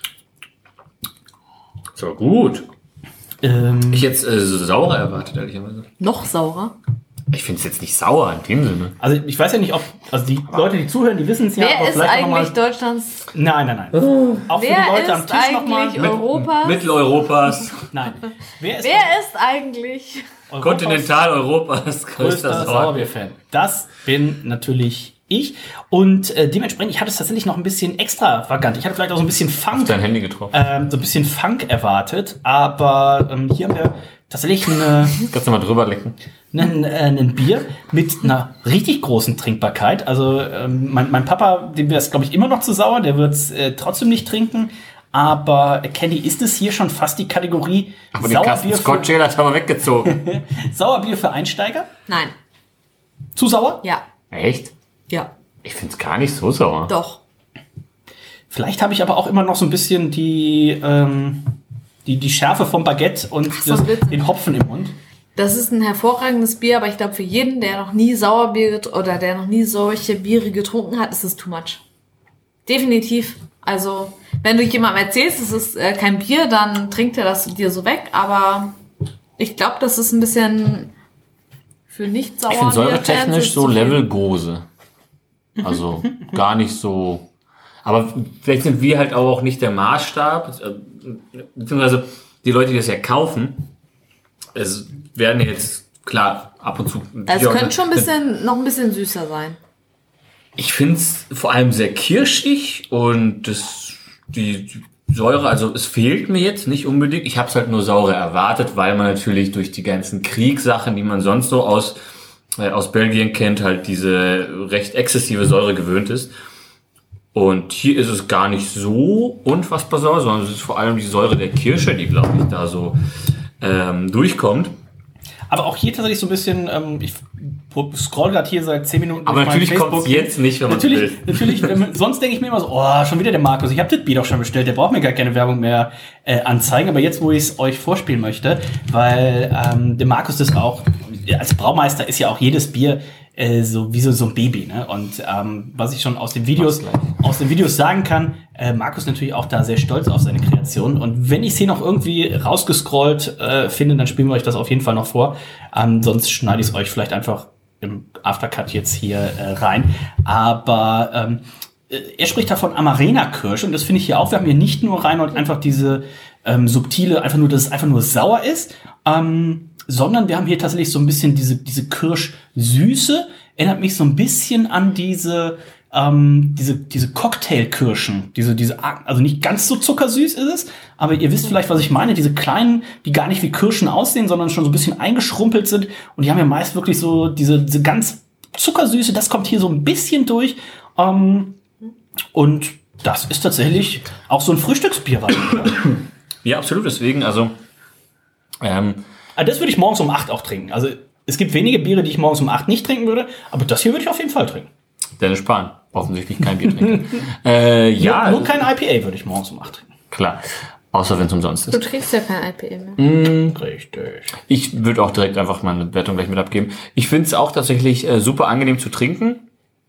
So gut. ähm, Ich hätte äh, so saurer erwartet, ehrlicherweise. Noch saurer. Ich finde es jetzt nicht sauer in dem Sinne. also ich weiß ja nicht, ob also die Leute, die zuhören, die wissen es ja. Wer aber ist vielleicht auch noch eigentlich mal, Deutschlands... Nein, nein, nein. Auch für Wer die Leute am ist Tisch nochmal. eigentlich Europas... Mitteleuropas, Nein. Wer ist Wer ist eigentlich... Europas Kontinentaleuropas größter größter Sauer. Sauerbier-Fan? Das bin natürlich ich. Und äh, dementsprechend, ich hatte es tatsächlich noch ein bisschen extravagant. Ich hatte vielleicht auch so ein bisschen Funk, Dein Handy getroffen. ähm, so ein bisschen Funk erwartet. Aber ähm, hier haben wir tatsächlich eine, Kannst du mal drüber lecken? einen, äh, einen Bier mit einer richtig großen Trinkbarkeit. Also ähm, mein, mein Papa, dem wäre es, glaube ich, immer noch zu sauer. Der wird es äh, trotzdem nicht trinken. Aber äh, Candy, ist es hier schon fast die Kategorie Aber den Kasten Sauerbier Scotch für, Ale hat er aber weggezogen. Sauerbier für Einsteiger? Nein. Zu sauer? Ja. Echt? Ja. Ich finde es gar nicht so sauer. Doch. Vielleicht habe ich aber auch immer noch so ein bisschen die, ähm, die, die Schärfe vom Baguette und Ach so, das, witzig. den Hopfen im Mund. Das ist ein hervorragendes Bier, aber ich glaube, für jeden, der noch nie Sauerbier get- oder der noch nie solche Biere getrunken hat, ist es too much. Definitiv. Also, wenn du jemandem erzählst, es ist äh, kein Bier, dann trinkt er das dir so weg. Aber ich glaube, das ist ein bisschen für nicht sauer. Ich finde säuretechnisch so Level Gose. Also gar nicht so. Aber vielleicht sind wir halt auch nicht der Maßstab. äh, Beziehungsweise die Leute, die das ja kaufen, es werden jetzt klar ab und zu. Es könnte schon ein bisschen, noch ein bisschen süßer sein. Ich finde es vor allem sehr kirschig und das, die, die Säure, also es fehlt mir jetzt nicht unbedingt. Ich habe es halt nur sauer erwartet, weil man natürlich durch die ganzen Kriegssachen, die man sonst so aus, äh, aus Belgien kennt, halt diese recht exzessive Säure gewöhnt ist. Und hier ist es gar nicht so unfassbar sauer, sondern es ist vor allem die Säure der Kirsche, die, glaube ich, da so ähm, durchkommt. Aber auch hier tatsächlich so ein bisschen, ähm, ich scroll gerade hier seit zehn Minuten. Aber natürlich kommt es jetzt nicht, wenn man natürlich, will. Natürlich, wenn man, sonst denke ich mir immer so, oh, schon wieder der Markus, ich habe das Bier doch schon bestellt, der braucht mir gar keine Werbung mehr äh, anzeigen. Aber jetzt, wo ich es euch vorspielen möchte, weil ähm, der Markus das auch, als Braumeister ist ja auch jedes Bier äh, so wie so, so ein Baby, ne? Und ähm, was ich schon aus den Videos aus den Videos sagen kann, äh, Markus natürlich auch da sehr stolz auf seine Kreation. Und wenn ich es hier noch irgendwie rausgescrollt äh, finde, dann spielen wir euch das auf jeden Fall noch vor. Ähm, sonst schneide ich es euch vielleicht einfach im Aftercut jetzt hier äh, rein. Aber ähm, er spricht da von Amarena-Kirsch und das finde ich hier auch. Wir haben hier nicht nur Reinhold einfach diese ähm, subtile, einfach nur, dass es einfach nur sauer ist, ähm, sondern wir haben hier tatsächlich so ein bisschen diese diese Kirschsüße. Erinnert mich so ein bisschen an diese ähm, diese diese Cocktailkirschen, diese diese also nicht ganz so zuckersüß ist es, aber ihr wisst vielleicht, was ich meine. Diese kleinen, die gar nicht wie Kirschen aussehen, sondern schon so ein bisschen eingeschrumpelt sind und die haben ja meist wirklich so diese diese ganz zuckersüße. Das kommt hier so ein bisschen durch. Ähm, Und das ist tatsächlich auch so ein Frühstücksbier. Ja, absolut. Deswegen, also ähm, also das würde ich morgens um acht auch trinken. Also es gibt wenige Biere, die ich morgens um acht nicht trinken würde, aber das hier würde ich auf jeden Fall trinken. Dennis Spahn, offensichtlich kein Bier trinken. äh, ja, nur, nur kein I P A würde ich morgens um acht trinken. Klar, außer wenn es umsonst ist. Du trinkst ja kein I P A mehr. Mm, richtig. Ich würde auch direkt einfach mal eine Wertung gleich mit abgeben. Ich finde es auch tatsächlich äh, super angenehm zu trinken.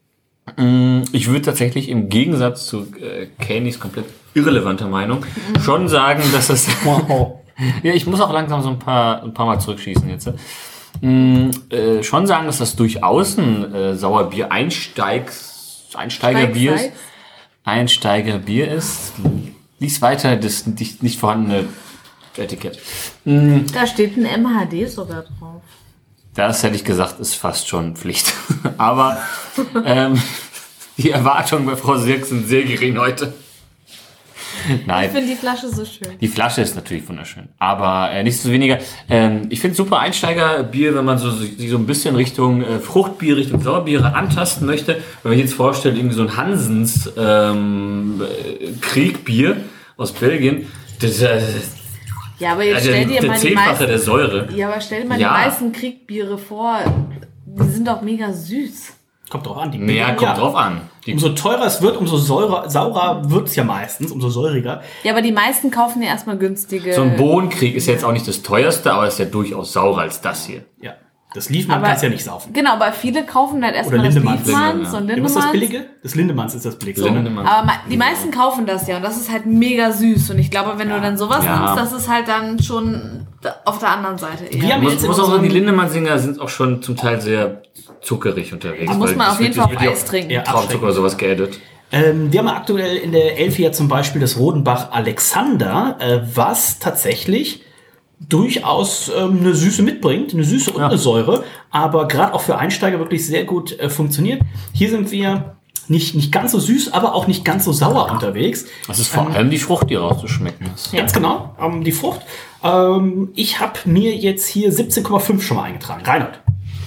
Ich würde tatsächlich im Gegensatz zu äh, Canys komplett irrelevanter Meinung mhm. schon sagen, dass es... Wow. Ja, ich muss auch langsam so ein paar, ein paar Mal zurückschießen jetzt. Mhm, äh, schon sagen, dass das durchaus ein äh, Sauerbier Einsteigs, Einsteigerbier ist. Einsteigerbier ist. Lies weiter das nicht, nicht vorhandene Etikett. Mhm. Da steht ein M H D sogar drauf. Das hätte ich gesagt, ist fast schon Pflicht. Aber ähm, die Erwartungen bei Frau Sirk sind sehr gering heute. Nein. Ich finde die Flasche so schön. Die Flasche ist natürlich wunderschön. Aber äh, nichtsdestoweniger, ähm, ich finde super Einsteigerbier, wenn man so, sich so ein bisschen Richtung äh, Fruchtbier, Richtung Sauerbiere antasten möchte. Wenn man sich jetzt vorstellt, irgendwie so ein Hansens ähm, Kriegbier aus Belgien, das, äh, ja, aber jetzt also stell dir der mal die Zehnfache meisten, der Säure. Ja, aber stell dir mal ja. die meisten Kriegbiere vor. Die sind doch mega süß. Kommt drauf an. Die ja, kommt ja. drauf an. Die umso teurer es wird, umso säurer, saurer wird's ja meistens, umso säuriger. Ja, aber die meisten kaufen ja erstmal günstige... So ein Bohnenkrieg ist ja jetzt auch nicht das teuerste, aber ist ja durchaus saurer als das hier. Ja. Das Liefmann kannst ja nicht saufen. Genau, aber viele kaufen halt erstmal das Liefmanns ja. und Lindemanns. Ja, was ist das Billige? Das Lindemanns ist das Billige. So. Aber die meisten kaufen das ja und das ist halt mega süß. Und ich glaube, wenn ja. du dann sowas ja. nimmst, das ist halt dann schon auf der anderen Seite eher. Wir haben jetzt muss auch sagen, die Lindemann-Singer sind auch schon zum Teil sehr zuckerig unterwegs. Da muss man auf jeden Fall auf Eis trinken. Ja, Traubenzucker oder sowas geaddet. Ähm, wir haben aktuell in der Elfi ja zum Beispiel das Rodenbach Alexander, äh, was tatsächlich durchaus ähm, eine Süße mitbringt, eine Süße und ja. eine Säure, aber gerade auch für Einsteiger wirklich sehr gut äh, funktioniert. Hier sind wir nicht nicht ganz so süß, aber auch nicht ganz so sauer unterwegs. Das ist vor ähm, allem die Frucht, die rauszuschmecken ist. Ganz ja. genau, ähm, die Frucht. Ähm, ich habe mir jetzt hier siebzehn Komma fünf schon mal eingetragen. Reinhold.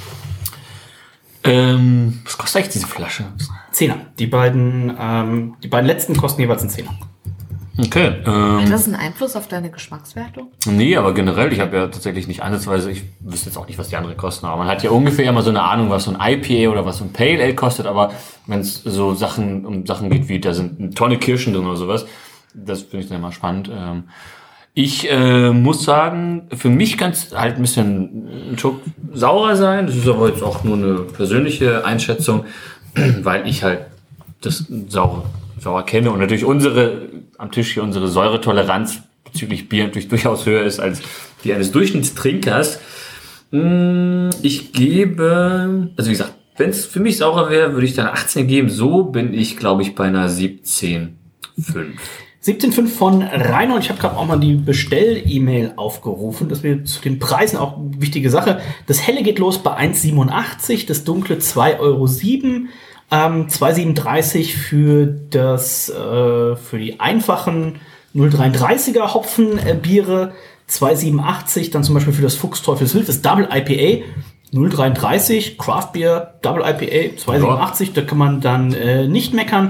Ähm, was kostet eigentlich diese Flasche? Zehner. Die beiden, ähm, die beiden letzten kosten jeweils einen Zehner. Okay. Ähm, Hat das einen Einfluss auf deine Geschmackswertung? Nee, aber generell, ich habe ja tatsächlich nicht ansatzweise, ich wüsste jetzt auch nicht, was die anderen kosten, aber man hat ja ungefähr immer so eine Ahnung, was so ein I P A oder was so ein Pale Ale kostet, aber wenn es so Sachen um Sachen geht, wie da sind eine Tonne Kirschen drin oder sowas, das finde ich dann immer spannend. Ähm, ich äh, muss sagen, für mich kann es halt ein bisschen ein Schuck saurer sein, das ist aber jetzt auch nur eine persönliche Einschätzung, weil ich halt das saure sauer kenne und natürlich unsere am Tisch hier unsere Säuretoleranz bezüglich Bier natürlich durchaus höher ist als die eines Durchschnittstrinkers. Ich gebe, also wie gesagt, wenn es für mich saurer wäre, würde ich dann achtzehn geben. So bin ich, glaube ich, bei einer siebzehn Komma fünf. siebzehn Komma fünf von Reinhold. Ich habe gerade auch mal die Bestell-E-Mail aufgerufen. Das wäre zu den Preisen auch eine wichtige Sache. Das Helle geht los bei eins Komma siebenundachtzig, das Dunkle zwei Euro sieben. Ähm, zwei Komma siebenunddreißig für das äh, für die einfachen null Komma dreiunddreißiger Hopfenbiere, zwei Komma siebenundachtzig, dann zum Beispiel für das Fuchsteufelswild, das Double I P A, null Komma dreiunddreißig, Craft Beer, Double I P A, zwei Komma siebenundachtzig, da kann man dann äh, nicht meckern.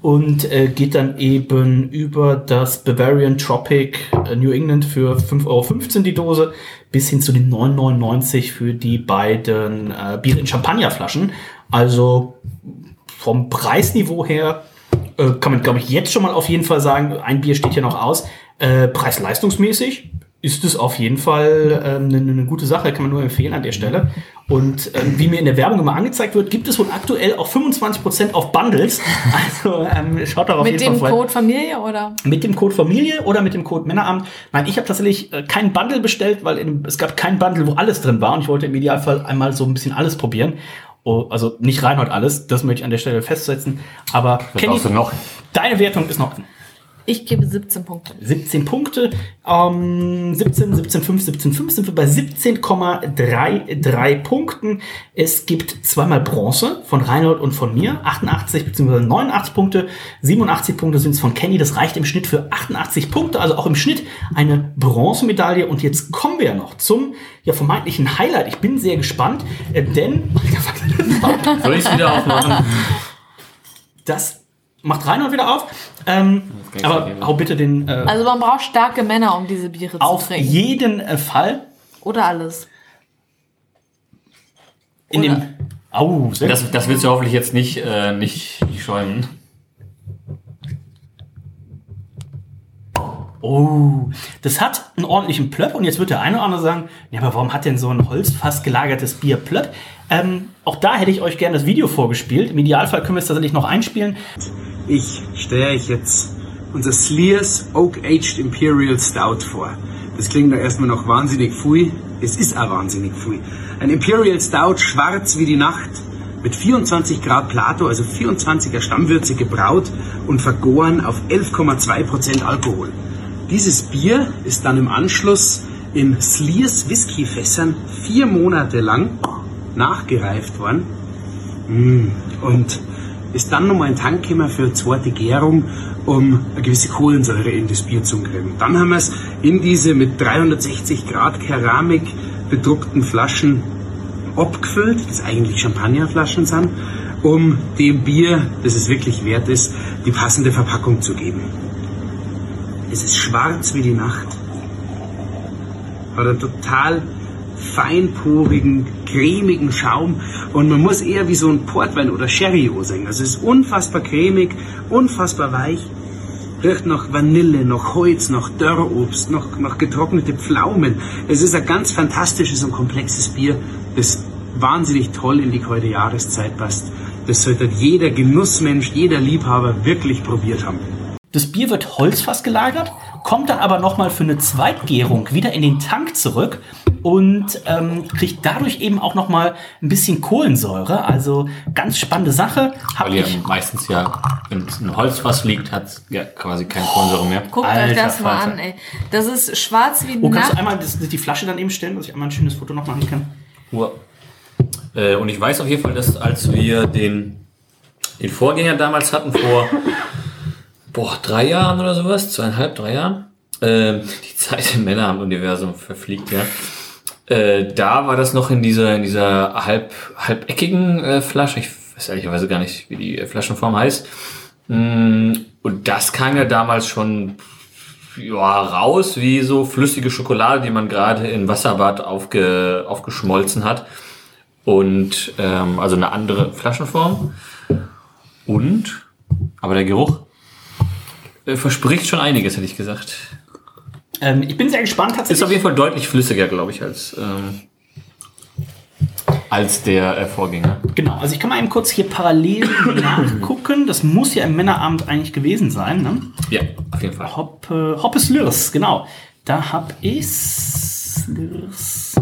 und äh, geht dann eben über das Bavarian Tropic äh, New England für fünf Euro fünfzehn die Dose bis hin zu den neun neunundneunzig für die beiden äh, Bier in Champagnerflaschen. Also vom Preisniveau her äh, kann man, glaube ich, jetzt schon mal auf jeden Fall sagen, ein Bier steht hier noch aus. Äh, preis-leistungsmäßig ist es auf jeden Fall eine ähm, ne gute Sache, kann man nur empfehlen an der Stelle. Und ähm, wie mir in der Werbung immer angezeigt wird, gibt es wohl aktuell auch fünfundzwanzig Prozent auf Bundles. Also ähm, schaut darauf jeden Fall. Mit dem Code Familie oder? Mit dem Code Familie oder mit dem Code Männerabend. Nein, ich habe tatsächlich äh, keinen Bundle bestellt, weil in, es gab keinen Bundle, wo alles drin war. Und ich wollte im Idealfall einmal so ein bisschen alles probieren. Oh, also nicht Reinhold alles, das möchte ich an der Stelle festsetzen. Aber Kenny, noch? Deine Wertung ist noch offen. Ich gebe siebzehn Punkte. siebzehn Punkte. Ähm, siebzehn, siebzehn Komma fünf, siebzehn Komma fünf sind wir bei siebzehn Komma dreiunddreißig Punkten. Es gibt zweimal Bronze von Reinhold und von mir. achtundachtzig bzw. neunundachtzig Punkte. siebenundachtzig Punkte sind es von Kenny. Das reicht im Schnitt für achtundachtzig Punkte. Also auch im Schnitt eine Bronzemedaille. Und jetzt kommen wir ja noch zum ja, vermeintlichen Highlight. Ich bin sehr gespannt, äh, denn... Soll ich es wieder aufmachen? Das macht Reinhold wieder auf. Ähm, aber hau bitte den... Äh, also man braucht starke Männer, um diese Biere zu trinken. Auf jeden äh, Fall. Oder alles. In Oder. dem... Au, sehr das, das willst du hoffentlich jetzt nicht, äh, nicht, nicht schäumen. Oh, das hat einen ordentlichen Plöpp. Und jetzt wird der eine oder andere sagen, ja, aber warum hat denn so ein Holzfass gelagertes Bier Plöpp? Ähm, auch da hätte ich euch gerne das Video vorgespielt. Im Idealfall können wir es tatsächlich noch einspielen. Ich stelle euch jetzt unser Slears Oak Aged Imperial Stout vor. Das klingt da erstmal noch wahnsinnig pfui. Es ist auch wahnsinnig pfui. Ein Imperial Stout, schwarz wie die Nacht, mit vierundzwanzig Grad Plato, also vierundzwanziger Stammwürze gebraut und vergoren auf elf Komma zwei Prozent Alkohol. Dieses Bier ist dann im Anschluss in Slears Whiskyfässern vier Monate lang nachgereift worden und ist dann nochmal in den Tank gekommen für eine zweite Gärung, um eine gewisse Kohlensäure in das Bier zu kriegen. Dann haben wir es in diese mit dreihundertsechzig Grad Keramik bedruckten Flaschen abgefüllt, das eigentlich Champagnerflaschen sind, um dem Bier, das es wirklich wert ist, die passende Verpackung zu geben. Es ist schwarz wie die Nacht, hat einen total feinporigen, cremigen Schaum und man muss eher wie so ein Portwein oder Sherry sehen. Also es ist unfassbar cremig, unfassbar weich, riecht nach Vanille, nach Holz, nach Dörrobst, nach, nach getrocknete Pflaumen. Es ist ein ganz fantastisches und komplexes Bier, das wahnsinnig toll in die kalte Jahreszeit passt. Das sollte jeder Genussmensch, jeder Liebhaber wirklich probiert haben. Das Bier wird Holzfass gelagert, kommt dann aber nochmal für eine Zweitgärung wieder in den Tank zurück und ähm, kriegt dadurch eben auch nochmal ein bisschen Kohlensäure. Also ganz spannende Sache. Hab Weil ja ich meistens ja, wenn es ein Holzfass liegt, hat es ja quasi keine Kohlensäure mehr. Guckt Alter, euch das mal Vater. an, ey. Das ist schwarz wie die Oh, kannst Nacht. du einmal das, die Flasche dann eben stellen, dass ich einmal ein schönes Foto noch machen kann? Ja. Äh, und ich weiß auf jeden Fall, dass als wir den, den Vorgänger damals hatten, vor boah, drei Jahren oder sowas, zweieinhalb, drei Jahren, äh, die Zeit im Männerabend-Universum verfliegt, ja. Äh, da war das noch in dieser, in dieser halb, halbeckigen äh, Flasche. Ich weiß ehrlicherweise gar nicht, wie die Flaschenform heißt. Mm, und das kam ja damals schon ja, raus wie so flüssige Schokolade, die man gerade in Wasserbad aufge, aufgeschmolzen hat. Und ähm, also eine andere Flaschenform. Und, aber der Geruch äh, verspricht schon einiges, hätte ich gesagt. Ähm, ich bin sehr gespannt. Tatsächlich. Ist auf jeden Fall deutlich flüssiger, glaube ich, als, ähm, als der äh, Vorgänger. Genau, also ich kann mal eben kurz hier parallel nachgucken. Das muss ja im Männerabend eigentlich gewesen sein, ne? Ja, auf jeden Fall. Hop, äh, Hoppe Slurs, genau. Da hab ich Slurs.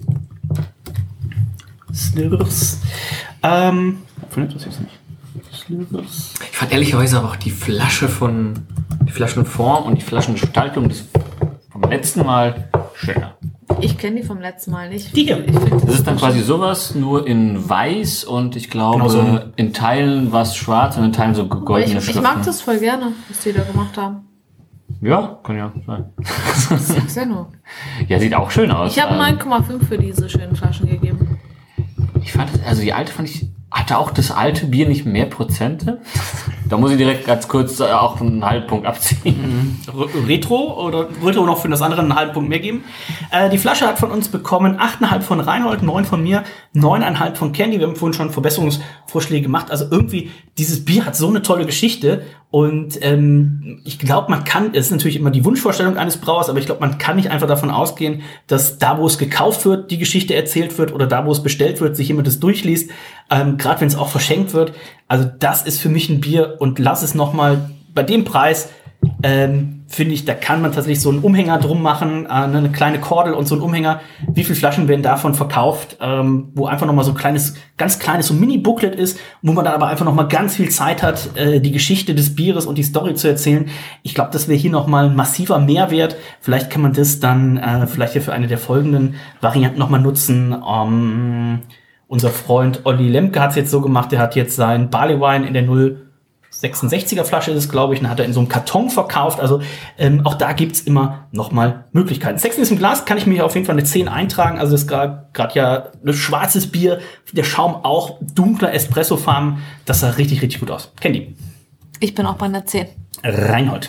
Slurs. Ähm, findet das jetzt nicht. Slurs. Ich fand ehrlicherweise aber auch die Flasche von, die Flaschenform und die Flaschengestaltung des, vom letzten Mal schöner. Ich kenne die vom letzten Mal nicht. Die hier. Ich find, Das ist dann quasi sowas, nur in weiß und ich glaube Genau so. in Teilen war es schwarz und in Teilen so aber goldene ich, ich Schriften. mag das voll gerne, was die da gemacht haben. Ja, kann ja sein. Ich sag's ja nur. Ja, sieht auch schön aus. Ich habe Ähm, neun Komma fünf für diese schönen Flaschen gegeben. Ich fand, das- also die alte fand ich, hatte auch das alte Bier nicht mehr Prozente? Da muss ich direkt ganz kurz äh, auch einen halben Punkt abziehen. Mhm. Retro oder Retro noch für das andere einen halben Punkt mehr geben? Äh, die Flasche hat von uns bekommen acht Komma fünf von Reinhold, neun von mir, neun Komma fünf von Candy. Wir haben vorhin schon Verbesserungsvorschläge gemacht. Also irgendwie, dieses Bier hat so eine tolle Geschichte. Und ähm, ich glaube, man kann, es ist natürlich immer die Wunschvorstellung eines Brauers, aber ich glaube, man kann nicht einfach davon ausgehen, dass da, wo es gekauft wird, die Geschichte erzählt wird oder da, wo es bestellt wird, sich jemand das durchliest, ähm, gerade wenn es auch verschenkt wird. Also das ist für mich ein Bier und lass es noch mal bei dem Preis, ähm, finde ich, da kann man tatsächlich so einen Umhänger drum machen, äh, eine kleine Kordel und so einen Umhänger. Wie viele Flaschen werden davon verkauft, ähm, wo einfach noch mal so ein kleines, ganz kleines, so ein Mini-Booklet ist, wo man dann aber einfach noch mal ganz viel Zeit hat, äh, die Geschichte des Bieres und die Story zu erzählen. Ich glaube, das wäre hier noch mal ein massiver Mehrwert. Vielleicht kann man das dann äh, vielleicht hier für eine der folgenden Varianten noch mal nutzen. Ähm, unser Freund Olli Lemke hat es jetzt so gemacht, der hat jetzt sein Barley Wine in der null sechsundsechziger Flasche ist es, glaube ich, und hat er in so einem Karton verkauft. Also ähm, auch da gibt's immer noch mal Möglichkeiten. Sechs in diesem Glas kann ich mir auf jeden Fall eine zehn eintragen. Also das ist gerade ja ein schwarzes Bier. Der Schaum auch dunkler Espressofarben. Das sah richtig, richtig gut aus. Candy. Ich bin auch bei einer zehn. Reinhold.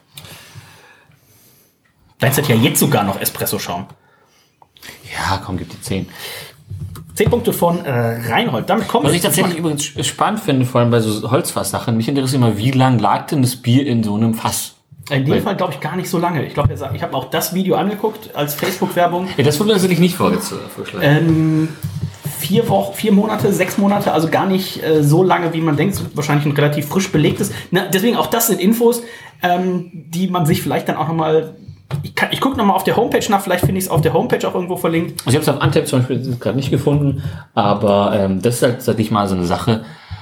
Deins hat ja jetzt sogar noch Espresso-Schaum. Ja, komm, gib die zehn. Zehn Punkte von äh, Reinhold. Damit kommen Was ich tatsächlich übrigens spannend finde, vor allem bei so Holzfasssachen, mich interessiert immer, wie lang lag denn das Bier in so einem Fass? In dem Weil, Fall glaube ich gar nicht so lange. Ich glaube, ich habe auch das Video angeguckt als Facebook-Werbung. Ja, das wurde natürlich nicht vorgezogen. Ähm, vier Wochen, vier Monate, sechs Monate, also gar nicht äh, so lange, wie man denkt. Wahrscheinlich ein relativ frisch belegtes. Na, deswegen auch das sind Infos, ähm, die man sich vielleicht dann auch nochmal... Ich, kann, ich gucke nochmal auf der Homepage nach, vielleicht finde ich es auf der Homepage auch irgendwo verlinkt. Also ich habe es auf Antep zum Beispiel gerade nicht gefunden, aber ähm, das ist halt, sag ich mal, so eine Sache.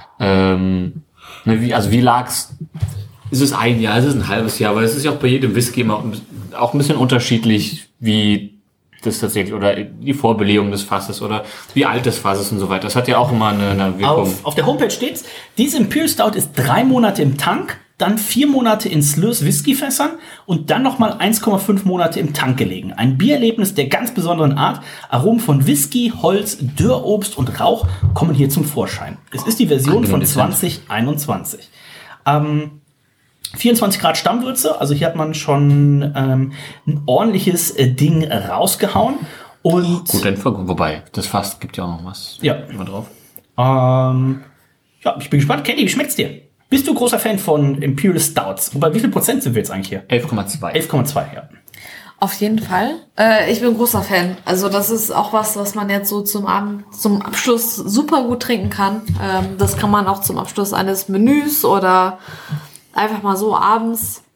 Ähm, ne, wie, also wie lag's? Ist es ein Jahr, ist es ein halbes Jahr? Aber es ist ja auch bei jedem Whisky immer auch ein bisschen unterschiedlich, wie das tatsächlich, oder die Vorbelegung des Fasses oder wie alt das Fass ist und so weiter. Das hat ja auch immer eine, eine Wirkung. Auf, auf der Homepage steht's, diese Imperial Stout ist drei Monate im Tank, dann vier Monate in Slurs Whiskyfässern und dann nochmal eins Komma fünf Monate im Tank gelegen. Ein Biererlebnis der ganz besonderen Art. Aromen von Whisky, Holz, Dürrobst und Rauch kommen hier zum Vorschein. Es ist die Version von zwanzig einundzwanzig. Ähm, vierundzwanzig Grad Stammwürze, also hier hat man schon ähm, ein ordentliches äh, Ding rausgehauen. Und gut, dann, wobei, das Fass gibt ja auch noch was. Ja. Immer drauf. Ähm, ja, ich bin gespannt. Candy, wie schmeckt's dir? Bist du großer Fan von Imperial Stouts? Wobei, wie viel Prozent sind wir jetzt eigentlich hier? elf Komma zwei. elf Komma zwei, ja. Auf jeden Fall. Äh, ich bin ein großer Fan. Also das ist auch was, was man jetzt so zum Abend, zum Abschluss super gut trinken kann. Ähm, das kann man auch zum Abschluss eines Menüs oder einfach mal so abends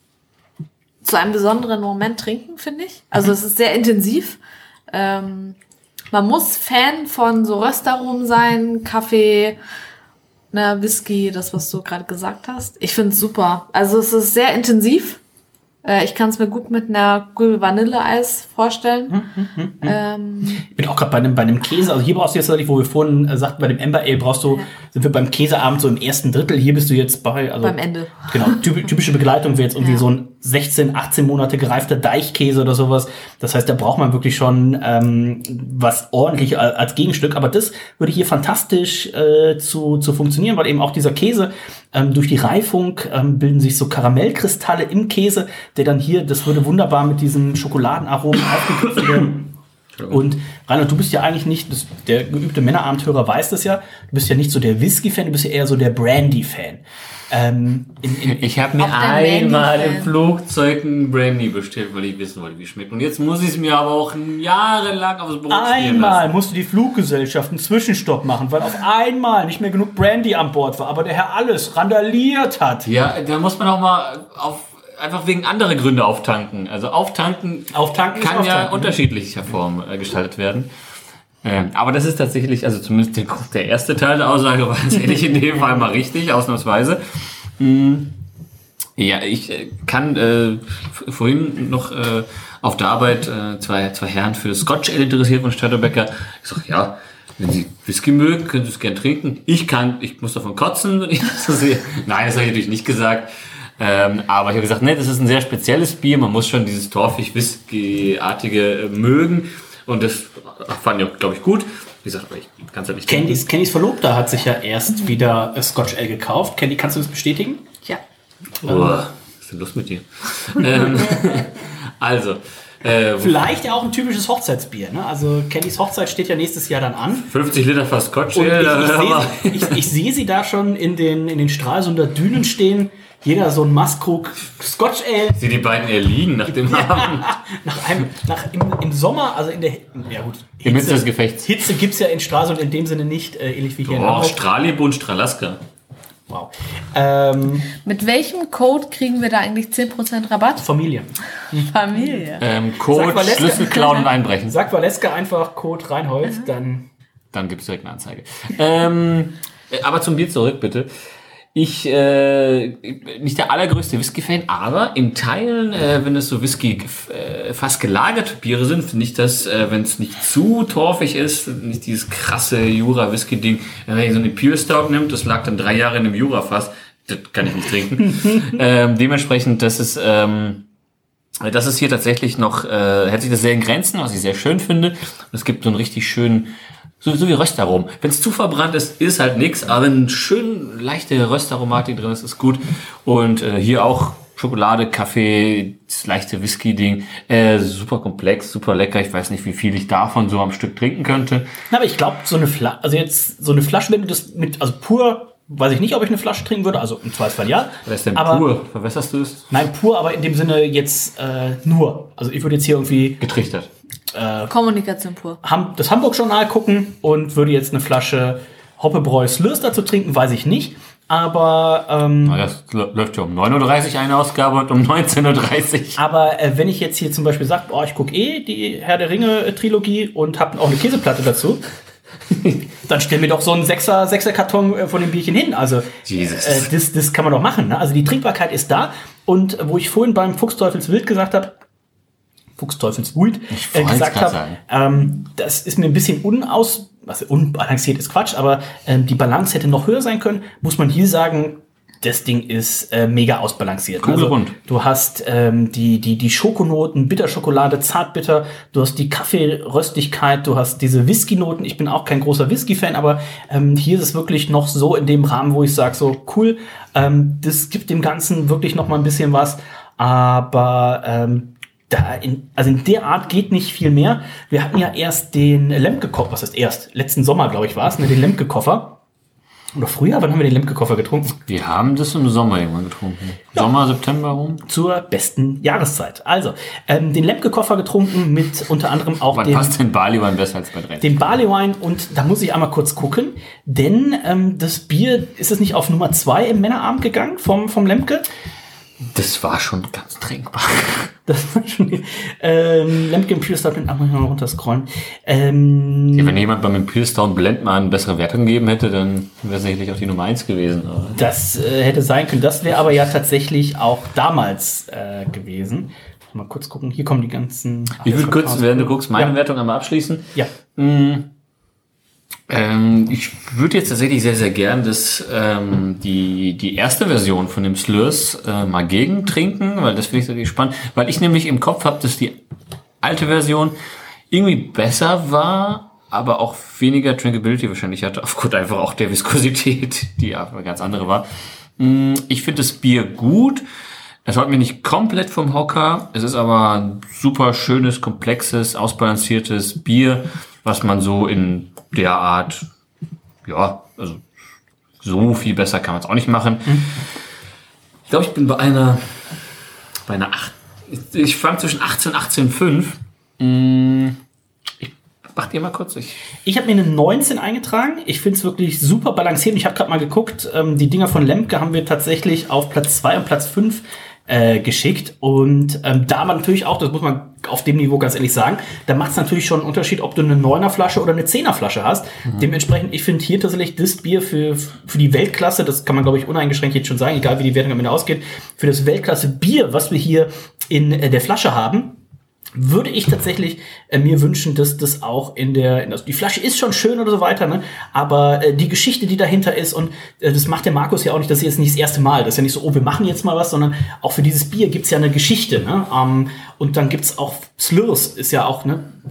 zu einem besonderen Moment trinken, finde ich. Also es ist sehr intensiv. Ähm, man muss Fan von so Röstaromen sein, Kaffee, ne, Whisky, das, was du gerade gesagt hast. Ich finde es super. Also es ist sehr intensiv. Äh, ich kann es mir gut mit einer Vanilleeis vorstellen. Hm, hm, hm, hm. Ähm, ich bin auch gerade bei einem, bei einem Käse. Also hier brauchst du jetzt tatsächlich, wo wir vorhin äh, sagten, bei dem Amber Ale brauchst du, ja. sind wir beim Käseabend so im ersten Drittel. Hier bist du jetzt bei... Also, beim Ende. Genau, typische Begleitung wäre jetzt irgendwie ja. so ein sechzehn, achtzehn Monate gereifter Deichkäse oder sowas. Das heißt, da braucht man wirklich schon ähm, was ordentlich als Gegenstück. Aber das würde hier fantastisch äh, zu, zu funktionieren, weil eben auch dieser Käse ähm, durch die Reifung ähm, bilden sich so Karamellkristalle im Käse, der dann hier, das würde wunderbar mit diesen Schokoladenaromen aufgeknüpft werden. Und Reinhard, du bist ja eigentlich nicht, das, der geübte Männerabendhörer weiß das ja, du bist ja nicht so der Whisky-Fan, du bist ja eher so der Brandy-Fan. Ähm, in, in, ich habe mir einmal im Flugzeug einen Brandy bestellt, weil ich wissen wollte, wie es schmeckt. Und jetzt muss ich es mir aber auch jahrelang aufs Brot spielen Einmal lassen. musste die Fluggesellschaft einen Zwischenstopp machen, weil auf einmal nicht mehr genug Brandy an Bord war, aber der Herr alles randaliert hat. Ja, da muss man auch mal auf einfach wegen anderer Gründe auftanken. Also auftanken, auftanken kann auftanken. ja unterschiedlicher Form äh, gestaltet werden. Ähm, aber das ist tatsächlich, also zumindest der, der erste Teil der Aussage war tatsächlich in dem Fall mal richtig, ausnahmsweise. Mhm. Ja, ich äh, kann äh, vorhin noch äh, auf der Arbeit äh, zwei, zwei Herren für Scotch Ale interessiert von Störtebeker. Ich sag, ja, wenn Sie Whisky mögen, können Sie es gern trinken. Ich kann, ich muss davon kotzen, wenn ich das sehe. Nein, das habe ich natürlich nicht gesagt. Ähm, aber ich habe gesagt, nee, das ist ein sehr spezielles Bier. Man muss schon dieses torfig-Whisky-artige äh, mögen. Und das fand ich auch, glaube ich, gut. Wie gesagt, aber ich kann es halt nicht Candys, Candys Verlobter hat sich ja erst wieder Scotch Ale gekauft. Candy, kannst du das bestätigen? Boah, was ist denn los mit dir? ähm, also, Äh, Vielleicht ja auch ein typisches Hochzeitsbier. Ne? Also Kellys Hochzeit steht ja nächstes Jahr dann an. fünfzig Liter fast Scotch. Und ich, ich, ich, ich, ich sehe sie da schon in den, in den Stralsunder Dünen stehen. Jeder so ein Maßkrug Scotch Ale. Sie die beiden eher liegen nach dem ja, Abend. Nach einem, nach, im, im Sommer, also in der ja gut, Hitze, Im Mitte des Gefechts. Hitze gibt es ja in Stralsund in dem Sinne nicht, äh, ähnlich wie hier oh, in Hamburg. Stralibund, Stralaska. Wow. Ähm, Mit welchem Code kriegen wir da eigentlich zehn Prozent Rabatt? Familie. Familie. Ähm, Code, Schlüssel klauen und einbrechen. Sag Valeska einfach Code Reinhold, mhm. dann... Dann gibt es direkt eine Anzeige. ähm, aber zum Bier zurück, bitte. Ich, äh, nicht der allergrößte Whisky-Fan, aber in Teilen, äh, wenn es so Whisky äh, fast gelagerte Biere sind, finde ich das, äh, wenn es nicht zu torfig ist, nicht dieses krasse Jura-Whisky-Ding, wenn ihr so eine Pure Stout nimmt, das lag dann drei Jahre in einem Jura-Fass, das kann ich nicht trinken. ähm, dementsprechend, das ist, ähm, das ist hier tatsächlich noch, äh, hält sich das sehr in Grenzen, was ich sehr schön finde. Es gibt so einen richtig schönen, So, so wie Röstarom. Wenn es zu verbrannt ist, ist halt nix, aber wenn schön leichte Röstaromatik drin ist, ist gut. Und äh, hier auch Schokolade, Kaffee, das leichte Whisky-Ding. Äh, super komplex, super lecker. Ich weiß nicht, wie viel ich davon so am Stück trinken könnte. Na, aber ich glaube, so eine Flasche, also jetzt so eine Flasche, wenn du das mit, also pur, weiß ich nicht, ob ich eine Flasche trinken würde, also im Zweifelsfall ja. Was ist denn aber, pur? Verwässerst du es? Nein, pur, aber in dem Sinne jetzt äh, nur. Also ich würde jetzt hier irgendwie... Getrichtert. Äh, Kommunikation pur. Ham, das Hamburg-Journal gucken und würde jetzt eine Flasche Hoppebräu Slurs dazu trinken, weiß ich nicht. Aber ähm, Na, das läuft ja um neun Uhr dreißig eine Ausgabe und um neunzehn Uhr dreißig. Aber äh, wenn ich jetzt hier zum Beispiel sage, oh, ich gucke eh die Herr der Ringe-Trilogie und habe auch eine Käseplatte dazu, dann stell mir doch so einen Sechser, Sechser-Karton von dem Bierchen hin. Also Jesus. Äh, das, das kann man doch machen. Ne? Also die Trinkbarkeit ist da. Und wo ich vorhin beim Fuchsteufelswild gesagt habe, Fuchsteufelswild äh, gesagt habe, ähm, das ist mir ein bisschen unaus, was unbalanciert ist Quatsch, aber ähm, die Balance hätte noch höher sein können, muss man hier sagen, das Ding ist äh, mega ausbalanciert. Kugelrund. Also, du hast ähm, die, die, die Schokonoten, Bitterschokolade, Zartbitter, du hast die Kaffeeröstigkeit, du hast diese Whisky-Noten. Ich bin auch kein großer Whisky-Fan, aber ähm, hier ist es wirklich noch so in dem Rahmen, wo ich sage, so cool, ähm, das gibt dem Ganzen wirklich noch mal ein bisschen was, aber ähm, Da in, also in der Art geht nicht viel mehr. Wir hatten ja erst den Lemke-Koffer, was heißt erst? Letzten Sommer, glaube ich, war es, ne, den Lemke-Koffer. Oder früher, wann haben wir den Lemke-Koffer getrunken? Wir haben das im Sommer irgendwann getrunken. Ja. Sommer, September rum. Zur besten Jahreszeit. Also, ähm, den Lemke-Koffer getrunken mit unter anderem auch Wann dem... passt den Barley Wine besser als bei drei? Den Barley Wine, und da muss ich einmal kurz gucken, denn ähm, das Bier, ist es nicht auf Nummer zwei im Männerabend gegangen vom, vom Lemke? Das war schon ganz trinkbar. Das war schon, ähm, Lemke Imperial Stout, mit mal runterscrollen. Ähm, ja, wenn jemand beim Imperial Stout Blend mal eine bessere Wertung gegeben hätte, dann wäre es sicherlich auch die Nummer eins gewesen. Oder? Das äh, hätte sein können. Das wäre aber ja tatsächlich auch damals äh, gewesen. Mal kurz gucken. Hier kommen die ganzen... Ich würde kurz, während du guckst, meine ja. Wertung einmal abschließen. Ja. Mhm. Ähm, ich würde jetzt tatsächlich sehr, sehr gern das, ähm, die, die erste Version von dem Slurs äh, mal gegen trinken, weil das finde ich wirklich spannend, weil ich nämlich im Kopf habe, dass die alte Version irgendwie besser war, aber auch weniger Drinkability wahrscheinlich hatte, aufgrund einfach auch der Viskosität, die ja eine ganz andere war. Ich finde das Bier gut. Es haut mich nicht komplett vom Hocker. Es ist aber ein super schönes, komplexes, ausbalanciertes Bier, was man so in der Art, ja, also so viel besser kann man es auch nicht machen. Mhm. Ich glaube, ich bin bei einer, bei einer acht, ich fange zwischen achtzehn und achtzehn Komma fünf. Ich mach dir mal kurz. Ich, ich habe mir eine neunzehn eingetragen. Ich finde es wirklich super balanciert. Ich habe gerade mal geguckt, ähm, die Dinger von Lemke haben wir tatsächlich auf Platz zwei und Platz fünf Äh, geschickt, und ähm, da man natürlich auch, das muss man auf dem Niveau ganz ehrlich sagen, da macht es natürlich schon einen Unterschied, ob du eine neuner Flasche oder eine zehner Flasche hast. Mhm. Dementsprechend, ich finde hier tatsächlich das Bier für für die Weltklasse, das kann man glaube ich uneingeschränkt jetzt schon sagen, egal wie die Wertung am Ende ausgeht, für das Weltklasse Bier, was wir hier in äh, der Flasche haben, würde ich tatsächlich äh, mir wünschen, dass das auch in der, in das, die Flasche ist schon schön oder so weiter, ne? Aber äh, die Geschichte, die dahinter ist, und äh, das macht der Markus ja auch nicht, das ist jetzt nicht das erste Mal, das ist ja nicht so, oh, wir machen jetzt mal was, sondern auch für dieses Bier gibt's ja eine Geschichte, ne? Ähm, und dann gibt's auch Slurs, ist ja auch, ne? Das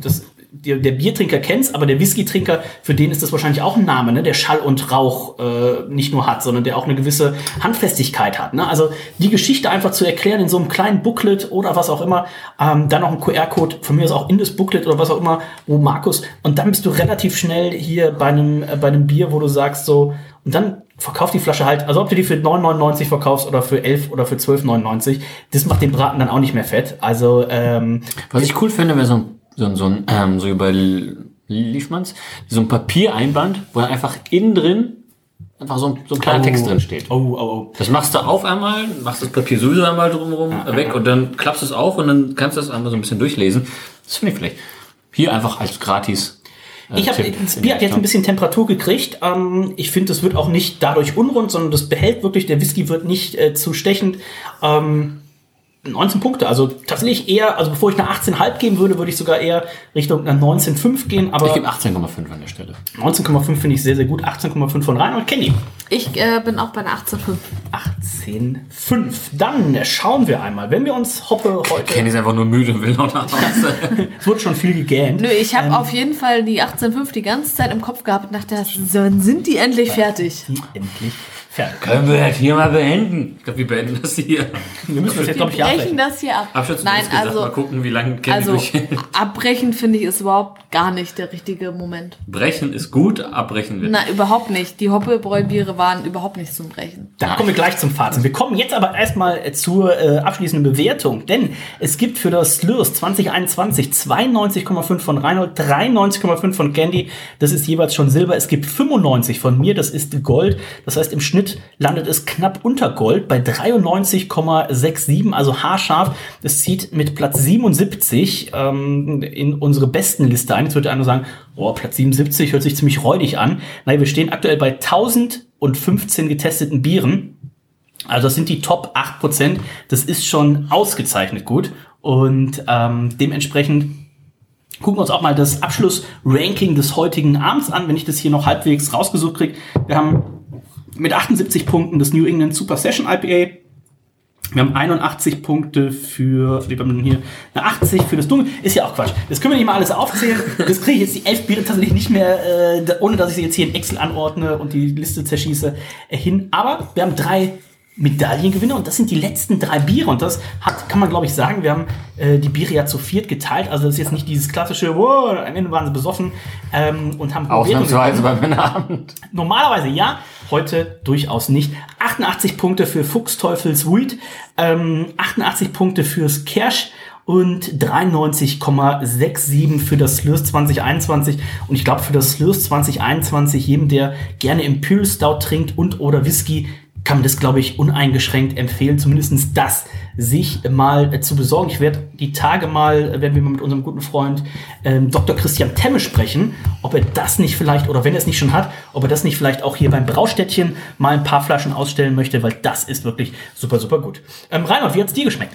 der, der Biertrinker kennt's, aber der Whisky-Trinker, für den ist das wahrscheinlich auch ein Name, ne, der Schall und Rauch äh, nicht nur hat, sondern der auch eine gewisse Handfestigkeit hat. Ne? Also die Geschichte einfach zu erklären in so einem kleinen Booklet oder was auch immer, ähm, dann noch ein Q R-Code, von mir aus auch in das Booklet oder was auch immer, wo Markus, und dann bist du relativ schnell hier bei einem, äh, bei einem Bier, wo du sagst so, und dann verkauf die Flasche halt, also ob du die für neun neunundneunzig verkaufst oder für elf oder für zwölf neunundneunzig, das macht den Braten dann auch nicht mehr fett. Also ähm, was ich cool finde, wäre so ein so ein, so ein ähm, so über Liefmanns, so ein Papiereinband, wo dann einfach innen drin einfach so ein, so ein kleiner oh. Text drin steht. Oh, oh, oh. Das machst du auf einmal, machst das Papier sowieso einmal drumherum ja, weg ja. und dann klappst du es auf und dann kannst du das einmal so ein bisschen durchlesen. Das finde ich vielleicht hier einfach als gratis. Äh, ich habe das Bier hat jetzt ein bisschen Temperatur gekriegt. Ähm, ich finde, das wird auch nicht dadurch unrund, sondern das behält wirklich. Der Whisky wird nicht äh, zu stechend. Ähm, neunzehn Punkte, also tatsächlich eher, also bevor ich eine achtzehn Komma fünf geben würde, würde ich sogar eher Richtung einer neunzehn Komma fünf gehen. Aber ich gebe achtzehn Komma fünf an der Stelle. neunzehn Komma fünf finde ich sehr, sehr gut. achtzehn Komma fünf von Reinhold. Kenny. Ich äh, bin auch bei einer achtzehn Komma fünf. achtzehn Komma fünf. Dann schauen wir einmal, wenn wir uns Hoppe heute... Kenny ist einfach nur müde und will noch nach Hause. Es wurde schon viel gegähnt. Nö, ich habe ähm, auf jeden Fall die achtzehn Komma fünf die ganze Zeit im Kopf gehabt und dachte, wann sind die endlich fertig? Die endlich fertig. Können wir das hier mal beenden? Ich glaube, wir beenden das hier. Wir müssen das jetzt, glaube ich, abbrechen. Wir brechen das hier ab. Abschätzen, Nein, gesagt, also... Mal gucken, wie lange Kenny Also, durch. abbrechen, finde ich, ist überhaupt gar nicht der richtige Moment. Brechen ist gut, abbrechen wird. Na, überhaupt nicht. Die Hoppe-Bräubiere waren überhaupt nicht zum Brechen. Da kommen wir gleich zum Fazit. Wir kommen jetzt aber erstmal zur äh, abschließenden Bewertung, denn es gibt für das Slurs zwanzig einundzwanzig zweiundneunzig Komma fünf von Reinhold, dreiundneunzig Komma fünf von Candy. Das ist jeweils schon Silber. Es gibt fünfundneunzig von mir, das ist Gold. Das heißt, im Schnitt landet es knapp unter Gold bei dreiundneunzig Komma siebenundsechzig, also haarscharf. Das zieht mit Platz siebenundsiebzig ähm, in unsere besten Liste ein. Jetzt würde einer sagen, oh, Platz siebenundsiebzig hört sich ziemlich räudig an. Nein, wir stehen aktuell bei tausendfünfzehn getesteten Bieren. Also das sind die Top acht Prozent. Das ist schon ausgezeichnet gut. Und ähm, dementsprechend gucken wir uns auch mal das Abschlussranking des heutigen Abends an, wenn ich das hier noch halbwegs rausgesucht kriege. Wir haben mit achtundsiebzig Punkten das New England Super Session I P A. Wir haben einundachtzig Punkte für, wir haben hier eine achtzig für das Dunkel. Ist ja auch Quatsch. Das können wir nicht mal alles aufzählen. Das kriege ich jetzt die elf Biere tatsächlich nicht mehr, äh, ohne dass ich sie jetzt hier in Excel anordne und die Liste zerschieße, äh, hin. Aber wir haben drei Medaillengewinner und das sind die letzten drei Biere und das hat, kann man glaube ich sagen, wir haben äh, die Biere ja zu viert geteilt, also das ist jetzt nicht dieses klassische, wow, am Ende waren sie besoffen ähm, und haben ausnahmsweise beim Männerabend. Normalerweise ja, heute durchaus nicht. achtundachtzig Punkte für Fuchsteufels Weed, ähm, achtundachtzig Punkte fürs Kersch und dreiundneunzig Komma siebenundsechzig für das Slurs zwanzig einundzwanzig. Und ich glaube, für das Slurs zwanzig einundzwanzig, jedem, der gerne Imperial Stout trinkt und oder Whisky, kann man das, glaube ich, uneingeschränkt empfehlen, zumindest das sich mal äh, zu besorgen. Ich werde die Tage mal, werden wir mal mit unserem guten Freund ähm, Doktor Christian Temme sprechen, ob er das nicht vielleicht, oder wenn er es nicht schon hat, ob er das nicht vielleicht auch hier beim Braustädtchen mal ein paar Flaschen ausstellen möchte, weil das ist wirklich super, super gut. Ähm, Reinhold, wie hat es dir geschmeckt?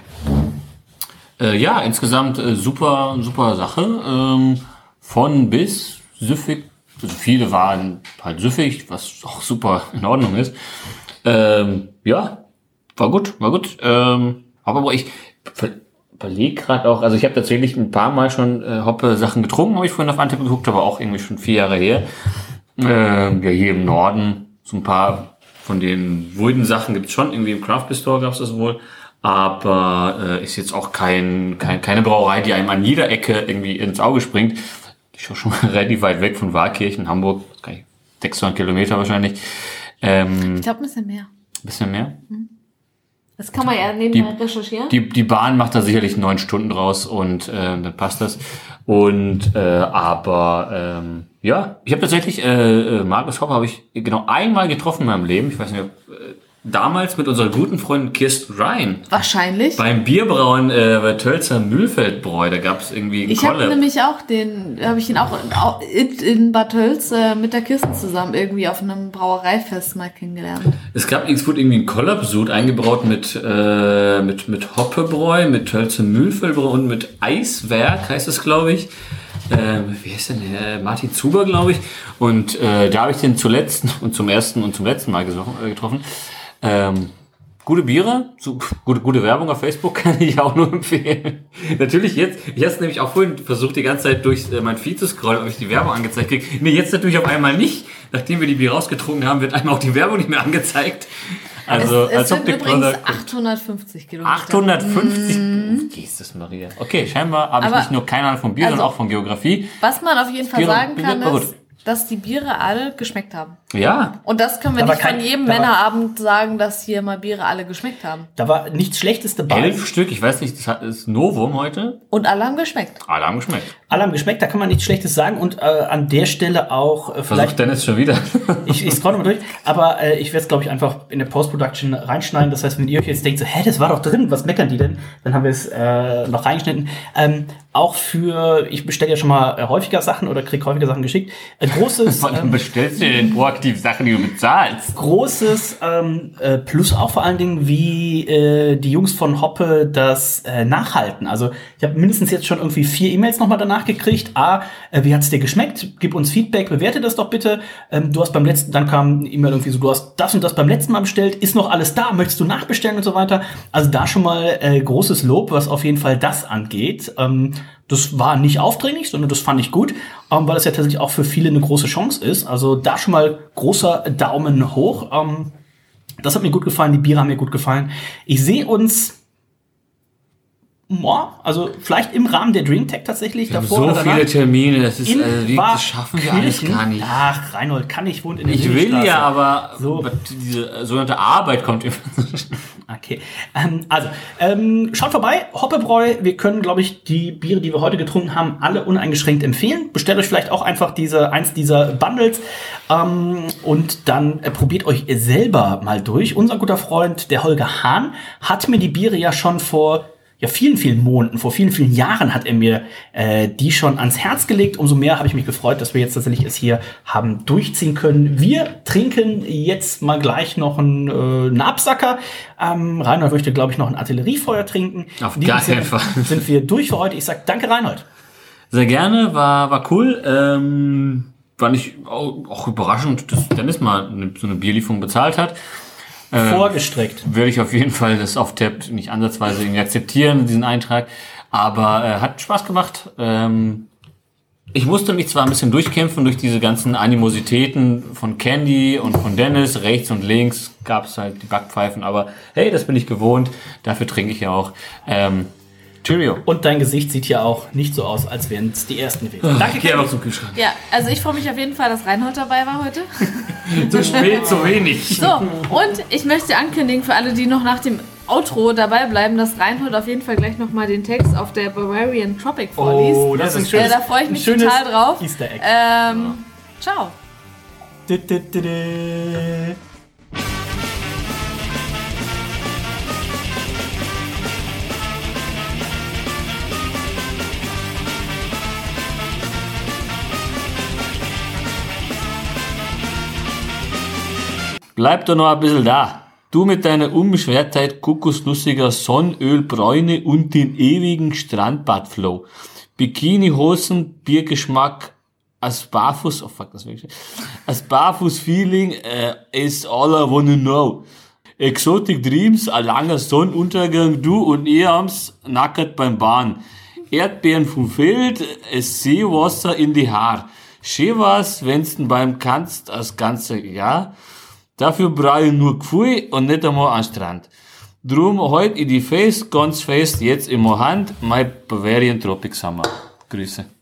Äh, ja, insgesamt äh, super, super Sache. Ähm, von bis süffig. Also viele waren halt süffig, was auch super in Ordnung ist. Ähm, ja, war gut, war gut. Ähm, aber ich überlege gerade auch, also ich habe tatsächlich ein paar Mal schon äh, Hoppe-Sachen getrunken, habe ich vorhin auf Antep geguckt, aber auch irgendwie schon vier Jahre her. Ähm, ja, hier im Norden, so ein paar von den wilden Sachen gibt's schon, irgendwie im Craft Beer Store gab's das wohl. Aber äh, ist jetzt auch kein, kein keine Brauerei, die einem an jeder Ecke irgendwie ins Auge springt. Ich war schon relativ weit weg von Waalkirchen, Hamburg, sechshundert Kilometer wahrscheinlich. Ähm, ich glaube, ein bisschen mehr. Ein bisschen mehr? Das kann man ja nebenbei recherchieren. Die, die Bahn macht da sicherlich neun Stunden draus und äh, dann passt das. Und äh, aber ähm, ja, ich habe tatsächlich äh, Markus Hoppe habe ich genau einmal getroffen in meinem Leben. Ich weiß nicht, ob, äh, damals mit unserer guten Freundin Kirsten Ryan. Wahrscheinlich. Beim Bierbrauen äh, bei Tölzer Mühlfeldbräu, da gab es irgendwie einen Ich habe nämlich auch den, habe ich ihn auch in, in Bad Tölz äh, mit der Kirsten zusammen irgendwie auf einem Brauereifest mal kennengelernt. Es gab es wurde irgendwie ein Collab-Sud eingebraut mit äh, mit mit Hoppebräu, mit Tölzer Mühlfeldbräu und mit Eiswerk heißt es, glaube ich. Äh, wie heißt denn der? Martin Zuber, glaube ich. Und äh, da habe ich den zuletzt und zum ersten und zum letzten Mal getroffen. Ähm, Gute Biere, so, gute, gute Werbung auf Facebook kann ich auch nur empfehlen. Natürlich jetzt, ich habe nämlich auch vorhin versucht, die ganze Zeit durch äh, mein Feed zu scrollen, ob ich die Werbung angezeigt kriege. Nee, jetzt natürlich auf einmal nicht. Nachdem wir die Bier rausgetrunken haben, wird einmal auch die Werbung nicht mehr angezeigt. Also, es, es als sind ob die übrigens Product- achthundertfünfzig Kilometer. achthundertfünfzig? Mhm. Jesus Maria. Okay, scheinbar habe ich Aber- nicht nur keine Ahnung von Bier, also- sondern auch von Geografie. Was man auf jeden Fall Bier- sagen Bier- kann, aber gut. ist, dass die Biere alle geschmeckt haben. Ja. Und das können wir Da war nicht kein- von jedem da war- Männerabend sagen, dass hier mal Biere alle geschmeckt haben. Da war nichts Schlechtes dabei. Elf Stück, ich weiß nicht, das hat- ist Novum heute. Und alle haben geschmeckt. Alle haben geschmeckt. Alle haben geschmeckt, da kann man nichts Schlechtes sagen. Und äh, an der Stelle auch äh, Versucht vielleicht... Dennis schon wieder. Ich, ich scroll nochmal durch, aber äh, ich werde es, glaube ich, einfach in der Post-Production reinschneiden. Das heißt, wenn ihr euch jetzt denkt, so, hä, das war doch drin, was meckern die denn? Dann haben wir es äh, noch reingeschnitten. Ähm, auch für, ich bestelle ja schon mal äh, häufiger Sachen oder krieg häufiger Sachen geschickt. Ein großes... Wann ähm, bestellst du denn proaktiv Sachen, die du bezahlst? großes ähm, äh, Plus auch vor allen Dingen, wie äh, die Jungs von Hoppe das äh, nachhalten. Also ich habe mindestens jetzt schon irgendwie vier E-Mails nochmal danach gekriegt. A, äh, wie hat's dir geschmeckt? Gib uns Feedback, bewerte das doch bitte. Ähm, du hast beim letzten, dann kam eine E-Mail irgendwie so, du hast das und das beim letzten Mal bestellt. Ist noch alles da? Möchtest du nachbestellen und so weiter? Also da schon mal äh, großes Lob, was auf jeden Fall das angeht. Ähm, Das war nicht aufdringlich, sondern das fand ich gut, ähm, weil es ja tatsächlich auch für viele eine große Chance ist. Also da schon mal großer Daumen hoch. Ähm, das hat mir gut gefallen, die Biere haben mir gut gefallen. Ich sehe uns, boah, also vielleicht im Rahmen der DreamTech tatsächlich. Wir haben davor so oder danach. viele Termine, das ist, In also, wie, das schaffen wir alles Wahrkirchen. gar nicht. Ach, Reinhold, kann ich, wohnt in der Ich will Milchstraße. ja, aber So. diese sogenannte Arbeit kommt immer. Okay, ähm, also ähm, schaut vorbei, Hoppebräu. Wir können, glaube ich, die Biere, die wir heute getrunken haben, alle uneingeschränkt empfehlen. Bestellt euch vielleicht auch einfach diese eins dieser Bundles ähm, und dann äh, probiert euch selber mal durch. Unser guter Freund, der Holger Hahn, hat mir die Biere ja schon vor ja vielen, vielen Monaten, vor vielen, vielen Jahren hat er mir äh, die schon ans Herz gelegt. Umso mehr habe ich mich gefreut, dass wir jetzt tatsächlich es hier haben durchziehen können. Wir trinken jetzt mal gleich noch einen, äh, einen Absacker. Ähm, Reinhold möchte, glaube ich, noch ein Artilleriefeuer trinken. Auf In gar diesem keinen Sinne Fall. Sind wir durch für heute. Ich sag danke, Reinhold. Sehr gerne, war, war cool. Ähm, war nicht auch, auch überraschend, dass Dennis mal eine, so eine Bierlieferung bezahlt hat. Ähm, Vorgestreckt. Würde ich auf jeden Fall das auf Tap nicht ansatzweise irgendwie akzeptieren, diesen Eintrag. Aber äh, hat Spaß gemacht. Ähm, ich musste mich zwar ein bisschen durchkämpfen durch diese ganzen Animositäten von Candy und von Dennis. Rechts und links gab es halt die Backpfeifen. Aber hey, das bin ich gewohnt. Dafür trinke ich ja auch. Ähm, Cheerio. Und dein Gesicht sieht ja auch nicht so aus, als wären es die ersten gewesen. Danke, Geh aber Candy. zum Kühlschrank. Ja, also ich freue mich auf jeden Fall, dass Reinhold dabei war heute. Zu spät, zu wenig. So, und ich möchte ankündigen für alle, die noch nach dem Outro dabei bleiben, dass Reinhold auf jeden Fall gleich nochmal den Text auf der Bavarian Tropic vorliest. Oh, das ist ein äh, schönes, da freue ich ein mich schönes total drauf. Easter Egg. Ähm, ciao. Du, du, du, du. Bleib doch noch ein bisschen da. Du mit deiner Unbeschwertheit, kokosnussiger Sonnenölbräune und den ewigen Strandbadflow. Bikini-Hosen, Biergeschmack, as barfuß, oh fuck, das will ich nicht. As barfuß Feeling uh, is all I wanna know. Exotic Dreams, ein langer Sonnenuntergang, du und ihr haben's nackert beim Bahn. Erdbeeren vom Feld, es Seewasser in die Haar. Schön was, wenn's denn beim kannst, das ganze Jahr. Dafür brauche ich nur Gefühl und nicht einmal an Strand. Drum heute in die Face, ganz fest, jetzt in der Hand, mein Bavarian Tropic Summer. Grüße.